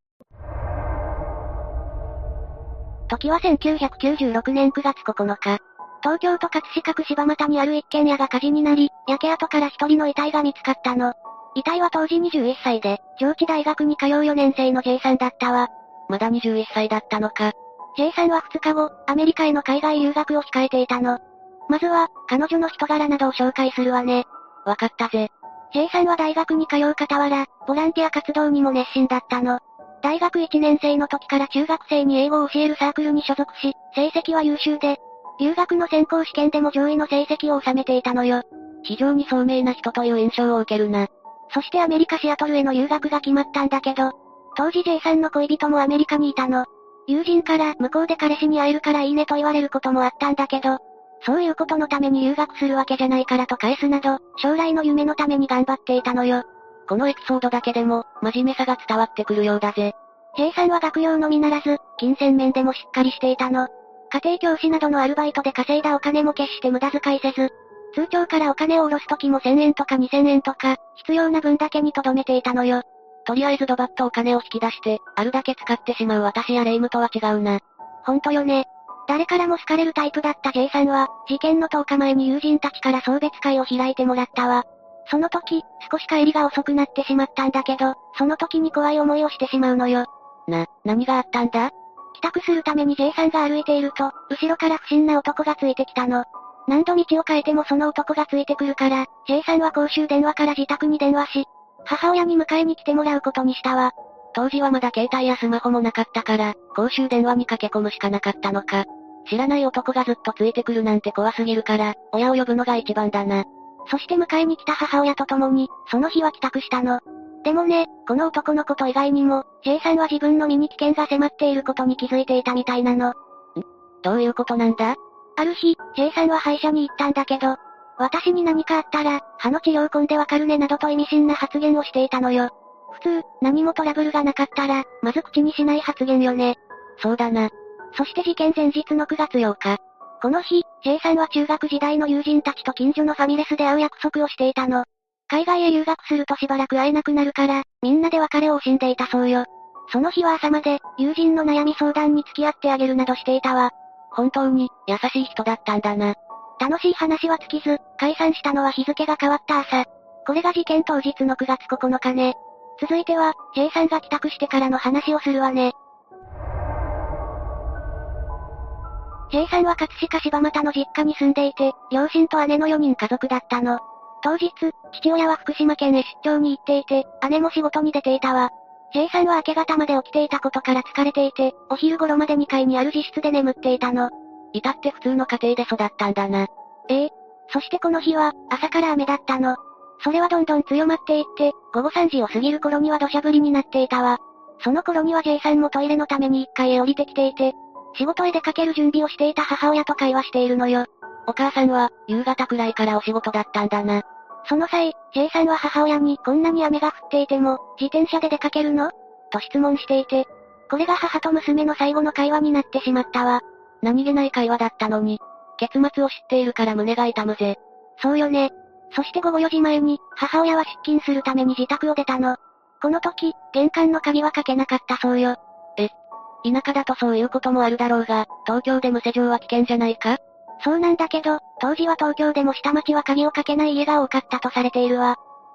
時はせんきゅうひゃくきゅうじゅうろくねんくがつここのか。東京都葛飾区柴又にある一軒家が火事になり、焼け跡から一人の遺体が見つかったの。遺体は当時にじゅういっさいで、上智大学に通うよねん生の J さんだったわ。 まだにじゅういっさいだったのか。 J さんはふつかご、アメリカへの海外留学を控えていたの。まずは、彼女の人柄などを紹介するわね。 わかったぜ。 J さんは大学に通う傍ら、ボランティア活動にも熱心だったの。大学いちねん生の時から中学生に英語を教えるサークルに所属し、成績は優秀で、留学の選考試験でも上位の成績を収めていたのよ。 非常に聡明な人という印象を受けるな。 そしてアメリカシアトルへの留学が決まったんだけど、当時 J さんの恋人もアメリカにいたの。友人から向こうで彼氏に会えるからいいねと言われることもあったんだけど、そういうことのために留学するわけじゃないからと返すなど、将来の夢のために頑張っていたのよ。 このエピソードだけでも、真面目さが伝わってくるようだぜ。 J さんは学業のみならず、金銭面でもしっかりしていたの。家庭教師などのアルバイトで稼いだお金も決して無駄遣いせず、通帳からお金を下ろすときもせんえんとかにせんえんとか、必要な分だけに留めていたのよ。 とりあえずドバッとお金を引き出して、あるだけ使ってしまう私やレイムとは違うな。 ほんとよね。誰からも好かれるタイプだった J さんは、事件のとおかまえに友人たちから送別会を開いてもらったわ。その時、少し帰りが遅くなってしまったんだけど、その時に怖い思いをしてしまうのよ。 な、何があったんだ？ 帰宅するために J さんが歩いていると、後ろから不審な男がついてきたの。何度道を変えてもその男がついてくるから、J さんは公衆電話から自宅に電話し、母親に迎えに来てもらうことにしたわ。 当時はまだ携帯やスマホもなかったから、公衆電話に駆け込むしかなかったのか。知らない男がずっとついてくるなんて怖すぎるから、親を呼ぶのが一番だな。 そして迎えに来た母親と共に、その日は帰宅したの。でもね、この男のこと以外にも、J さんは自分の身に危険が迫っていることに気づいていたみたいなの。ん？ どういうことなんだ？ ある日、J さんは歯医者に行ったんだけど、私に何かあったら、歯の治療痕でわかるねなどと意味深な発言をしていたのよ。普通、何もトラブルがなかったら、まず口にしない発言よね。 そうだな。 そして事件前日のくがつようか。この日、J さんは中学時代の友人たちと近所のファミレスで会う約束をしていたの。海外へ留学するとしばらく会えなくなるから、みんなで別れを惜しんでいたそうよ。その日は朝まで、友人の悩み相談に付き合ってあげるなどしていたわ。 本当に、優しい人だったんだな。 楽しい話は尽きず、解散したのは日付が変わった朝。これが事件当日のくがつここのかね。続いては、J さんが帰宅してからの話をするわね。J さんは葛飾柴又の実家に住んでいて、両親と姉のよにん家族だったの。当日、父親は福島県へ出張に行っていて、姉も仕事に出ていたわ。J さんは明け方まで起きていたことから疲れていて、お昼頃までにかいにある自室で眠っていたの。 至って普通の家庭で育ったんだな。 ええ。そしてこの日は、朝から雨だったの。それはどんどん強まっていって、午後さんじを過ぎる頃には土砂降りになっていたわ。その頃には J さんもトイレのためにいっかいへ降りてきていて、仕事へ出かける準備をしていた母親と会話しているのよ。 お母さんは、夕方くらいからお仕事だったんだな。 その際、J さんは母親にこんなに雨が降っていても、自転車で出かけるの？と質問していて、これが母と娘の最後の会話になってしまったわ。 何気ない会話だったのに、結末を知っているから胸が痛むぜ。 そうよね。そして午後よじまえに、母親は出勤するために自宅を出たの。この時、玄関の鍵はかけなかったそうよ。 え、田舎だとそういうこともあるだろうが、東京で無施錠は危険じゃないか？ そうなんだけど、当時は東京でも下町は鍵をかけない家が多かったとされているわ。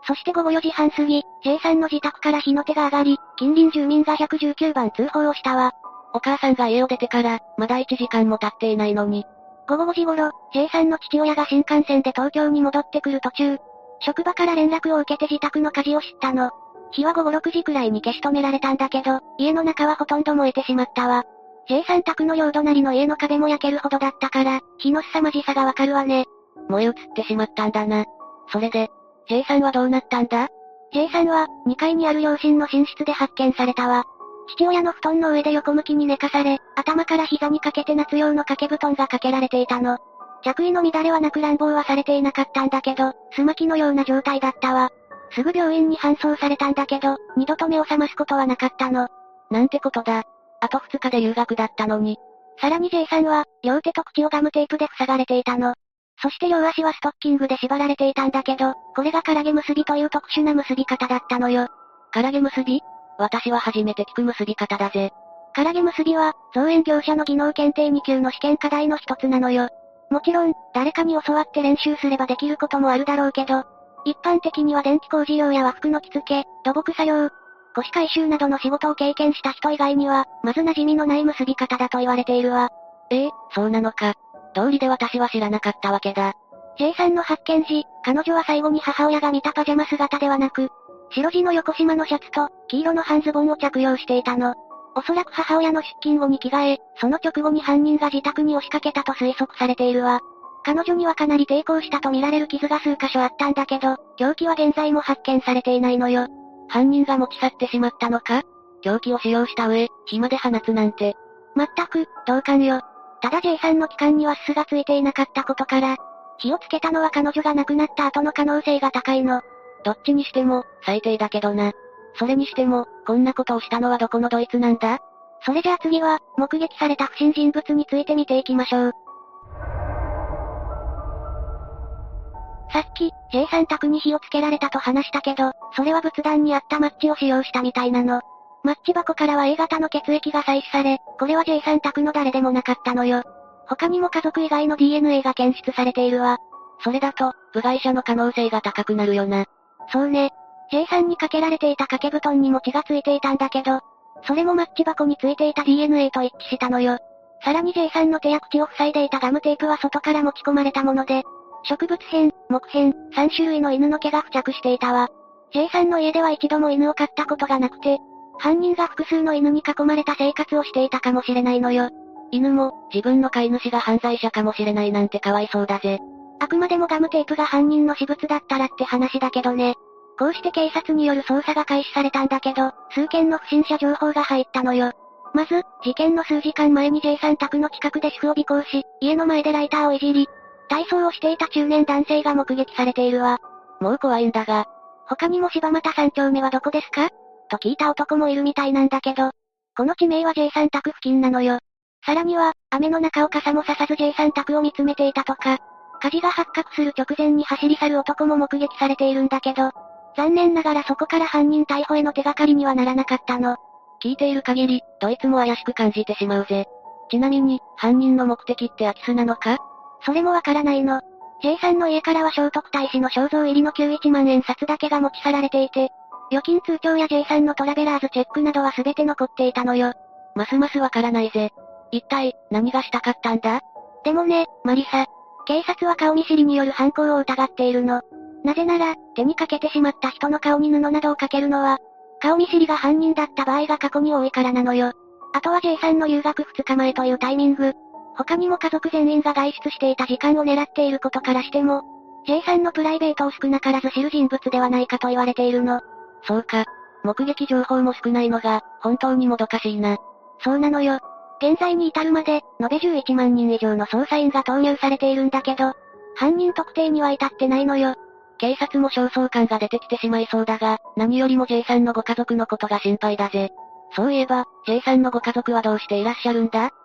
そして午後よじはん過ぎ、J さんの自宅から火の手が上がり、近隣住民がひゃくじゅうきゅうばん通報をしたわ。 お母さんが家を出てから、まだいちじかんも経っていないのに。 午後ごじ頃、J さんの父親が新幹線で東京に戻ってくる途中、職場から連絡を受けて自宅の火事を知ったの。火は午後ろくじくらいに消し止められたんだけど、家の中はほとんど燃えてしまったわ。J さん宅の両隣の家の壁も焼けるほどだったから、火の凄まじさがわかるわね。 燃え移ってしまったんだな。それで、J さんはどうなったんだ？ J さんは、にかいにある両親の寝室で発見されたわ。父親の布団の上で横向きに寝かされ、頭から膝にかけて夏用の掛け布団がかけられていたの。着衣の乱れはなく乱暴はされていなかったんだけど、すまきのような状態だったわ。すぐ病院に搬送されたんだけど、二度と目を覚ますことはなかったの。 なんてことだ。あとふつかで留学だったのに。 さらに J さんは、両手と口をガムテープで塞がれていたの。そして両足はストッキングで縛られていたんだけど、これが唐毛結びという特殊な結び方だったのよ。 唐毛結び？私は初めて聞く結び方だぜ。 唐毛結びは、造園業者の技能検定に級の試験課題の一つなのよ。もちろん、誰かに教わって練習すればできることもあるだろうけど、一般的には電気工事業や和服の着付け、土木作業、腰回収などの仕事を経験した人以外には、まず馴染みのない結び方だと言われているわ。 ええ、そうなのか。道理で私は知らなかったわけだ。 J さんの発見時、彼女は最後に母親が見たパジャマ姿ではなく、白地の横縞のシャツと、黄色の半ズボンを着用していたの。おそらく母親の出勤後に着替え、その直後に犯人が自宅に押しかけたと推測されているわ。彼女にはかなり抵抗したと見られる傷が数箇所あったんだけど、凶器は現在も発見されていないのよ。 犯人が持ち去ってしまったのか？凶器を使用した上、火まで放つなんて。 まったく、同感よ。ただ J さんの気管にはすすがついていなかったことから、火をつけたのは彼女が亡くなった後の可能性が高いの。 どっちにしても、最低だけどな。それにしても、こんなことをしたのはどこのドイツなんだ？ それじゃあ次は、目撃された不審人物について見ていきましょう。さっき、J さん宅に火をつけられたと話したけど、それは仏壇にあったマッチを使用したみたいなの。マッチ箱からは A 型の血液が採取され、これは J さん宅の誰でもなかったのよ。他にも家族以外の ディーエヌエー が検出されているわ。 それだと、部外者の可能性が高くなるよな。 そうね。J さんにかけられていた掛け布団にも血がついていたんだけど、それもマッチ箱についていた ディーエヌエー と一致したのよ。さらに J さんの手や口を塞いでいたガムテープは外から持ち込まれたもので、植物片、木片、さんしゅるいの犬の毛が付着していたわ。J さんの家では一度も犬を飼ったことがなくて、犯人が複数の犬に囲まれた生活をしていたかもしれないのよ。 犬も、自分の飼い主が犯罪者かもしれないなんてかわいそうだぜ。 あくまでもガムテープが犯人の私物だったらって話だけどね。こうして警察による捜査が開始されたんだけど、数件の不審者情報が入ったのよ。まず、事件の数時間前に J さん宅の近くで主婦を尾行し、家の前でライターをいじり、体操をしていた中年男性が目撃されているわ。 もう怖いんだが。 他にも柴又三丁目はどこですか？と聞いた男もいるみたいなんだけど、この地名は J さん宅付近なのよ。さらには、雨の中を傘もささず J さん宅を見つめていたとか、火事が発覚する直前に走り去る男も目撃されているんだけど、残念ながらそこから犯人逮捕への手がかりにはならなかったの。 聞いている限り、どいつも怪しく感じてしまうぜ。ちなみに、犯人の目的って空き巣なのか？ それもわからないの。J さんの家からは聖徳太子の肖像入りのきゅうじゅういちまんえん札だけが持ち去られていて、預金通帳や J さんのトラベラーズチェックなどは全て残っていたのよ。 ますますわからないぜ。一体、何がしたかったんだ？ でもね、マリサ。警察は顔見知りによる犯行を疑っているの。なぜなら、手にかけてしまった人の顔に布などをかけるのは、顔見知りが犯人だった場合が過去に多いからなのよ。あとは J さんの留学ふつかまえというタイミング。他にも家族全員が外出していた時間を狙っていることからしても、J さんのプライベートを少なからず知る人物ではないかと言われているの。 そうか。目撃情報も少ないのが、本当にもどかしいな。 そうなのよ。現在に至るまで、延べじゅういちまんにん以上の捜査員が投入されているんだけど、犯人特定には至ってないのよ。 警察も焦燥感が出てきてしまいそうだが、何よりも J さんのご家族のことが心配だぜ。そういえば、J さんのご家族はどうしていらっしゃるんだ？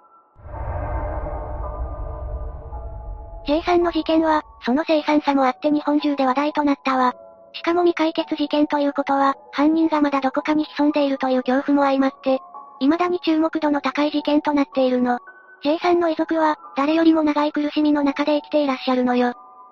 J さんの事件は、その凄惨さもあって日本中で話題となったわ。しかも未解決事件ということは、犯人がまだどこかに潜んでいるという恐怖も相まって、未だに注目度の高い事件となっているの。J さんの遺族は、誰よりも長い苦しみの中で生きていらっしゃるのよ。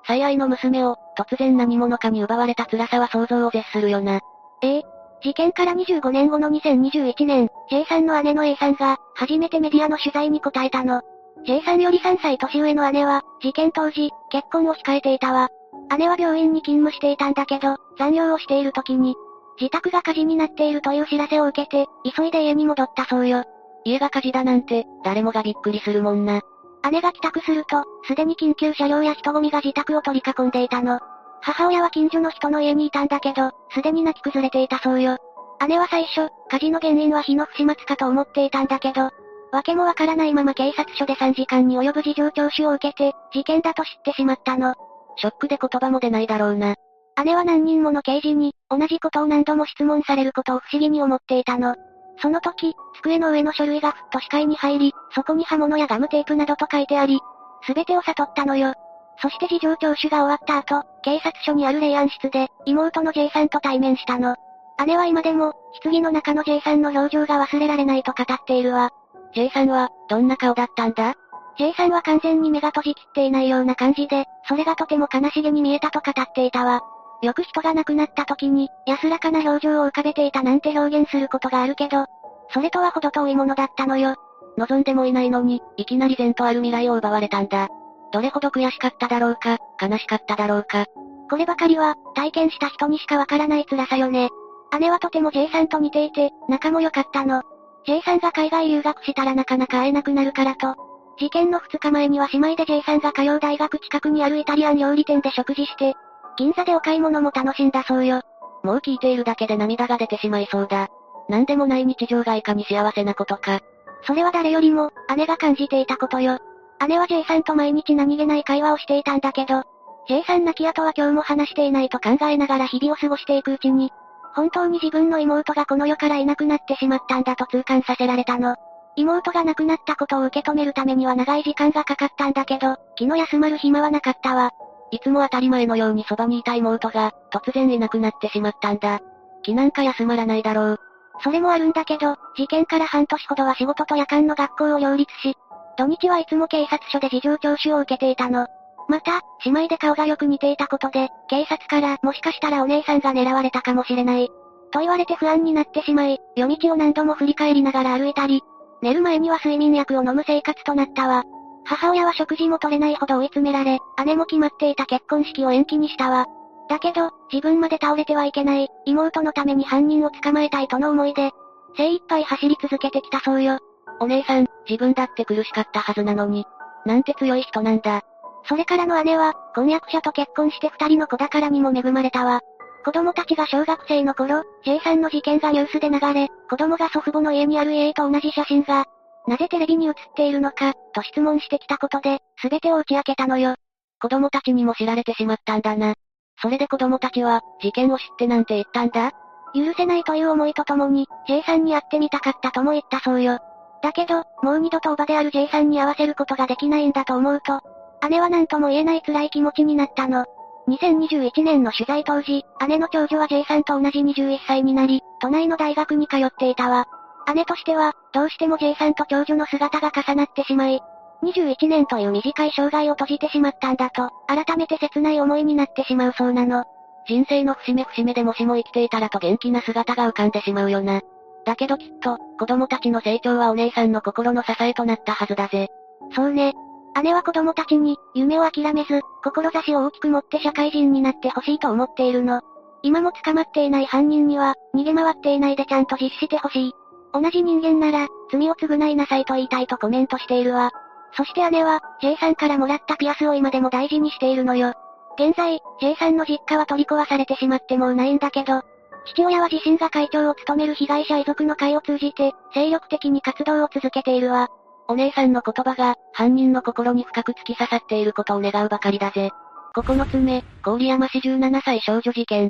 最愛の娘を、突然何者かに奪われた辛さは想像を絶するよな。 ええ。事件からにじゅうごねんごのにせんにじゅういちねん、J さんの姉の A さんが、初めてメディアの取材に答えたの。J さんよりさんさい年上の姉は、事件当時、結婚を控えていたわ。姉は病院に勤務していたんだけど、残業をしている時に、自宅が火事になっているという知らせを受けて、急いで家に戻ったそうよ。 家が火事だなんて、誰もがびっくりするもんな。 姉が帰宅すると、すでに緊急車両や人混みが自宅を取り囲んでいたの。母親は近所の人の家にいたんだけど、すでに泣き崩れていたそうよ。姉は最初、火事の原因は火の不始末かと思っていたんだけど、わけもわからないまま警察署でさんじかんに及ぶ事情聴取を受けて、事件だと知ってしまったの。 ショックで言葉も出ないだろうな。 姉は何人もの刑事に、同じことを何度も質問されることを不思議に思っていたの。その時、机の上の書類がふっと視界に入り、そこに刃物やガムテープなどと書いてあり、すべてを悟ったのよ。そして事情聴取が終わった後、警察署にある霊安室で、妹の J さんと対面したの。姉は今でも、棺の中の J さんの表情が忘れられないと語っているわ。 J さんは、どんな顔だったんだ？ J さんは完全に目が閉じきっていないような感じで、それがとても悲しげに見えたと語っていたわ。よく人が亡くなった時に、安らかな表情を浮かべていたなんて表現することがあるけど、それとは程遠いものだったのよ。 望んでもいないのに、いきなり善とある未来を奪われたんだ。どれほど悔しかっただろうか、悲しかっただろうか。 こればかりは、体験した人にしかわからない辛さよね。姉はとても J さんと似ていて、仲も良かったの。J さんが海外留学したらなかなか会えなくなるからと。事件のふつかまえには姉妹で J さんが通う大学近くにあるイタリアン料理店で食事して、銀座でお買い物も楽しんだそうよ。 もう聞いているだけで涙が出てしまいそうだ。なんでもない日常がいかに幸せなことか。 それは誰よりも、姉が感じていたことよ。姉は J さんと毎日何気ない会話をしていたんだけど、J さん亡き後は今日も話していないと考えながら日々を過ごしていくうちに、本当に自分の妹がこの世からいなくなってしまったんだと痛感させられたの。妹が亡くなったことを受け止めるためには長い時間がかかったんだけど、気の休まる暇はなかったわ。 いつも当たり前のようにそばにいた妹が、突然いなくなってしまったんだ。気なんか休まらないだろう。 それもあるんだけど、事件から半年ほどは仕事と夜間の学校を両立し、土日はいつも警察署で事情聴取を受けていたの。また、姉妹で顔がよく似ていたことで、警察からもしかしたらお姉さんが狙われたかもしれない。と言われて不安になってしまい、夜道を何度も振り返りながら歩いたり、寝る前には睡眠薬を飲む生活となったわ。母親は食事も取れないほど追い詰められ、姉も決まっていた結婚式を延期にしたわ。だけど、自分まで倒れてはいけない、妹のために犯人を捕まえたいとの思いで、精一杯走り続けてきたそうよ。 お姉さん、自分だって苦しかったはずなのに、なんて強い人なんだ。 それからの姉は、婚約者と結婚して二人の子宝にも恵まれたわ。子供たちが小学生の頃、J さんの事件がニュースで流れ、子供が祖父母の家にある家と同じ写真が、なぜテレビに映っているのか、と質問してきたことで、すべてを打ち明けたのよ。 子供たちにも知られてしまったんだな。それで子供たちは、事件を知ってなんて言ったんだ？ 許せないという思いとともに、J さんに会ってみたかったとも言ったそうよ。だけど、もう二度とおばである J さんに会わせることができないんだと思うと、姉は何とも言えない辛い気持ちになったの。にせんにじゅういちねんの取材当時、姉の長女は J さんと同じにじゅういっさいになり、都内の大学に通っていたわ。姉としては、どうしても J さんと長女の姿が重なってしまい、にじゅういちねんという短い生涯を閉じてしまったんだと、改めて切ない思いになってしまうそうなの。 人生の節目節目でもしも生きていたらと元気な姿が浮かんでしまうよな。だけどきっと、子供たちの成長はお姉さんの心の支えとなったはずだぜ。 そうね。姉は子供たちに、夢を諦めず、志を大きく持って社会人になってほしいと思っているの。今も捕まっていない犯人には、逃げ回っていないでちゃんと実施してほしい。同じ人間なら、罪を償いなさいと言いたいとコメントしているわ。そして姉は、J さんからもらったピアスを今でも大事にしているのよ。現在、J さんの実家は取り壊されてしまってもうないんだけど、父親は自身が会長を務める被害者遺族の会を通じて、精力的に活動を続けているわ。 お姉さんの言葉が、犯人の心に深く突き刺さっていることを願うばかりだぜ。ここのつめ、郡山市じゅうななさい少女事件。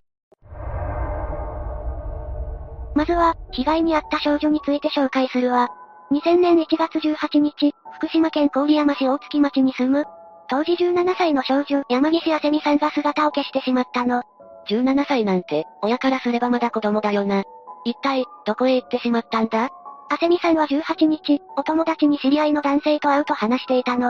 まずは、被害に遭った少女について紹介するわ。にせんねんいちがつじゅうはちにち、福島県郡山市大月町に住む、当時じゅうななさいの少女、山岸あせみさんが姿を消してしまったの。 じゅうななさいなんて、親からすればまだ子供だよな。一体、どこへ行ってしまったんだ？ あせみさんはじゅうはちにち、お友達に知り合いの男性と会うと話していたの。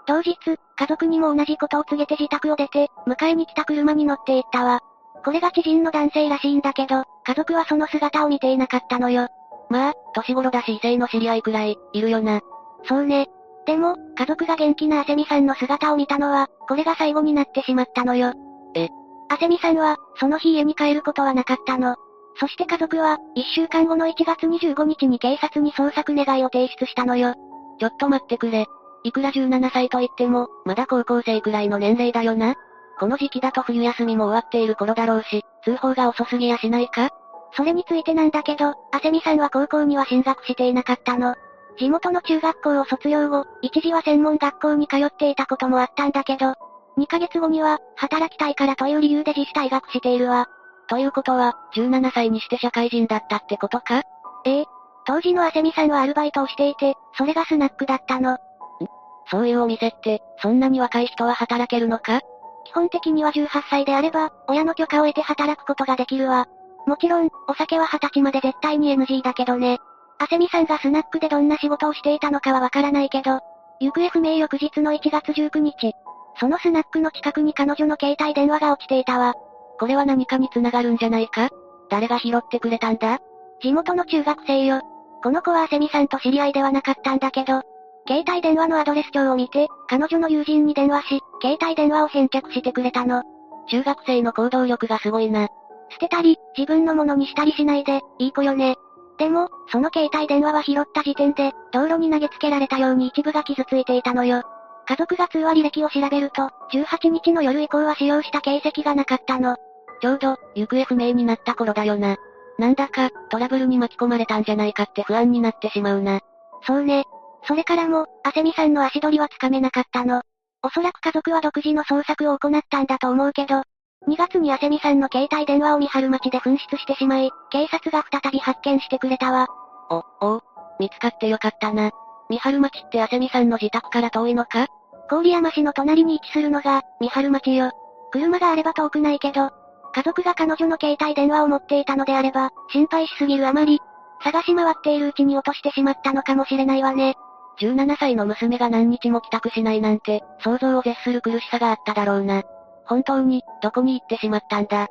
同日、家族にも同じことを告げて自宅を出て、迎えに来た車に乗って行ったわ。これが知人の男性らしいんだけど、家族はその姿を見ていなかったのよ。 まあ、年頃だし異性の知り合いくらい、いるよな。 そうね。でも、家族が元気なあせみさんの姿を見たのは、これが最後になってしまったのよ。 えあせみさんは、その日家に帰ることはなかったの。そして家族は、一週間後のいちがつにじゅうごにちに警察に捜索願いを提出したのよ。 ちょっと待ってくれ。いくらじゅうななさいと言っても、まだ高校生くらいの年齢だよな。この時期だと冬休みも終わっている頃だろうし、通報が遅すぎやしないか？ それについてなんだけど、あせみさんは高校には進学していなかったの。地元の中学校を卒業後、一時は専門学校に通っていたこともあったんだけど、にかげつごには、働きたいからという理由で自主退学しているわ。 ということは、じゅうななさいにして社会人だったってことか？ ええ。当時のあせみさんはアルバイトをしていて、それがスナックだったの。ん？ そういうお店って、そんなに若い人は働けるのか？ 基本的にはじゅうはっさいであれば、親の許可を得て働くことができるわ。もちろん、お酒ははたちまで絶対に エヌジー だけどね。あせみさんがスナックでどんな仕事をしていたのかはわからないけど、行方不明翌日のいちがつじゅうくにち、そのスナックの近くに彼女の携帯電話が落ちていたわ。 これは何かに繋がるんじゃないか？誰が拾ってくれたんだ？ 地元の中学生よ。この子はあせみさんと知り合いではなかったんだけど、携帯電話のアドレス帳を見て、彼女の友人に電話し、携帯電話を返却してくれたの。 中学生の行動力がすごいな。 捨てたり、自分のものにしたりしないで、いい子よね。でも、その携帯電話は拾った時点で、道路に投げつけられたように一部が傷ついていたのよ。家族が通話履歴を調べると、じゅうはちにちの夜以降は使用した形跡がなかったの。 ちょうど、行方不明になった頃だよな。なんだか、トラブルに巻き込まれたんじゃないかって不安になってしまうな。 そうね。それからも、あせみさんの足取りはつかめなかったの。おそらく家族は独自の捜索を行ったんだと思うけど、にがつにあせみさんの携帯電話を三春町で紛失してしまい、警察が再び発見してくれたわ。 お、おう、見つかってよかったな。三春町ってあせみさんの自宅から遠いのか？ 郡山市の隣に位置するのが、三春町よ。車があれば遠くないけど、家族が彼女の携帯電話を持っていたのであれば、心配しすぎるあまり、探し回っているうちに落としてしまったのかもしれないわね。 じゅうななさいの娘が何日も帰宅しないなんて、想像を絶する苦しさがあっただろうな。本当に、どこに行ってしまったんだ。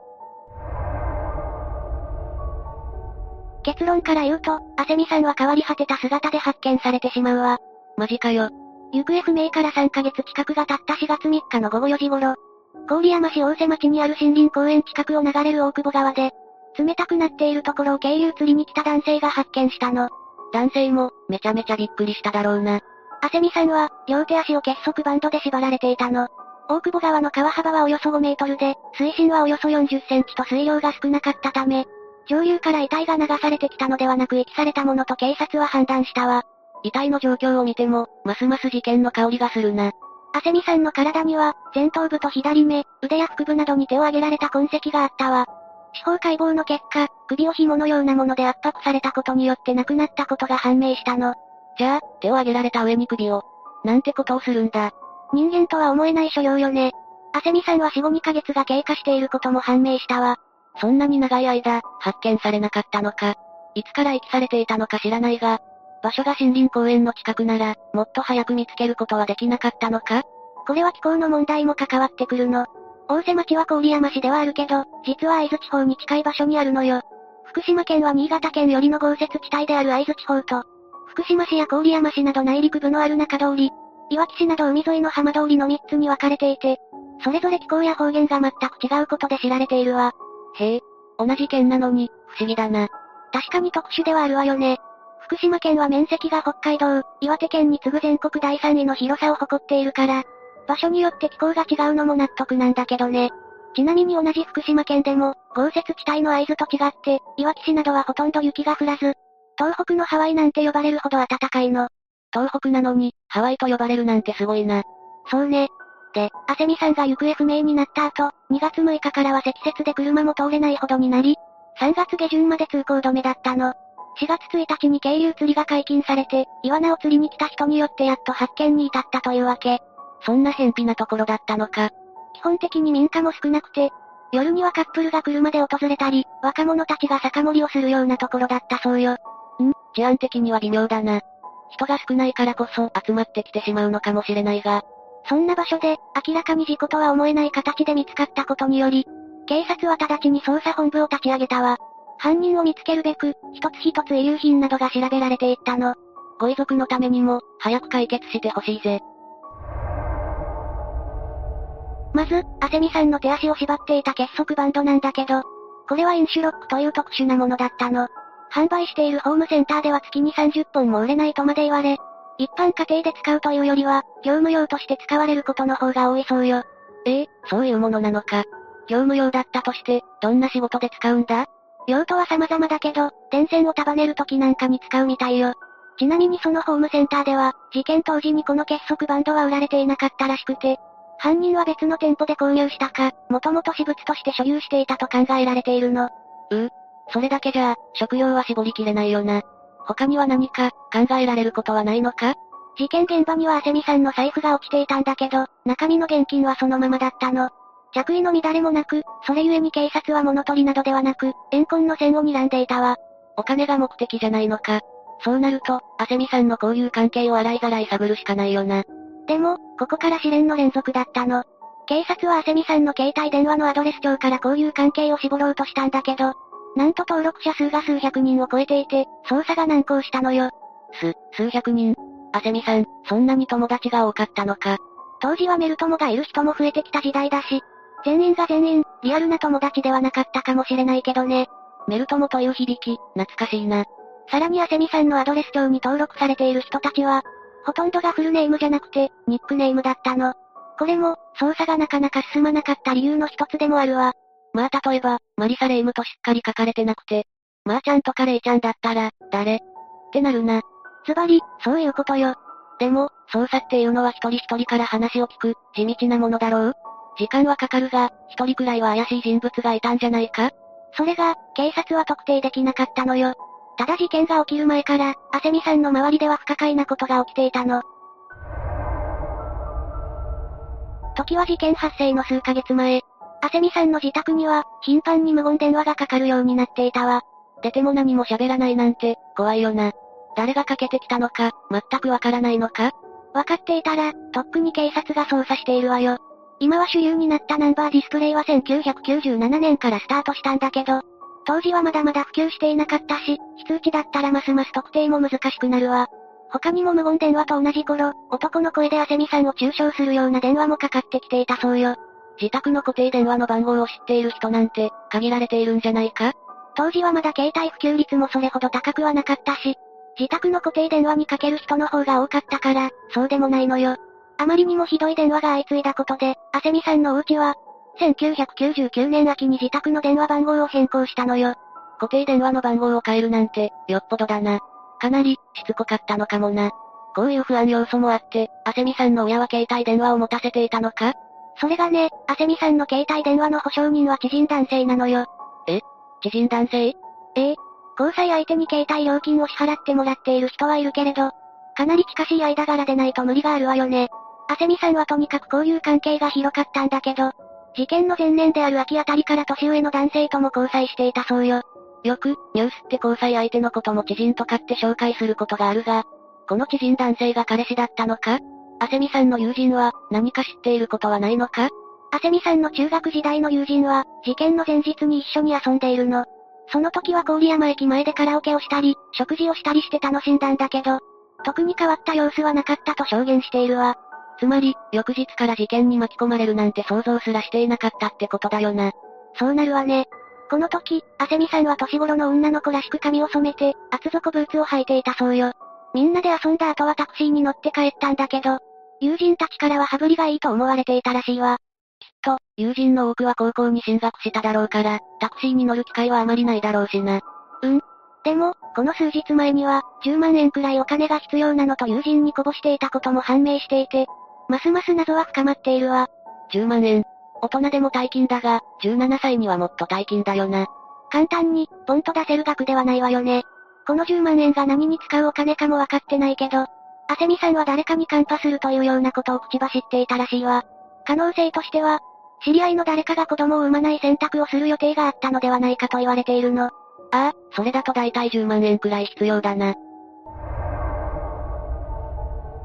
結論から言うと、あせみさんは変わり果てた姿で発見されてしまうわ。 マジかよ。 行方不明からさんかげつ近くが経ったしがつみっかのごごよじ頃、郡山市大瀬町にある森林公園近くを流れる大久保川で、冷たくなっているところを経由釣りに来た男性が発見したの。 男性も、めちゃめちゃびっくりしただろうな。 あせみさんは、両手足を結束バンドで縛られていたの。大久保川の川幅はおよそごメートルで、水深はおよそよんじゅっセンチと水量が少なかったため、上流から遺体が流されてきたのではなく遺棄されたものと警察は判断したわ。 遺体の状況を見ても、ますます事件の香りがするな。 あせみさんの体には、前頭部と左目、腕や腹部などに手を上げられた痕跡があったわ。司法解剖の結果、首を紐のようなもので圧迫されたことによって亡くなったことが判明したの。 じゃあ、手を上げられた上に首を。なんてことをするんだ。 人間とは思えない所領よね。あせみさんはよん、ごにかげつが経過していることも判明したわ。 そんなに長い間、発見されなかったのか。いつから遺棄されていたのか知らないが、場所が森林公園の近くなら、もっと早く見つけることはできなかったのか？ これは気候の問題も関わってくるの。大瀬町は郡山市ではあるけど、実は会津地方に近い場所にあるのよ。福島県は新潟県よりの豪雪地帯である会津地方と、福島市や郡山市など内陸部のある中通り、いわき市など海沿いの浜通りのみっつに分かれていて、それぞれ気候や方言が全く違うことで知られているわ。 へえ、同じ県なのに、不思議だな。 確かに特殊ではあるわよね。福島県は面積が北海道、岩手県に次ぐ全国だいさんいの広さを誇っているから、場所によって気候が違うのも納得なんだけどね。ちなみに同じ福島県でも、豪雪地帯の会津と違って、いわき市などはほとんど雪が降らず、東北のハワイなんて呼ばれるほど暖かいの。 東北なのに、ハワイと呼ばれるなんてすごいな。 そうね。で、あせみさんが行方不明になった後、にがつむいかからは積雪で車も通れないほどになり、さんがつげじゅんまで通行止めだったの。しがつついたちに渓流釣りが解禁されて、イワナを釣りに来た人によってやっと発見に至ったというわけ。 そんな偏僻なところだったのか。 基本的に民家も少なくて、夜にはカップルが車で訪れたり、若者たちが酒盛りをするようなところだったそうよ。 ん？治安的には微妙だな。人が少ないからこそ集まってきてしまうのかもしれないが、 そんな場所で、明らかに事故とは思えない形で見つかったことにより、警察は直ちに捜査本部を立ち上げたわ。犯人を見つけるべく、一つ一つ遺留品などが調べられていったの。 ご遺族のためにも、早く解決してほしいぜ。 まず、アセミさんの手足を縛っていた結束バンドなんだけど、これはインシュロックという特殊なものだったの。販売しているホームセンターでは月にさんじゅっぽんも売れないとまで言われ、一般家庭で使うというよりは、業務用として使われることの方が多いそうよ。 ええ、そういうものなのか。業務用だったとして、どんな仕事で使うんだ？ 用途は様々だけど、電線を束ねる時なんかに使うみたいよ。ちなみにそのホームセンターでは、事件当時にこの結束バンドは売られていなかったらしくて、犯人は別の店舗で購入したか、もともと私物として所有していたと考えられているの。 うう、それだけじゃあ、食料は絞りきれないよな。他には何か、考えられることはないのか？ 事件現場にはアセミさんの財布が落ちていたんだけど、中身の現金はそのままだったの。着衣の乱れもなく、それゆえに警察は物取りなどではなく、怨恨の線を睨んでいたわ。 お金が目的じゃないのか。そうなると、アセミさんの交友関係を洗いざらい探るしかないよな。 でも、ここから試練の連続だったの。警察はアセミさんの携帯電話のアドレス帳から交友関係を絞ろうとしたんだけど、なんと登録者数が数百人を超えていて、捜査が難航したのよ。 す、数百人？アセミさん、そんなに友達が多かったのか。 当時はメル友がいる人も増えてきた時代だし、全員が全員、リアルな友達ではなかったかもしれないけどね。 メル友という響き、懐かしいな。 さらにアセミさんのアドレス帳に登録されている人たちは、ほとんどがフルネームじゃなくて、ニックネームだったの。これも、捜査がなかなか進まなかった理由の一つでもあるわ。 まあ例えば、マリサレイムとしっかり書かれてなくて、まーちゃんとかレイちゃんだったら、誰ってなるな。 ズバリ、そういうことよ。 でも、捜査っていうのは一人一人から話を聞く、地道なものだろう？時間はかかるが、一人くらいは怪しい人物がいたんじゃないか？ それが、警察は特定できなかったのよ。ただ事件が起きる前から、アセミさんの周りでは不可解なことが起きていたの。時は事件発生の数ヶ月前。アセミさんの自宅には、頻繁に無言電話がかかるようになっていたわ。 出ても何も喋らないなんて、怖いよな。誰がかけてきたのか、全くわからないのか？ わかっていたら、とっくに警察が捜査しているわよ。今は主流になったナンバーディスプレイはせんきゅうひゃくきゅうじゅうななねんからスタートしたんだけど、当時はまだまだ普及していなかったし、非通知だったらますます特定も難しくなるわ。他にも無言電話と同じ頃、男の声でアセミさんを中傷するような電話もかかってきていたそうよ。 自宅の固定電話の番号を知っている人なんて、限られているんじゃないか？ 当時はまだ携帯普及率もそれほど高くはなかったし、自宅の固定電話にかける人の方が多かったから、そうでもないのよ。あまりにもひどい電話が相次いだことで、アセミさんのお家は、せんきゅうひゃくきゅうじゅうきゅうねん秋に自宅の電話番号を変更したのよ。 固定電話の番号を変えるなんて、よっぽどだな。かなり、しつこかったのかもな。こういう不安要素もあって、アセミさんの親は携帯電話を持たせていたのか？ それがね、アセミさんの携帯電話の保証人は知人男性なのよ。 え？知人男性？ ええ。交際相手に携帯料金を支払ってもらっている人はいるけれど、かなり近しい間柄でないと無理があるわよね。アセミさんはとにかく交友関係が広かったんだけど、事件の前年である秋あたりから年上の男性とも交際していたそうよ。 よく、ニュースって交際相手のことも知人とかって紹介することがあるが、この知人男性が彼氏だったのか？アセミさんの友人は、何か知っていることはないのか？ アセミさんの中学時代の友人は、事件の前日に一緒に遊んでいるの。その時は郡山駅前でカラオケをしたり、食事をしたりして楽しんだんだけど、特に変わった様子はなかったと証言しているわ。 つまり、翌日から事件に巻き込まれるなんて想像すらしていなかったってことだよな。 そうなるわね。この時、アセミさんは年頃の女の子らしく髪を染めて、厚底ブーツを履いていたそうよ。みんなで遊んだ後はタクシーに乗って帰ったんだけど、友人たちからは羽振りがいいと思われていたらしいわ。 きっと、友人の多くは高校に進学しただろうから、タクシーに乗る機会はあまりないだろうしな。 うん。でも、この数日前には、じゅうまんえんくらいお金が必要なのと友人にこぼしていたことも判明していて、ますます謎は深まっているわ。 じゅうまんえん。大人でも大金だが、じゅうななさいにはもっと大金だよな。 簡単に、ポンと出せる額ではないわよね。このじゅうまんえんが何に使うお金かもわかってないけど、アセミさんは誰かにカンパするというようなことを口走っていたらしいわ。可能性としては、知り合いの誰かが子供を産まない選択をする予定があったのではないかと言われているの。 ああ、それだと大体じゅうまんえんくらい必要だな。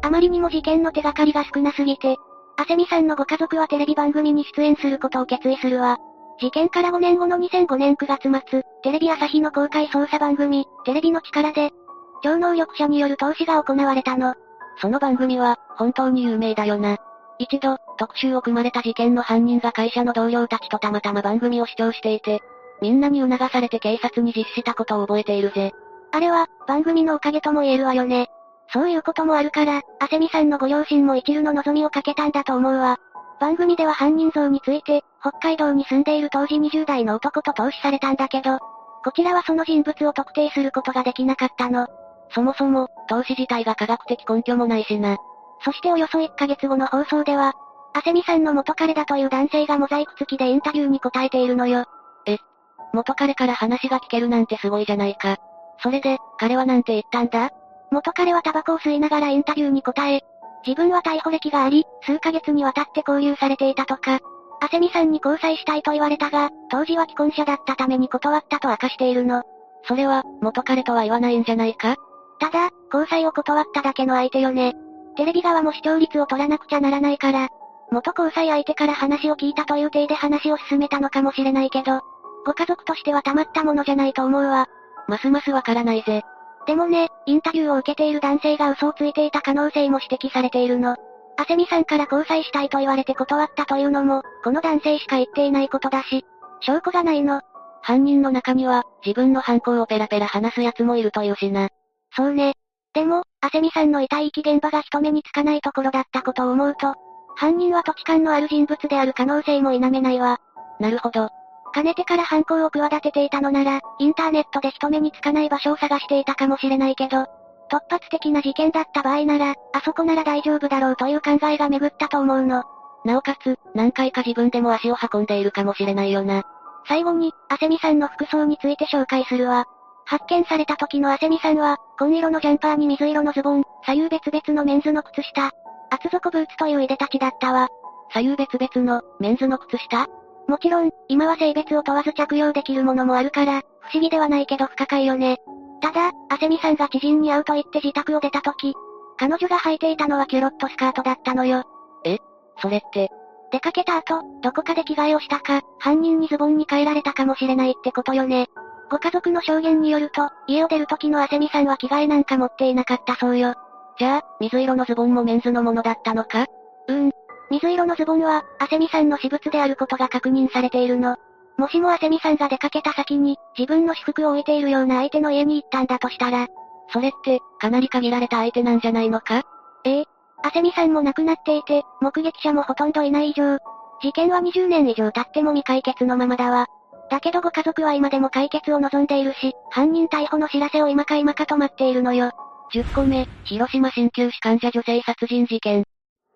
あまりにも事件の手がかりが少なすぎて、あせみさんのご家族はテレビ番組に出演することを決意するわ。事件からごねんごのにせんごねんくがつ末、テレビ朝日の公開捜査番組、テレビの力で、超能力者による投資が行われたの。 その番組は、本当に有名だよな。一度、特集を組まれた事件の犯人が会社の同僚たちとたまたま番組を視聴していて、みんなに促されて警察に実施したことを覚えているぜ。 あれは、番組のおかげとも言えるわよね。そういうこともあるから、あせみさんのご両親も一縷の望みをかけたんだと思うわ。番組では犯人像について、北海道に住んでいる当時にじゅう代の男と投資されたんだけど、こちらはその人物を特定することができなかったの。 そもそも、投資自体が科学的根拠もないしな。 そしておよそいっかげつごの放送では、あせみさんの元彼だという男性がモザイク付きでインタビューに答えているのよ。 え、元彼から話が聞けるなんてすごいじゃないか。それで、彼はなんて言ったんだ？ 元彼はタバコを吸いながらインタビューに答え、自分は逮捕歴があり、数ヶ月にわたって交流されていたとか、あせみさんに交際したいと言われたが、当時は既婚者だったために断ったと明かしているの。 それは、元彼とは言わないんじゃないか？ ただ、交際を断っただけの相手よね。テレビ側も視聴率を取らなくちゃならないから、元交際相手から話を聞いたという体で話を進めたのかもしれないけど、ご家族としてはたまったものじゃないと思うわ。 ますますわからないぜ。 でもね、インタビューを受けている男性が嘘をついていた可能性も指摘されているの。あせみさんから交際したいと言われて断ったというのも、この男性しか言っていないことだし、証拠がないの。 犯人の中には、自分の犯行をペラペラ話す奴もいるというしな。 そうね。でも、あせみさんの遺体遺棄現場が人目につかないところだったことを思うと、犯人は土地勘のある人物である可能性も否めないわ。 なるほど。 かねてから犯行を企てていたのなら、インターネットで人目につかない場所を探していたかもしれないけど、突発的な事件だった場合なら、あそこなら大丈夫だろうという考えが巡ったと思うの。 なおかつ、何回か自分でも足を運んでいるかもしれないよな。 最後に、あせみさんの服装について紹介するわ。発見された時のあせみさんは、紺色のジャンパーに水色のズボン、左右別々のメンズの靴下、厚底ブーツといういでたちだったわ。 左右別々の、メンズの靴下？ もちろん、今は性別を問わず着用できるものもあるから、不思議ではないけど不可解よね。ただ、あせみさんが知人に会うと言って自宅を出た時、彼女が履いていたのはキュロットスカートだったのよ。 え？それって。 出かけた後、どこかで着替えをしたか、犯人にズボンに変えられたかもしれないってことよね。ご家族の証言によると、家を出る時のあせみさんは着替えなんか持っていなかったそうよ。 じゃあ、水色のズボンもメンズのものだったのか？ うーん。水色のズボンは、あせみさんの私物であることが確認されているの。もしもあせみさんが出かけた先に、自分の私服を置いているような相手の家に行ったんだとしたら、 それって、かなり限られた相手なんじゃないのか？ ええ。あせみさんも亡くなっていて、目撃者もほとんどいない以上、事件はにじゅうねん以上経っても未解決のままだわ。だけどご家族は今でも解決を望んでいるし、犯人逮捕の知らせを今か今かと待っているのよ。 じゅっこめ、広島鍼灸師患者女性殺人事件。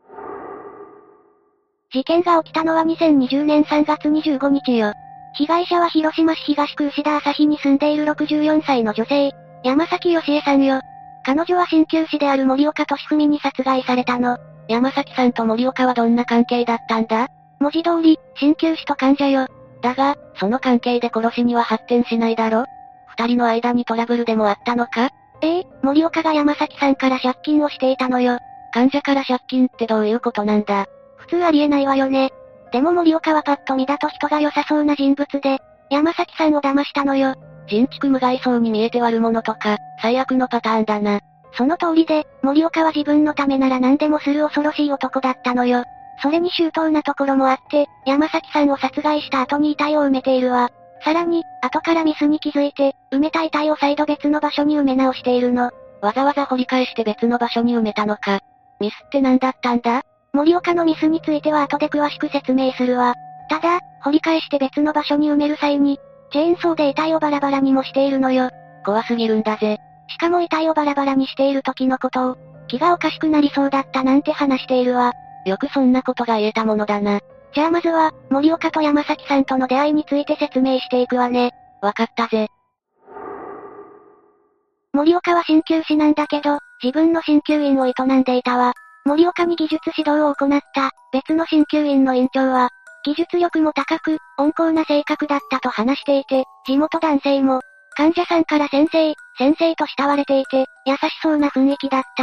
事件が起きたのはにせんにじゅうねんさんがつにじゅうごにちよ。被害者は広島市東区牛田朝日に住んでいるろくじゅうよんさいの女性、山崎義恵さんよ。彼女は鍼灸師である森岡俊文に殺害されたの。 山崎さんと森岡はどんな関係だったんだ？ 文字通り、鍼灸師と患者よ。 だが、その関係で殺しには発展しないだろ？二人の間にトラブルでもあったのか？ ええ、森岡が山崎さんから借金をしていたのよ。 患者から借金ってどういうことなんだ？ 普通ありえないわよね。でも森岡はパッと見だと人が良さそうな人物で、山崎さんを騙したのよ。 人畜無害そうに見えて悪者とか、最悪のパターンだな。 その通りで、森岡は自分のためなら何でもする恐ろしい男だったのよ。それに周到なところもあって、山崎さんを殺害した後に遺体を埋めているわ。さらに、後からミスに気づいて、埋めた遺体を再度別の場所に埋め直しているの。 わざわざ掘り返して別の場所に埋めたのか。ミスって何だったんだ？ 森岡のミスについては後で詳しく説明するわ。ただ、掘り返して別の場所に埋める際に、チェーンソーで遺体をバラバラにもしているのよ。 怖すぎるんだぜ。 しかも遺体をバラバラにしている時のことを、気がおかしくなりそうだったなんて話しているわ。 よくそんなことが言えたものだな。 じゃあまずは、森岡と山崎さんとの出会いについて説明していくわね。 わかったぜ。 森岡は鍼灸師なんだけど、自分の鍼灸院を営んでいたわ。森岡に技術指導を行った、別の鍼灸院の院長は、技術力も高く、温厚な性格だったと話していて、地元男性も、患者さんから先生、先生と慕われていて、優しそうな雰囲気だった。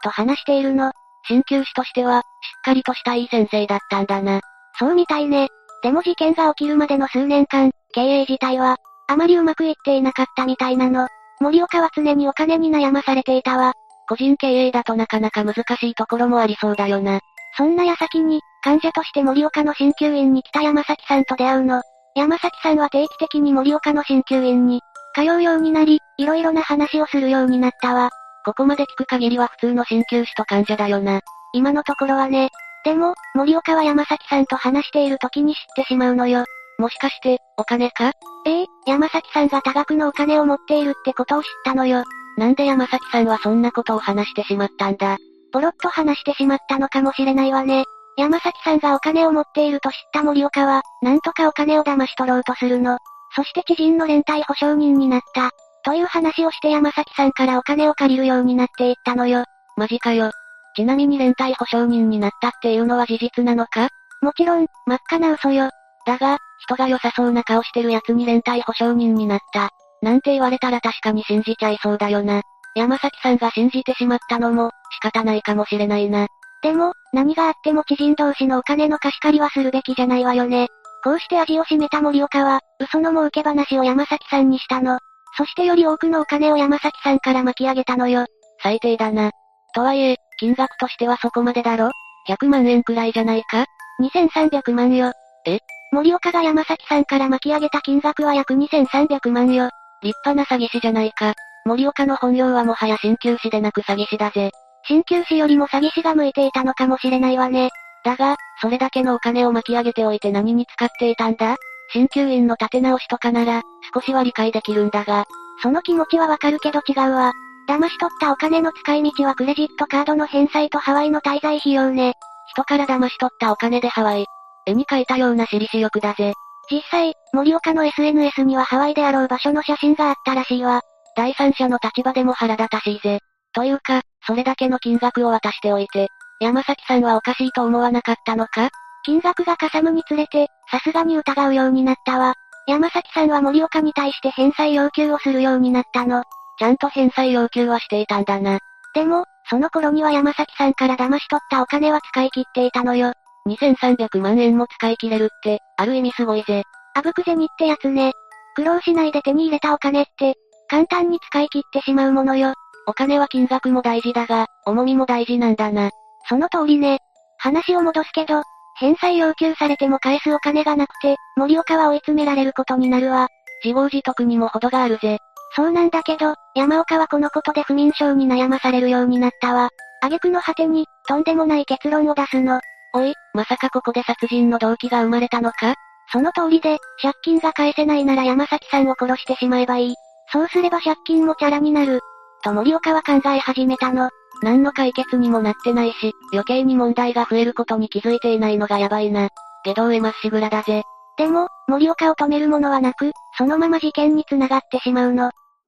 と話しているの。 鍼灸師としては、しっかりとしたいい先生だったんだな。 そうみたいね。でも事件が起きるまでの数年間、経営自体は、あまりうまくいっていなかったみたいなの。森岡は常にお金に悩まされていたわ。 個人経営だとなかなか難しいところもありそうだよな。 そんな矢先に、患者として森岡の鍼灸院に来た山崎さんと出会うの。山崎さんは定期的に森岡の鍼灸院に、通うようになり、いろいろな話をするようになったわ。 ここまで聞く限りは普通の鍼灸師と患者だよな。 今のところはね。でも、森岡は山崎さんと話している時に知ってしまうのよ。 もしかして、お金か？ ええ、山崎さんが多額のお金を持っているってことを知ったのよ。 なんで山崎さんはそんなことを話してしまったんだ？ ポロッと話してしまったのかもしれないわね。山崎さんがお金を持っていると知った森岡は、なんとかお金を騙し取ろうとするの。そして知人の連帯保証人になった。という話をして山崎さんからお金を借りるようになっていったのよ。 マジかよ。ちなみに連帯保証人になったっていうのは事実なのか？ もちろん、真っ赤な嘘よ。 だが、人が良さそうな顔してる奴に連帯保証人になった。なんて言われたら確かに信じちゃいそうだよな。山崎さんが信じてしまったのも、仕方ないかもしれないな。 でも、何があっても知人同士のお金の貸し借りはするべきじゃないわよね。こうして味を占めた森岡は、嘘の儲け話を山崎さんにしたの。そしてより多くのお金を山崎さんから巻き上げたのよ。 最低だな。とはいえ、金額としてはそこまでだろ？ ひゃくまんえんくらいじゃないか？ にせんさんびゃくまんよ。 え？ 森岡が山崎さんから巻き上げた金額は約にせんさんびゃくまんよ。 立派な詐欺師じゃないか。森岡の本業はもはや鍼灸師でなく詐欺師だぜ。 鍼灸師よりも詐欺師が向いていたのかもしれないわね。 だが、それだけのお金を巻き上げておいて何に使っていたんだ？鍼灸院の立て直しとかなら、少しは理解できるんだが。 その気持ちはわかるけど違うわ。騙し取ったお金の使い道はクレジットカードの返済とハワイの滞在費用ね。 人から騙し取ったお金でハワイ。絵に描いたような私利私欲だぜ。 実際、森岡の エスエヌエス にはハワイであろう場所の写真があったらしいわ。 第三者の立場でも腹立たしいぜ。というか、それだけの金額を渡しておいて、山崎さんはおかしいと思わなかったのか？ 金額がかさむにつれて、さすがに疑うようになったわ。山崎さんは森岡に対して返済要求をするようになったの。 ちゃんと返済要求はしていたんだな。 でも、その頃には山崎さんから騙し取ったお金は使い切っていたのよ。 にせんさんびゃくまんえんも使い切れるって、ある意味すごいぜ。 あぶく銭ってやつね。苦労しないで手に入れたお金って、簡単に使い切ってしまうものよ。 お金は金額も大事だが、重みも大事なんだな。 その通りね。話を戻すけど、返済要求されても返すお金がなくて、森岡は追い詰められることになるわ。 自業自得にも程があるぜ。 そうなんだけど、山岡はこのことで不眠症に悩まされるようになったわ。挙句の果てに、とんでもない結論を出すの。 おい、まさかここで殺人の動機が生まれたのか？ その通りで、借金が返せないなら山崎さんを殺してしまえばいい。そうすれば借金もチャラになる。と森岡は考え始めたの。 何の解決にもなってないし、余計に問題が増えることに気づいていないのがやばいな。下道へまっしぐらだぜ。 でも、森岡を止めるものはなく、そのまま事件に繋がってしまうの。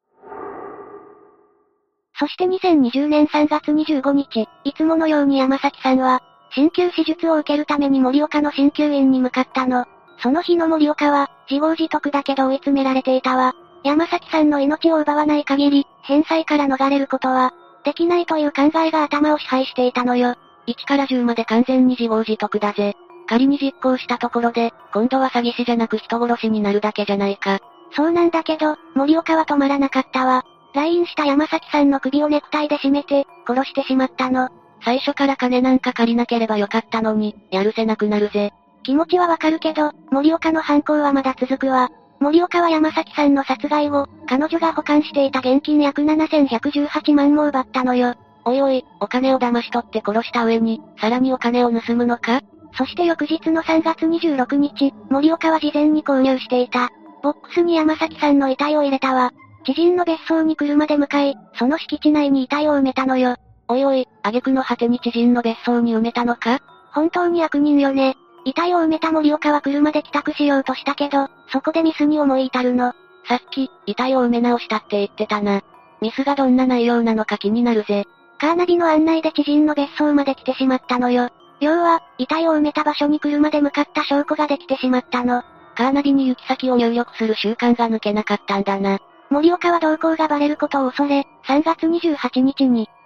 そしてにせんにじゅうねんさんがつにじゅうごにち、いつものように山崎さんは、鍼灸手術を受けるために森岡の鍼灸院に向かったの。その日の森岡は、自業自得だけど追い詰められていたわ。山崎さんの命を奪わない限り、返済から逃れることは、できないという考えが頭を支配していたのよ。 いちからじゅうまで完全に自業自得だぜ。仮に実行したところで、今度は詐欺師じゃなく人殺しになるだけじゃないか。 そうなんだけど、森岡は止まらなかったわ。来院した山崎さんの首をネクタイで締めて、殺してしまったの。 最初から金なんか借りなければよかったのに、やるせなくなるぜ。 気持ちはわかるけど、森岡の犯行はまだ続くわ。森岡は山崎さんの殺害後、彼女が保管していた現金約ななせんひゃくじゅうはちまんも奪ったのよ。 おいおい、お金を騙し取って殺した上に、さらにお金を盗むのか？ そして翌日のさんがつにじゅうろくにち、森岡は事前に購入していた。ボックスに山崎さんの遺体を入れたわ。知人の別荘に車で向かい、その敷地内に遺体を埋めたのよ。 おいおい、挙句の果てに知人の別荘に埋めたのか？ 本当に悪人よね。遺体を埋めた森岡は車で帰宅しようとしたけど、そこでミスに思い至るの。 さっき、遺体を埋め直したって言ってたな。ミスがどんな内容なのか気になるぜ。 カーナビの案内で知人の別荘まで来てしまったのよ。要は、遺体を埋めた場所に車で向かった証拠ができてしまったの。 カーナビに行き先を入力する習慣が抜けなかったんだな。 森岡は動向がバレることを恐れ、さんがつにじゅうはちにちに、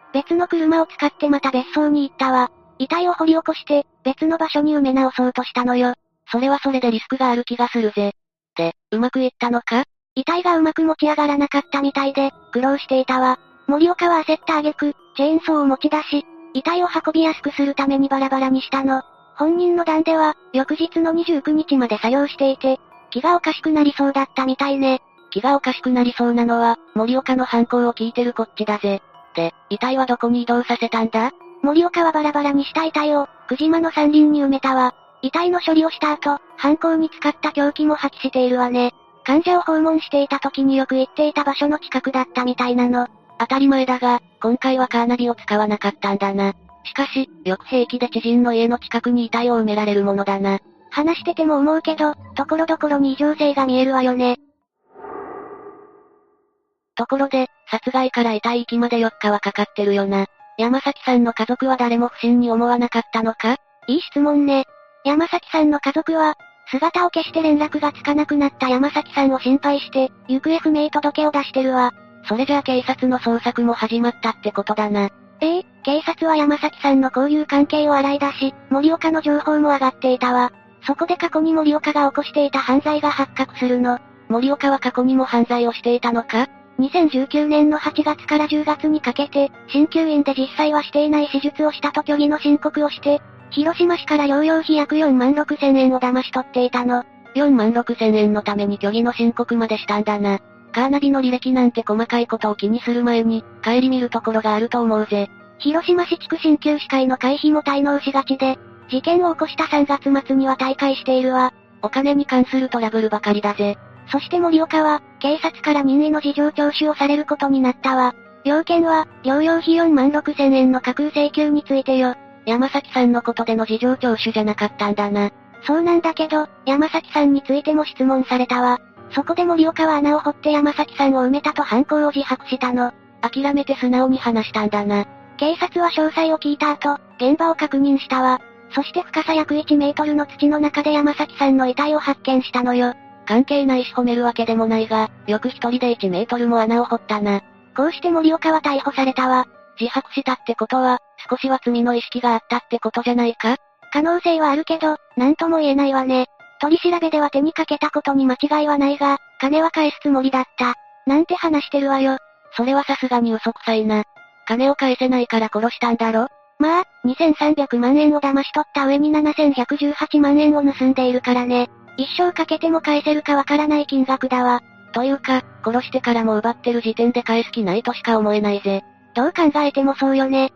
別の車を使ってまた別荘に行ったわ。遺体を掘り起こして、別の場所に埋め直そうとしたのよ。 それはそれでリスクがある気がするぜ。で、うまくいったのか？ 遺体がうまく持ち上がらなかったみたいで、苦労していたわ。森岡は焦った挙句、チェーンソーを持ち出し、遺体を運びやすくするためにバラバラにしたの。本人の段では、翌日のにじゅうくにちまで作業していて、気がおかしくなりそうだったみたいね。 気がおかしくなりそうなのは、森岡の犯行を聞いてるこっちだぜ。で、遺体はどこに移動させたんだ？ 森岡はバラバラにした遺体を、久島の山林に埋めたわ。遺体の処理をした後、犯行に使った凶器も破棄しているわね。患者を訪問していた時によく行っていた場所の近くだったみたいなの。 当たり前だが、今回はカーナビを使わなかったんだな。しかし、よく平気で知人の家の近くに遺体を埋められるものだな。 話してても思うけど、ところどころに異常性が見えるわよね。 ところで、殺害から遺体遺棄までよっかはかかってるよな。山崎さんの家族は誰も不審に思わなかったのか？ いい質問ね。山崎さんの家族は、姿を消して連絡がつかなくなった山崎さんを心配して、行方不明届を出してるわ。 それじゃあ警察の捜索も始まったってことだな。 ええ、警察は山崎さんの交友関係を洗い出し、森岡の情報も上がっていたわ。そこで過去に森岡が起こしていた犯罪が発覚するの。 森岡は過去にも犯罪をしていたのか？ にせんじゅうきゅうねんのはちがつからじゅうがつにかけて、鍼灸院で実際はしていない手術をしたと虚偽の申告をして、広島市から療養費約よんまんろくせんえんを騙し取っていたの。 よんまんろくせんえんのために虚偽の申告までしたんだな。カーナビの履歴なんて細かいことを気にする前に、帰り見るところがあると思うぜ。 広島市地区鍼灸師会の会費も滞納しがちで、事件を起こしたさんがつ末には退会しているわ。 お金に関するトラブルばかりだぜ。 そして森岡は、警察から任意の事情聴取をされることになったわ。要件は、療養費よんまんろくせんえんの架空請求についてよ。 山崎さんのことでの事情聴取じゃなかったんだな。 そうなんだけど、山崎さんについても質問されたわ。そこで森岡は穴を掘って山崎さんを埋めたと犯行を自白したの。 諦めて素直に話したんだな。 警察は詳細を聞いた後、現場を確認したわ。そして深さ約いちメートルの土の中で山崎さんの遺体を発見したのよ。 関係ないし褒めるわけでもないが、よく一人でいちメートルも穴を掘ったな。 こうして森岡は逮捕されたわ。 自白したってことは、少しは罪の意識があったってことじゃないか？ 可能性はあるけど、なんとも言えないわね。取り調べでは手にかけたことに間違いはないが、金は返すつもりだった。なんて話してるわよ。 それはさすがに嘘くさいな。金を返せないから殺したんだろ？ まあ、にせんさんびゃくまんえんを騙し取った上にななせんひゃくじゅうはちまんえんを盗んでいるからね。一生かけても返せるかわからない金額だわ。 というか、殺してからも奪ってる時点で返す気ないとしか思えないぜ。 どう考えてもそうよね。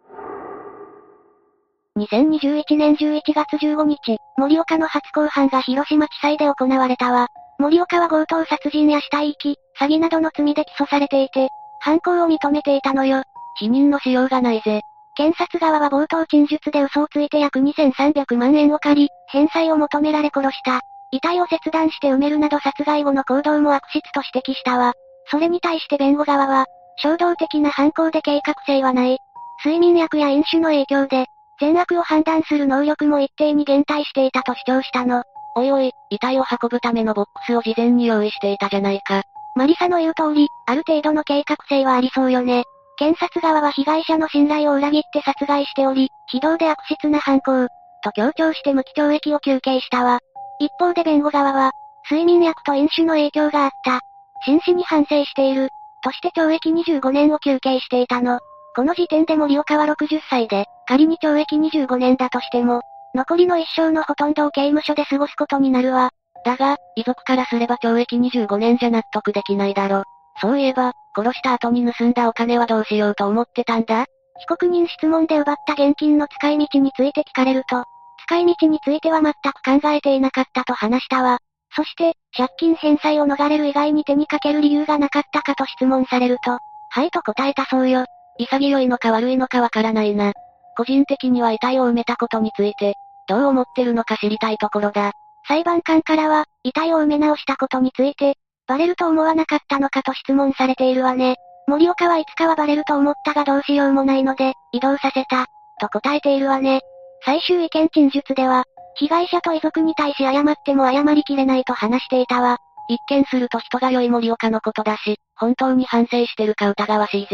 にせんにじゅういちねんじゅういちがつじゅうごにち、森岡の初公判が広島地裁で行われたわ。森岡は強盗殺人や死体遺棄、詐欺などの罪で起訴されていて、犯行を認めていたのよ。 否認のしようがないぜ。 検察側は冒頭陳述で嘘をついて約にせんさんびゃくまんえんを借り、返済を求められ殺した。遺体を切断して埋めるなど殺害後の行動も悪質と指摘したわ。それに対して弁護側は、衝動的な犯行で計画性はない。睡眠薬や飲酒の影響で、善悪を判断する能力も一定に減退していたと主張したの。 おいおい、遺体を運ぶためのボックスを事前に用意していたじゃないか。 マリサの言う通り、ある程度の計画性はありそうよね。検察側は被害者の信頼を裏切って殺害しており、非道で悪質な犯行、と強調して無期懲役を求刑したわ。一方で弁護側は、睡眠薬と飲酒の影響があった。真摯に反省している。として懲役にじゅうごねんを求刑していたの。この時点で森岡はろくじゅっさいで、仮に懲役にじゅうごねんだとしても、残りの一生のほとんどを刑務所で過ごすことになるわ。 だが、遺族からすれば懲役にじゅうごねんじゃ納得できないだろ。そういえば、殺した後に盗んだお金はどうしようと思ってたんだ？ 被告人質問で奪った現金の使い道について聞かれると、使い道については全く考えていなかったと話したわ。そして、借金返済を逃れる以外に手にかける理由がなかったかと質問されると、はいと答えたそうよ。 潔いのか悪いのかわからないな。個人的には遺体を埋めたことについて、どう思ってるのか知りたいところだ。 裁判官からは、遺体を埋め直したことについて、バレると思わなかったのかと質問されているわね。森岡はいつかはバレると思ったがどうしようもないので、移動させた、と答えているわね。最終意見陳述では、被害者と遺族に対し謝っても謝りきれないと話していたわ。 一見すると人が良い森岡のことだし、本当に反省してるか疑わしいぜ。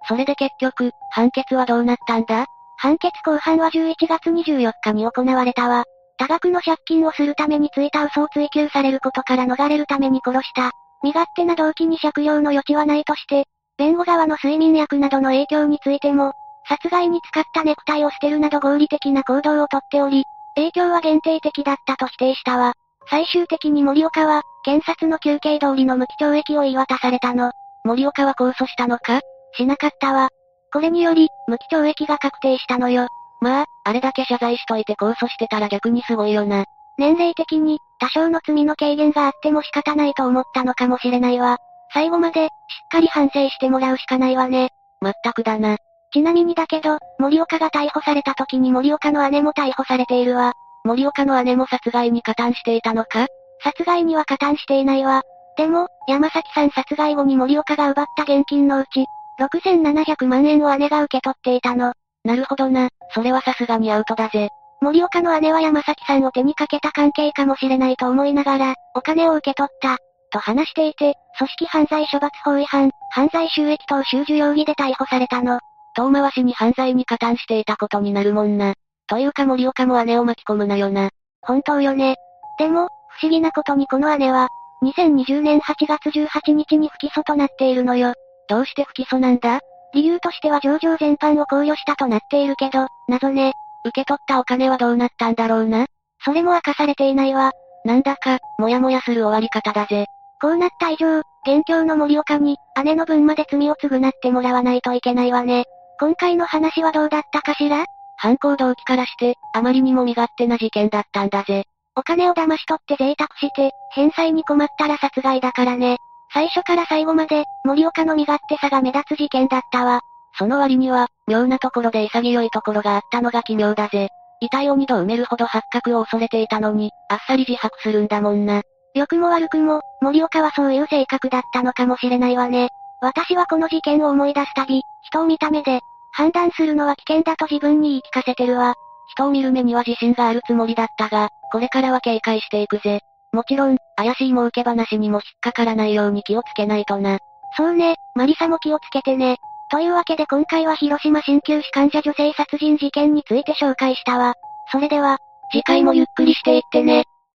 それで結局、判決はどうなったんだ？ 判決公判はじゅういちがつにじゅうよっかに行われたわ。多額の借金をするためについた嘘を追及されることから逃れるために殺した。身勝手な動機に借用の余地はないとして、弁護側の睡眠薬などの影響についても、殺害に使ったネクタイを捨てるなど合理的な行動をとっており、影響は限定的だったと否定したわ。最終的に森岡は、検察の求刑通りの無期懲役を言い渡されたの。 森岡は控訴したのか？ しなかったわ。これにより、無期懲役が確定したのよ。 まあ、あれだけ謝罪しといて控訴してたら逆にすごいよな。 年齢的に、多少の罪の軽減があっても仕方ないと思ったのかもしれないわ。最後まで、しっかり反省してもらうしかないわね。 まったくだな。 ちなみにだけど、森岡が逮捕された時に森岡の姉も逮捕されているわ。 森岡の姉も殺害に加担していたのか？ 殺害には加担していないわ。でも、山崎さん殺害後に森岡が奪った現金のうち、ろくせんななひゃくまんえんを姉が受け取っていたの。 なるほどな、それはさすがにアウトだぜ。 森岡の姉は山崎さんを手にかけた関係かもしれないと思いながら、お金を受け取った、と話していて、組織犯罪処罰法違反、犯罪収益等収受容疑で逮捕されたの。 遠回しに犯罪に加担していたことになるもんな。というか森岡も姉を巻き込むなよな。 本当よね。でも、不思議なことにこの姉は、にせんにじゅうねんはちがつじゅうはちにちに不起訴となっているのよ。 どうして不起訴なんだ？ 理由としては上場全般を考慮したとなっているけど、謎ね。 受け取ったお金はどうなったんだろうな。 それも明かされていないわ。 なんだか、もやもやする終わり方だぜ。 こうなった以上、現況の森岡に、姉の分まで罪を償ってもらわないといけないわね。今回の話はどうだったかしら？ 犯行動機からして、あまりにも身勝手な事件だったんだぜ。 お金を騙し取って贅沢して、返済に困ったら殺害だからね。最初から最後まで、森岡の身勝手さが目立つ事件だったわ。 その割には、妙なところで潔いところがあったのが奇妙だぜ。遺体を二度埋めるほど発覚を恐れていたのに、あっさり自白するんだもんな。 良くも悪くも、森岡はそういう性格だったのかもしれないわね。私はこの事件を思い出すたび、人を見た目で、判断するのは危険だと自分に言い聞かせてるわ。 人を見る目には自信があるつもりだったが、これからは警戒していくぜ。もちろん、怪しい儲け話にも引っかからないように気をつけないとな。 そうね、マリサも気をつけてね。というわけで今回は広島鍼灸師患者女性殺人事件について紹介したわ。それでは、 次回もゆっくりしていってね。